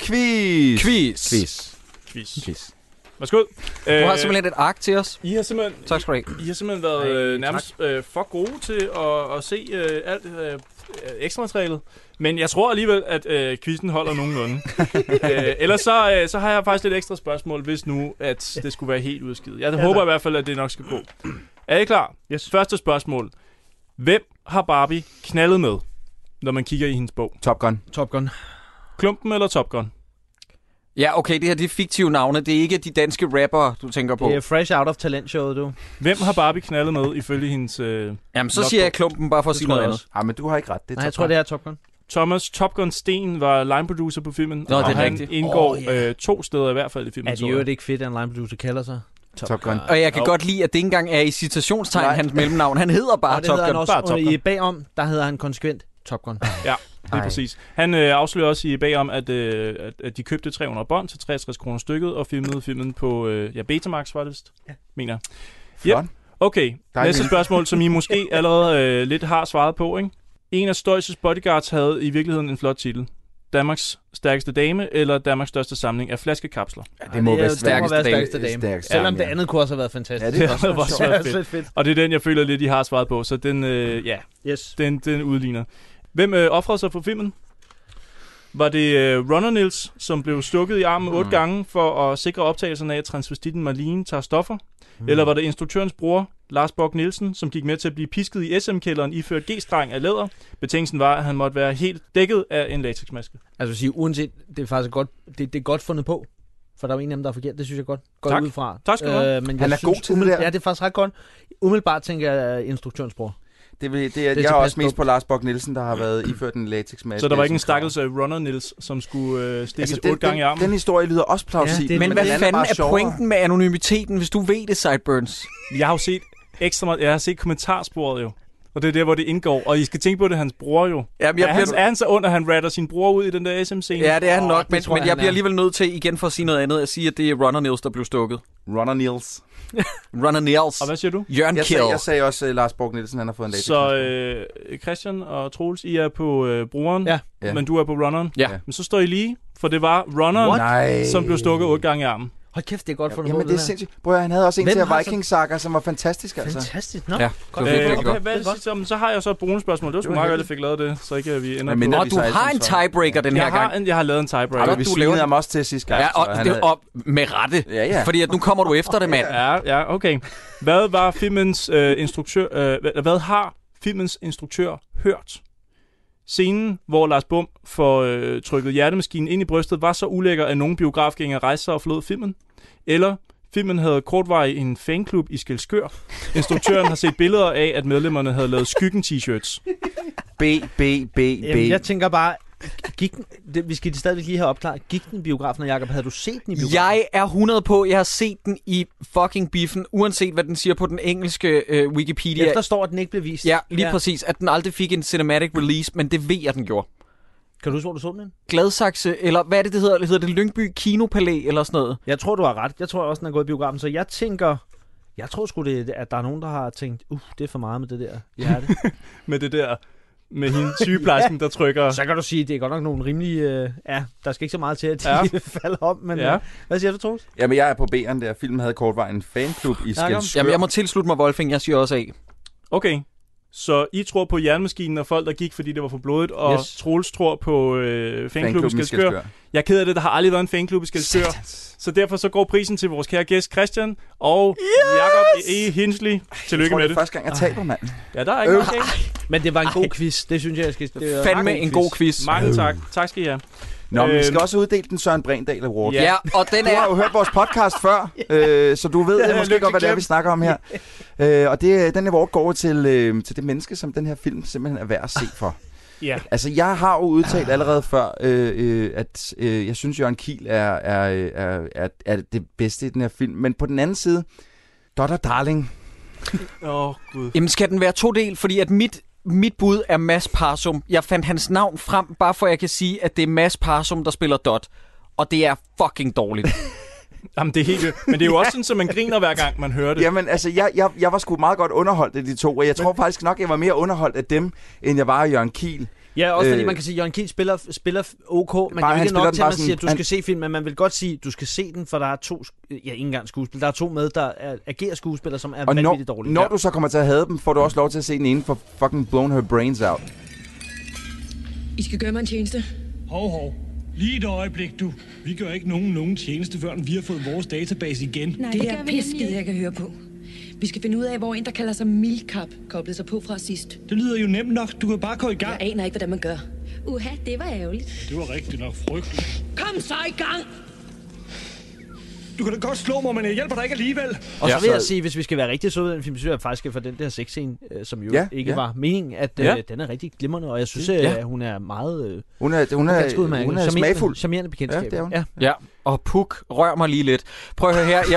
quiz. Værsgo. Du har simpelthen et ark til os. I har simpelthen, tak skal du have. I har simpelthen været nærmest for gode til at se alt ekstra materialet. Men jeg tror alligevel, at quizzen holder nogenlunde. Ellers så har jeg faktisk et ekstra spørgsmål, hvis nu at det skulle være helt udskidt. Jeg håber i hvert fald, at det nok skal gå. Er I klar? Yes. Første spørgsmål. Hvem har Barbie knaldet med, når man kigger i hendes bog? Top Gun. Klumpen eller Top Gun? Ja, okay, det her det er fiktive navne. Det er ikke de danske rappere, du tænker på. Det er fresh out of talentshowet, du. Hvem har Barbie knaldet med, ifølge hendes... Jamen, så siger jeg Klumpen, bare for at sige noget andet. Ja, men du har ikke ret. Det er Nej, jeg tror, det er Top Gun. Thomas Top Gun Sten var line producer på filmen. Nå, det er han rigtigt. indgår 2 steder i hvert fald i filmen. Er det jo ikke fedt, at en line producer kalder sig? Top Gun. Og jeg kan godt lide, at det ikke engang er i citationstegn hans mellemnavn. Han hedder bare Top Gun. Også, og i bagom, der hedder han konsekvent Top Gun. Ja, det er præcis. Han afslører også i bagom, at de købte 300 bånd til 63 kroner stykket og filmede filmen på Betamax, var det vist? Ja. Mener jeg. Yep. Okay, næste spørgsmål, som I måske allerede lidt har svaret på, ikke? En af Støjses bodyguards havde i virkeligheden en flot titel. Danmarks stærkeste dame eller Danmarks største samling af flaskekapsler? Ja, det må være stærkeste dame. Selvom det andet kunne også have været fantastisk. Ja, det har også været fedt. Og det er den, jeg føler lidt, I har svaret på. Så den, den udligner. Hvem offrede sig for filmen? Var det Runner Niels, som blev stukket i armen 8 gange for at sikre optagelserne af, at transvestitten Marlene tager stoffer? Eller var det instruktørens bror, Lars Bock Nielsen, som gik med til at blive pisket i SM-kælderen iført G-streng af læder? Betingelsen var, at han måtte være helt dækket af en latexmaske. Altså sige, uanset, det er faktisk godt, det er godt fundet på. For der er en af dem, der er forkert. Det synes jeg godt går ud fra. Tak skal du have. Men han er god til det der. Ja, det er faktisk ret godt. Umiddelbart tænker jeg instruktørens bror. Jeg er også mest på Lars Bock Nielsen, der har været iført en latexmaske. Så der var ikke en stakkels Runner Niels, som skulle stikkes 8 gange i armen? Den historie lyder også plausibel. Ja, men hvad fanden er pointen med anonymiteten, hvis du ved det, Sideburns? Jeg har jo set jeg har set kommentarsporet jo. Og det er der, hvor det indgår. Og I skal tænke på det, hans bror jo. Jamen, er han så ond, at han ratter sin bror ud i den der SM-scene? Ja, det er han nok, men jeg bliver alligevel nødt til, igen for at sige noget andet, at sige, at det er Runner Niels, der blev stukket. Runner Niels. Runner Niels. Og hvad siger du? Jørgen Kiel. Jeg sagde også, Lars Bock Nielsen, han har fået en latex. Så Christian og Troels, I er på brugeren, men du er på runneren. Ja. Men så står I lige, for det var runneren, som blev stukket 8 gange i armen. Hold kæft, det er godt fundet. Jamen, det er sindssygt. Bror, han havde også en til Viking-saga, som var fantastisk, altså. Fantastisk, nå. Ja, så har jeg så et bonusspørgsmål. Det var sgu meget godt, at jeg fik lavet det, så ikke vi ender på. Og du har en tiebreaker den her gang. Jeg har lavet en tiebreaker. Vi svinede ham også til sidste gang. Ja, og med rette. Ja. Fordi at nu kommer du efter det, mand. Ja, okay. Hvad var filmens instruktør... Hvad har filmens instruktør hørt? Scenen, hvor Lars Bum får trykket hjertemaskinen ind i brystet, var så ulækker, at nogle biografgængere rejste sig og forlod filmen. Eller filmen havde kortvarigt en fanklub i Skelskør. Instruktøren har set billeder af, at medlemmerne havde lavet Skyggen-t-shirts. B. Jamen, jeg tænker bare, vi skal stadigvæk lige have opklaret. Gik den i biografen, Jacob? Havde du set den i biografen? Jeg er 100 på. Jeg har set den i fucking biffen, uanset hvad den siger på den engelske Wikipedia. Ja, der står, at den ikke blev vist. Ja, lige præcis. At den aldrig fik en cinematic release, men det ved jeg, den gjorde. Kan du huske, hvor du så den? Gladsaxe, eller hvad er det hedder? Hedder det Lyngby Kinopalæ, eller sådan noget? Jeg tror, du har ret. Jeg tror også, den er gået i biografen. Så jeg tænker, Jeg tror sgu, at der er nogen, der har tænkt, det er for meget med det der hjerte. Med det der, med hende sygeplejersken, der trykker... Så kan du sige, at det er godt nok nogle rimelige... der skal ikke så meget til, at de falder om, men hvad siger du, Troels? Jamen, jeg er på B'eren der. Filmen havde kortvarigt en fanklub i Skælskør. Jamen, jeg må tilslutte mig Wolfing. Jeg siger også A. Okay. Så I tror på jernmaskinen og folk, der gik, fordi det var for blodigt, og Troels tror på fanklub i Skælskør. Jeg er ked af det, der har aldrig været en fanklub i Skælskør. Så derfor så går prisen til vores kære gæst Christian og Jakob E. Hinsley. Tillykke med det. Det er første gang, jeg taber, mand. Ja, der er ikke noget. Men det var en god quiz. Det synes jeg skal... Det fandme en god quiz. Mange tak. Tak skal I have. Nå, men vi skal også uddele den Søren Brindal Award. Ja, og den du har jo hørt vores podcast før, så du ved måske godt, hvad det er, vi snakker om her. Og den award går til det menneske, som den her film simpelthen er værd at se for. Ja. Altså, jeg har jo udtalt allerede før, at jeg synes, Jørgen Kiel er det bedste i den her film. Men på den anden side, Dot og Darling. Gud. Jamen, skal den være 2-del? Fordi at mit bud er Mads Parsum. Jeg fandt hans navn frem, bare for at jeg kan sige, at det er Mads Parsum, der spiller Dot. Og det er fucking dårligt. Jamen, det er helt... Men det er jo også sådan, så man griner hver gang, man hører det. Jamen, altså, jeg var sgu meget godt underholdt af de to, og jeg tror faktisk nok, jeg var mere underholdt af dem, end jeg var af Jørgen Kiel. Ja, også fordi man kan sige, at Jørgen Kiel spiller OK. Man kan ikke nok til, at man siger, at du skal se filmen, men man vil godt sige, at du skal se den, for der er ikke engang skuespil. Der er 2 med, der agerer skuespillere, som er vanvittigt dårlige. Når du så kommer til at have dem, får du også lov til at se den ene for fucking blown her brains out. I skal gøre mig en tjeneste. Hov. Lige et øjeblik, du. Vi gør ikke nogen tjeneste, før vi har fået vores database igen. Nej, det er pisket, jeg kan høre på. Vi skal finde ud af, hvor en, der kalder sig Milkap, koblede sig på fra sidst. Det lyder jo nemt nok. Du kan bare gå i gang. Jeg aner ikke, hvordan man gør. Det var ærgerligt. Det var rigtig nok frygteligt. Kom så i gang! Du kan da godt slå mig, men jeg hjælper dig ikke alligevel. Og så vil jeg sige, hvis vi skal være rigtig søde i den film, så synes jeg faktisk for den der sexscene, som jo ikke var meningen, at den er rigtig glimrende, og jeg synes, at hun er meget... Hun er smagfuld. Charmerende bekendtskab. Ja. Og Puk, rør mig lige lidt. Prøv at høre her.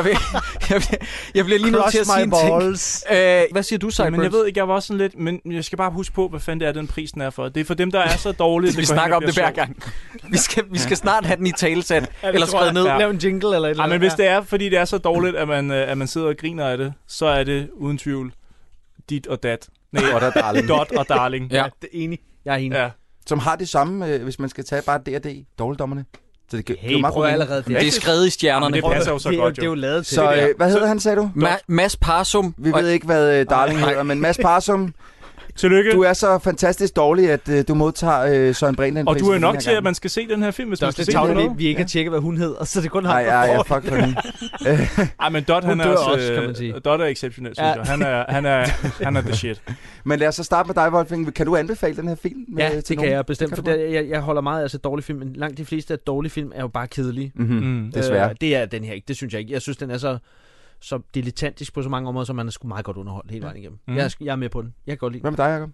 Jeg bliver lige nødt til at sige en ting. Hvad siger du, Sideburns? Men jeg ved ikke, jeg var også sådan lidt... Men jeg skal bare huske på, hvad fanden det er, den prisen er for. Det er for dem, der er så dårlige. Vi snakker om det hver gang. Vi skal snart have den i talesæt. Eller skrevet ned. Lave en jingle eller et eller andet. Men hvis det er, fordi det er så dårligt, at man sidder og griner af det, så er det uden tvivl dit og dat. Nej, Dot og Darling. Ja, det er enig. Jeg er enig. Ja. Som har det samme, hvis man skal tage bare D&D, dårligdommerne. Så det er meget allerede. Det er skrevet i stjernerne. Det passer jo så godt, det er jo lavet til så, hvad hedder han, sagde du? Mads Parsum. Vi ved ikke, hvad Darling hedder, men Mads Parsum. Tillykke. Du er så fantastisk dårlig, at du modtager Søren Brindal. Og du er nok til, at man skal se den her film, hvis man skal se den. Vi ikke har tjekket, hvad hun hedder, så det kun har... Nej, fuck for hende. Ej, men Dot, han er også, kan man sige. Dot er exceptionel, synes jeg. Han er the shit. Men lad os så starte med dig, Wolfing. Kan du anbefale den her film? Ja, det kan jeg bestemt, for jeg holder meget af at dårlige film, men langt de fleste af dårlige film er jo bare kedelige. Desværre. Det er den her ikke, det synes jeg ikke. Jeg synes, den er så dilettantisk på så mange områder, så man er sgu meget godt underholdt hele vejen igennem. Jeg er med på den. Jeg kan godt lide den. Hvad med dig, Jacob?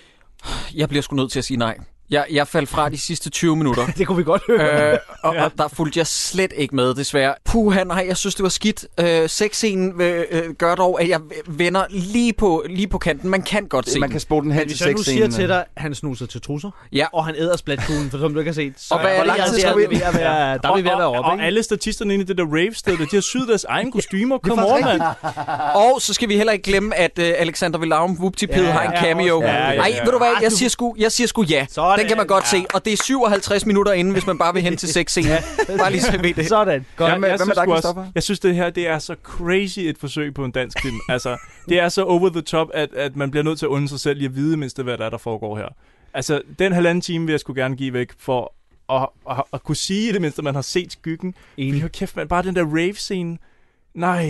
Jeg bliver sgu nødt til at sige nej. Jeg faldt fra de sidste 20 minutter. Det kunne vi godt høre. Og der fulgte jeg slet ikke med, desværre. Nej, jeg synes, det var skidt. Sexscenen gør dog, at jeg vender lige på kanten. Man kan godt se man kan spole den hen til sexscenen. Hvis jeg nu siger til dig, han snuser til trusser, og han æder splatfuglen, for som du ikke har set, så og hvor lang tid skal vi ind? Der er vi ved at være oppe. Og alle statisterne inde i det der rave-sted, de har syet deres egen kostymer. Kom on, mand. Og så skal vi heller ikke glemme, at Alexander Villaume Whoopty-Pid har en cameo. Nej, ved du hvad? Jeg siger sgu ja. Den kan man godt se. Og det er 57 minutter inden, hvis man bare vil hen til sexscenen. Bare lige så ved det. Sådan. Hvad med dig, Christoffer? Jeg synes, det her det er så crazy et forsøg på en dansk film. Altså, det er så over the top, at man bliver nødt til at undre sig selv i at vide mindst, hvad der foregår her. Altså, den 1,5 time vil jeg sgu gerne give væk for at kunne sige i det mindste, at man har set skyggen. Vi har kæft, man, bare den der rave-scene. Nej.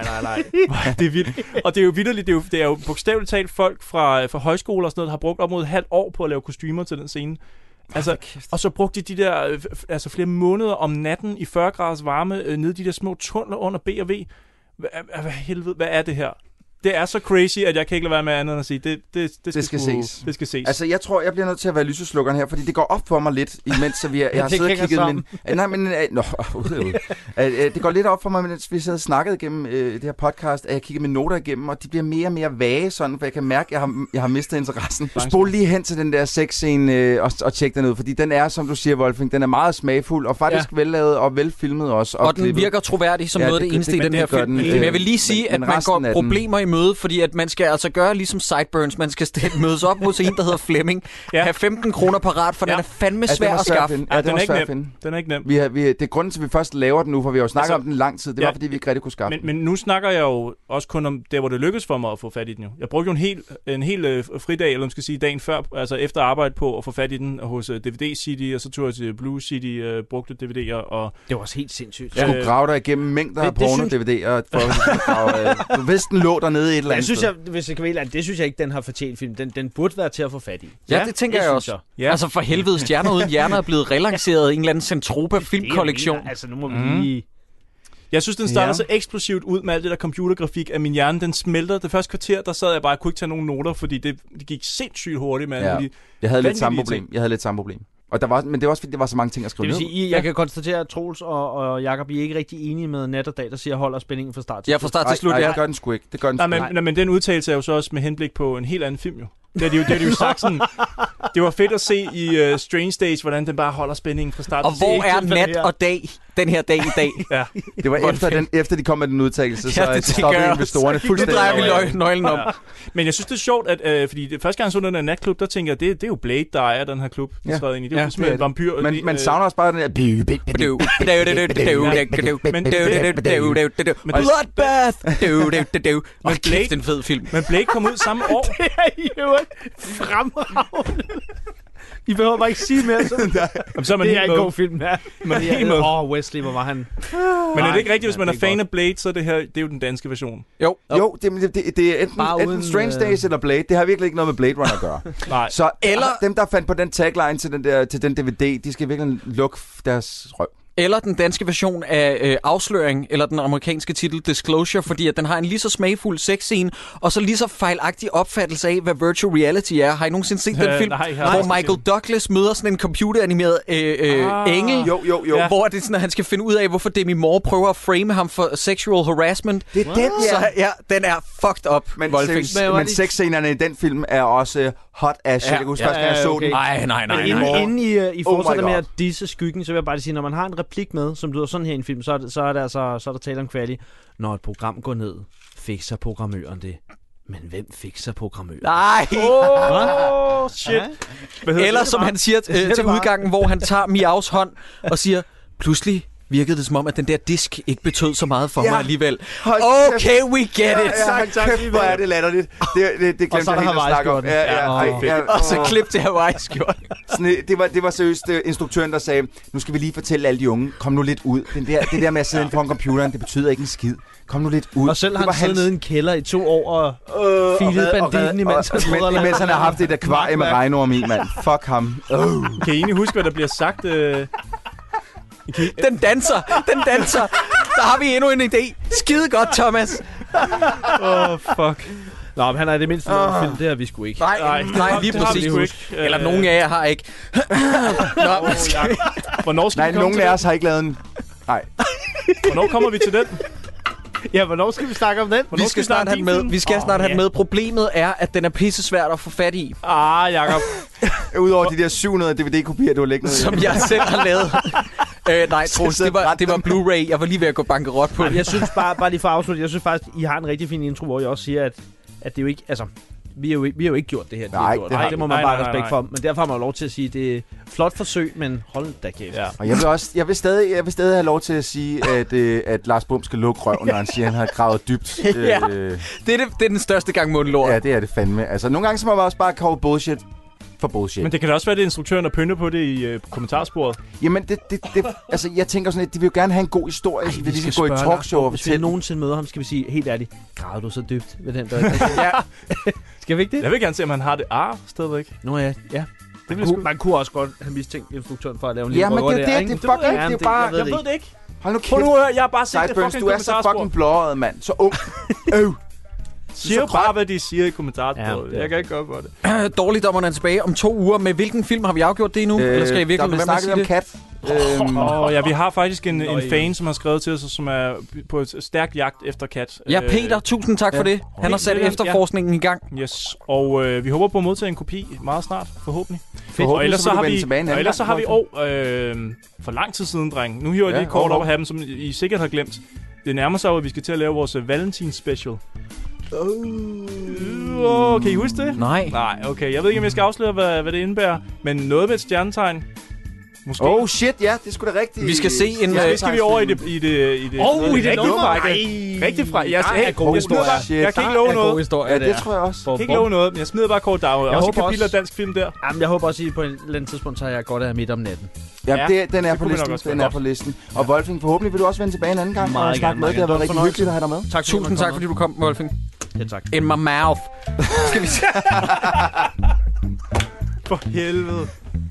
Det er vildt. Og det er jo vitterligt, det er jo bogstaveligt talt folk fra højskoler og sådan noget, der har brugt op mod et halvt år på at lave kostymer til den scene. Altså, og så brugte de der flere måneder om natten i 40 graders varme nede i de der små tunneler under B&V. Hvad er det her? det er så crazy, at jeg kan ikke lade være med andet end at sige, det skal ses. Det skal ses. Altså, jeg tror, jeg bliver nødt til at være lyseslukkeren her, fordi det går op for mig lidt, imens jeg har siddet og kigget det går lidt op for mig, mens vi sidder og snakkede igennem det her podcast, at jeg kigger mine noter igennem, og de bliver mere og mere vage, sådan, for jeg kan mærke, at jeg har mistet interessen. Spol lige hen til den der sexscene og tjek den ud, fordi den er, som du siger, Wolfing, den er meget smagfuld, og faktisk vellavet og velfilmet også. Og den virker troværdig som noget af det eneste i den her film. Men jeg vil lige sige, at man går problemer i møde, fordi at man skal altså gøre ligesom Sideburns. Man skal mødes op hos en, der hedder Flemming. Have 15 kroner parat, for den er fandme svær at skaffe. Ja, den er ikke nem. Det er grunden til, at vi først laver den nu, for vi har jo snakket om den lang tid. Det var, fordi vi ikke rigtig kunne skaffe den. Men nu snakker jeg jo også kun om der, hvor det lykkedes for mig at få fat i den jo. Jeg brugte jo en hel fridag, eller man skal sige dagen før, altså efter arbejde på at få fat i den hos DVD City, og så tog jeg til Blue City, brugte DVD'er. Og det var også helt sindssygt. Du skulle grave dig igennem mængder af porno-DVD'er, for du vidste, den lå dernede et eller andet sted. Hvis jeg kan vælge, det synes jeg ikke, den har fortjent film. Den burde være til at få fat i. Ja, det tænker jeg også. Ja. Altså for helvede, Stjerner uden hjerner er blevet relanceret i en eller anden Centropa-filmkollektion. Altså nu må vi lige... Jeg synes, den starter så eksplosivt ud med alt det der computergrafik, at min hjerne, den smelter. Det første kvarter, der sad jeg bare, kunne ikke tage nogen noter, fordi det gik sindssygt hurtigt med alle de... Jeg havde lidt samme problem. Og men det var også fordi, der var så mange ting at skrive ned. Det vil sige, jeg kan konstatere, at Troels og Jakob, I er ikke rigtig enige med Nat og Dag, der siger, holder spændingen fra start til slut. Ja, fra start til slut, det gør den sgu ikke. Men den udtalelse er jo så også med henblik på en helt anden film, jo. Det er jo sagt sådan. Det var fedt at se i Strange Days, hvordan den bare holder spændingen fra start. Og hvor er Nat og Dag den her dag i dag? Ja. Det var efter de kom med den udtalelse, så stoppede investorerne fuldstændig. Det drejer vi nøglen om. Ja. Men jeg synes, det er sjovt, at fordi det første gang så den der natklub, der tænker jeg, det er jo Blade, der ejer den her klub. Ja. Det er jo ligesom en vampyr. Man savner også bare den der... Bloodbath! Og kæft, en fed film. Men Blade kom ud samme år. Det er jo fremragende. I behøver bare ikke sige mere. Så det er en god film. Ja. Wesley, hvor var han? Men er det ikke rigtigt, hvis man er fan af Blade, så det er jo den danske version? Jo, det er enten Strange Days eller Blade. Det har virkelig ikke noget med Blade Runner at gøre. Nej. Så eller dem, der fandt på den tagline til den DVD, de skal virkelig lukke deres røv. Eller den danske version af Afsløring, eller den amerikanske titel Disclosure, fordi at den har en lige så smagfuld sexscene, og så lige så fejlagtig opfattelse af, hvad virtual reality er. Har I nogensinde set den film, hvor Michael Douglas møder sådan en computeranimeret engel? Jo. Ja. Hvor det er sådan, at han skal finde ud af, hvorfor Demi Moore prøver at frame ham for sexual harassment. Det er den, så, den er fucked up. Men sexscenerne i den film er også hot as shit. Jeg husker første gang, jeg så den. Nej. Inden I fortsætter med at disse skyggen, så vil jeg bare sige, når man har en replik med, som lyder sådan her i en film, så er der tale om kvalitet. Når et program går ned, fikser programmøren det. Men hvem fikser programmøren? Nej! Shit. Eller som han siger til udgangen, hvor han tager Miaus hånd og siger, pludselig virkede det som om, at den der disk ikke betød så meget for mig alligevel. Okay, we get it. Tak, hvor er det latterligt. Det glemte jeg helt at snakke om. Og så klip til Hawaii-skjort. Det var seriøst instruktøren, der sagde, nu skal vi lige fortælle alle de unge, kom nu lidt ud. Det der med at sidde inde foran computeren, det betyder ikke en skid. Kom nu lidt ud. Og selv han siddet nede i en kælder i 2 år og filet banditten, imens han har haft et akvarie med regnorm i, mand. Fuck ham. Kan I egentlig huske, hvad der bliver sagt? Den danser. Der har vi endnu en idé. Skide godt, Thomas. Fuck. Nå, men han er det mindste film, det har vi sgu ikke. Nej, lige præcis. Eller nogen af jer har ikke. Hvornår skal vi komme nogen af os har ikke lavet en... Nej. Hvornår kommer vi til den? Ja, hvornår skal vi snakke om den? Vi skal snart have den med. Problemet er, at den er pissesvært at få fat i. Jakob. Udover de der 700 DVD-kopier, du har lægget ned. Som jeg selv har lavet. Nej, Troels, det var Blu-ray. Jeg var lige ved at gå bankerot på det. Jeg synes bare lige for at afslutte, jeg synes faktisk, I har en rigtig fin intro, hvor jeg også siger, at det er jo ikke... Altså, vi har jo ikke gjort det her. Det må man bare have respekt for. Men derfor har man lov til at sige, at det er flot forsøg, men hold da kæft. Ja. Og jeg vil stadig have lov til at sige, at Lars Bum skal lukke røven, når han siger, at han har gravet dybt. Det er den største gang mundlort. Ja, det er det fandme. Altså, nogle gange så må man også bare kalde bullshit for bullshit. Men det kan da også være, det instruktøren, der pynter på det i kommentarsporet. Jamen, altså, jeg tænker sådan, at de vil jo gerne have en god historie, så vi lige skal gå i talkshow og fortælle. Hvis vi nogensinde møder ham, skal vi sige, helt ærligt, gravede du så dybt ved den der? Ja. Skal vi ikke det? Jeg vil gerne se, om han har det stadigvæk. Nå ja. Man kunne også godt have mistænkt instruktøren for at lave en lille røver der. Ja, men det er bare... Jeg ved det ikke. Hold nu kæft. Jeg har bare set det fucking du er så fucking blåret, mand. Så ung. siger bare, hvad de siger i kommentarsporet. Jeg kan ikke gøre for det. Dårligdommerne er tilbage om 2 uger. Med hvilken film har vi afgjort det nu? Eller skal I virkelig der snakket om Kat. Ja, vi har faktisk en fan, som har skrevet til os, som er på et stærkt jagt efter Kat. Ja, Peter, tusind tak for det. Han har sat efterforskningen i gang. Yes, og vi håber på at modtage en kopi meget snart, forhåbentlig. Og ellers så har vi for lang tid siden, dreng. Nu hiver jeg lige kort op og have dem, som I sikkert har glemt. Det nærmer sig, at vi skal til at lave vores Valentins special. Kan I huske det? Nej, okay. Jeg ved ikke, om jeg skal afsløre, hvad det indebærer. Men noget med et stjernetegn. Måske. Shit, ja, det skulle da rigtigt. vi skal se en... Skal vi over i det i det nummer. Rigtig fra. Jeg kan ikke love noget. Ja, det tror jeg også. Jeg kan ikke love noget, men jeg smider bare kort down. Også kapitler dansk film der. Jamen, jeg håber også, at på et eller andet tidspunkt, så har jeg godt af midt om natten. Ja, den er på listen. Og Wolfing, forhåbentlig vil du også vende tilbage en anden gang. Meget gerne. Det har været rigtig hyggeligt at have dig med. Tak, tusind tak, fordi du kom, Wolfing. Ja, tak. In my mouth. Skal vi se? For helvede.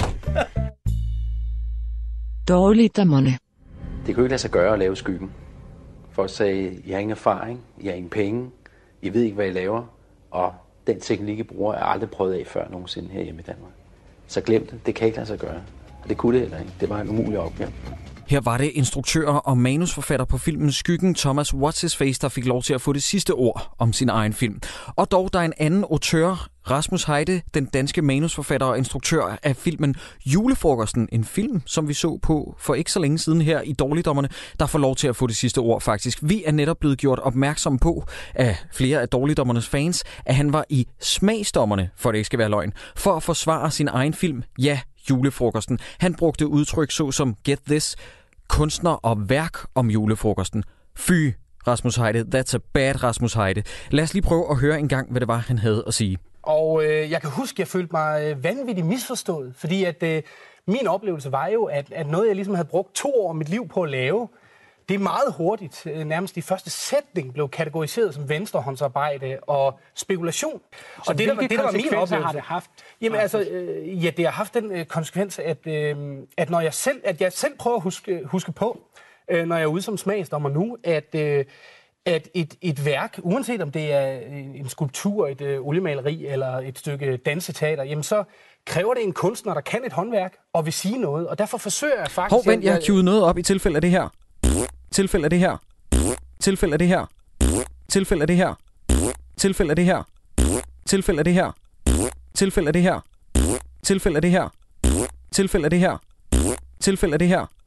Dårligdommerne. Det kunne ikke lade sig gøre at lave Skyggen. Folk sagde, I har ingen erfaring, I har ingen penge, I ved ikke, hvad I laver, og den teknik, I bruger, er aldrig prøvet af før nogensinde herhjemme i Danmark. Så glem det. Det kan ikke lade sig gøre. Og det kunne det heller ikke. Det var en umulig opgave. Her var det instruktør og manusforfatter på filmen Skyggen, Thomas What's-His-Face, der fik lov til at få det sidste ord om sin egen film. Og dog der er en anden autør, Rasmus Heide, den danske manusforfatter og instruktør af filmen Julefrokosten, en film, som vi så på for ikke så længe siden her i Dårligdommerne, der får lov til at få det sidste ord faktisk. Vi er netop blevet gjort opmærksom på af flere af Dårligdommernes fans, at han var i smagsdommerne, for det ikke skal være løgn, for at forsvare sin egen film, ja, Julefrokosten. Han brugte udtryk såsom Get This, kunstner og værk om julefrokosten. Fy, Rasmus Heide, that's a bad Rasmus Heide. Lad os lige prøve at høre en gang, hvad det var, han havde at sige. Og jeg kan huske, at jeg følte mig vanvittigt misforstået, fordi at min oplevelse var jo, at noget, jeg ligesom havde brugt 2 år af mit liv på at lave, det er meget hurtigt, nærmest de første sætning blev kategoriseret som venstrehåndsarbejde og spekulation. Så og det var min oplevelse. Har det haft? Jamen altså, det har haft den konsekvens, at når jeg selv prøver at huske på, når jeg er ude som smagsdommer nu, at et værk, uanset om det er en skulptur, et oliemaleri eller et stykke danseteater, jamen så kræver det en kunstner, der kan et håndværk og vil sige noget. Og derfor forsøger jeg faktisk... Vent, jeg har queuet noget op i tilfælde af det her. Tilfælde af det her. Tilfælde af det her. Tilfælde af det her. Tilfælde af det her. Tilfælde af det her. Tilfælde af det her. Tilfælde af det her. Tilfælde af det her. Tilfælde af det her.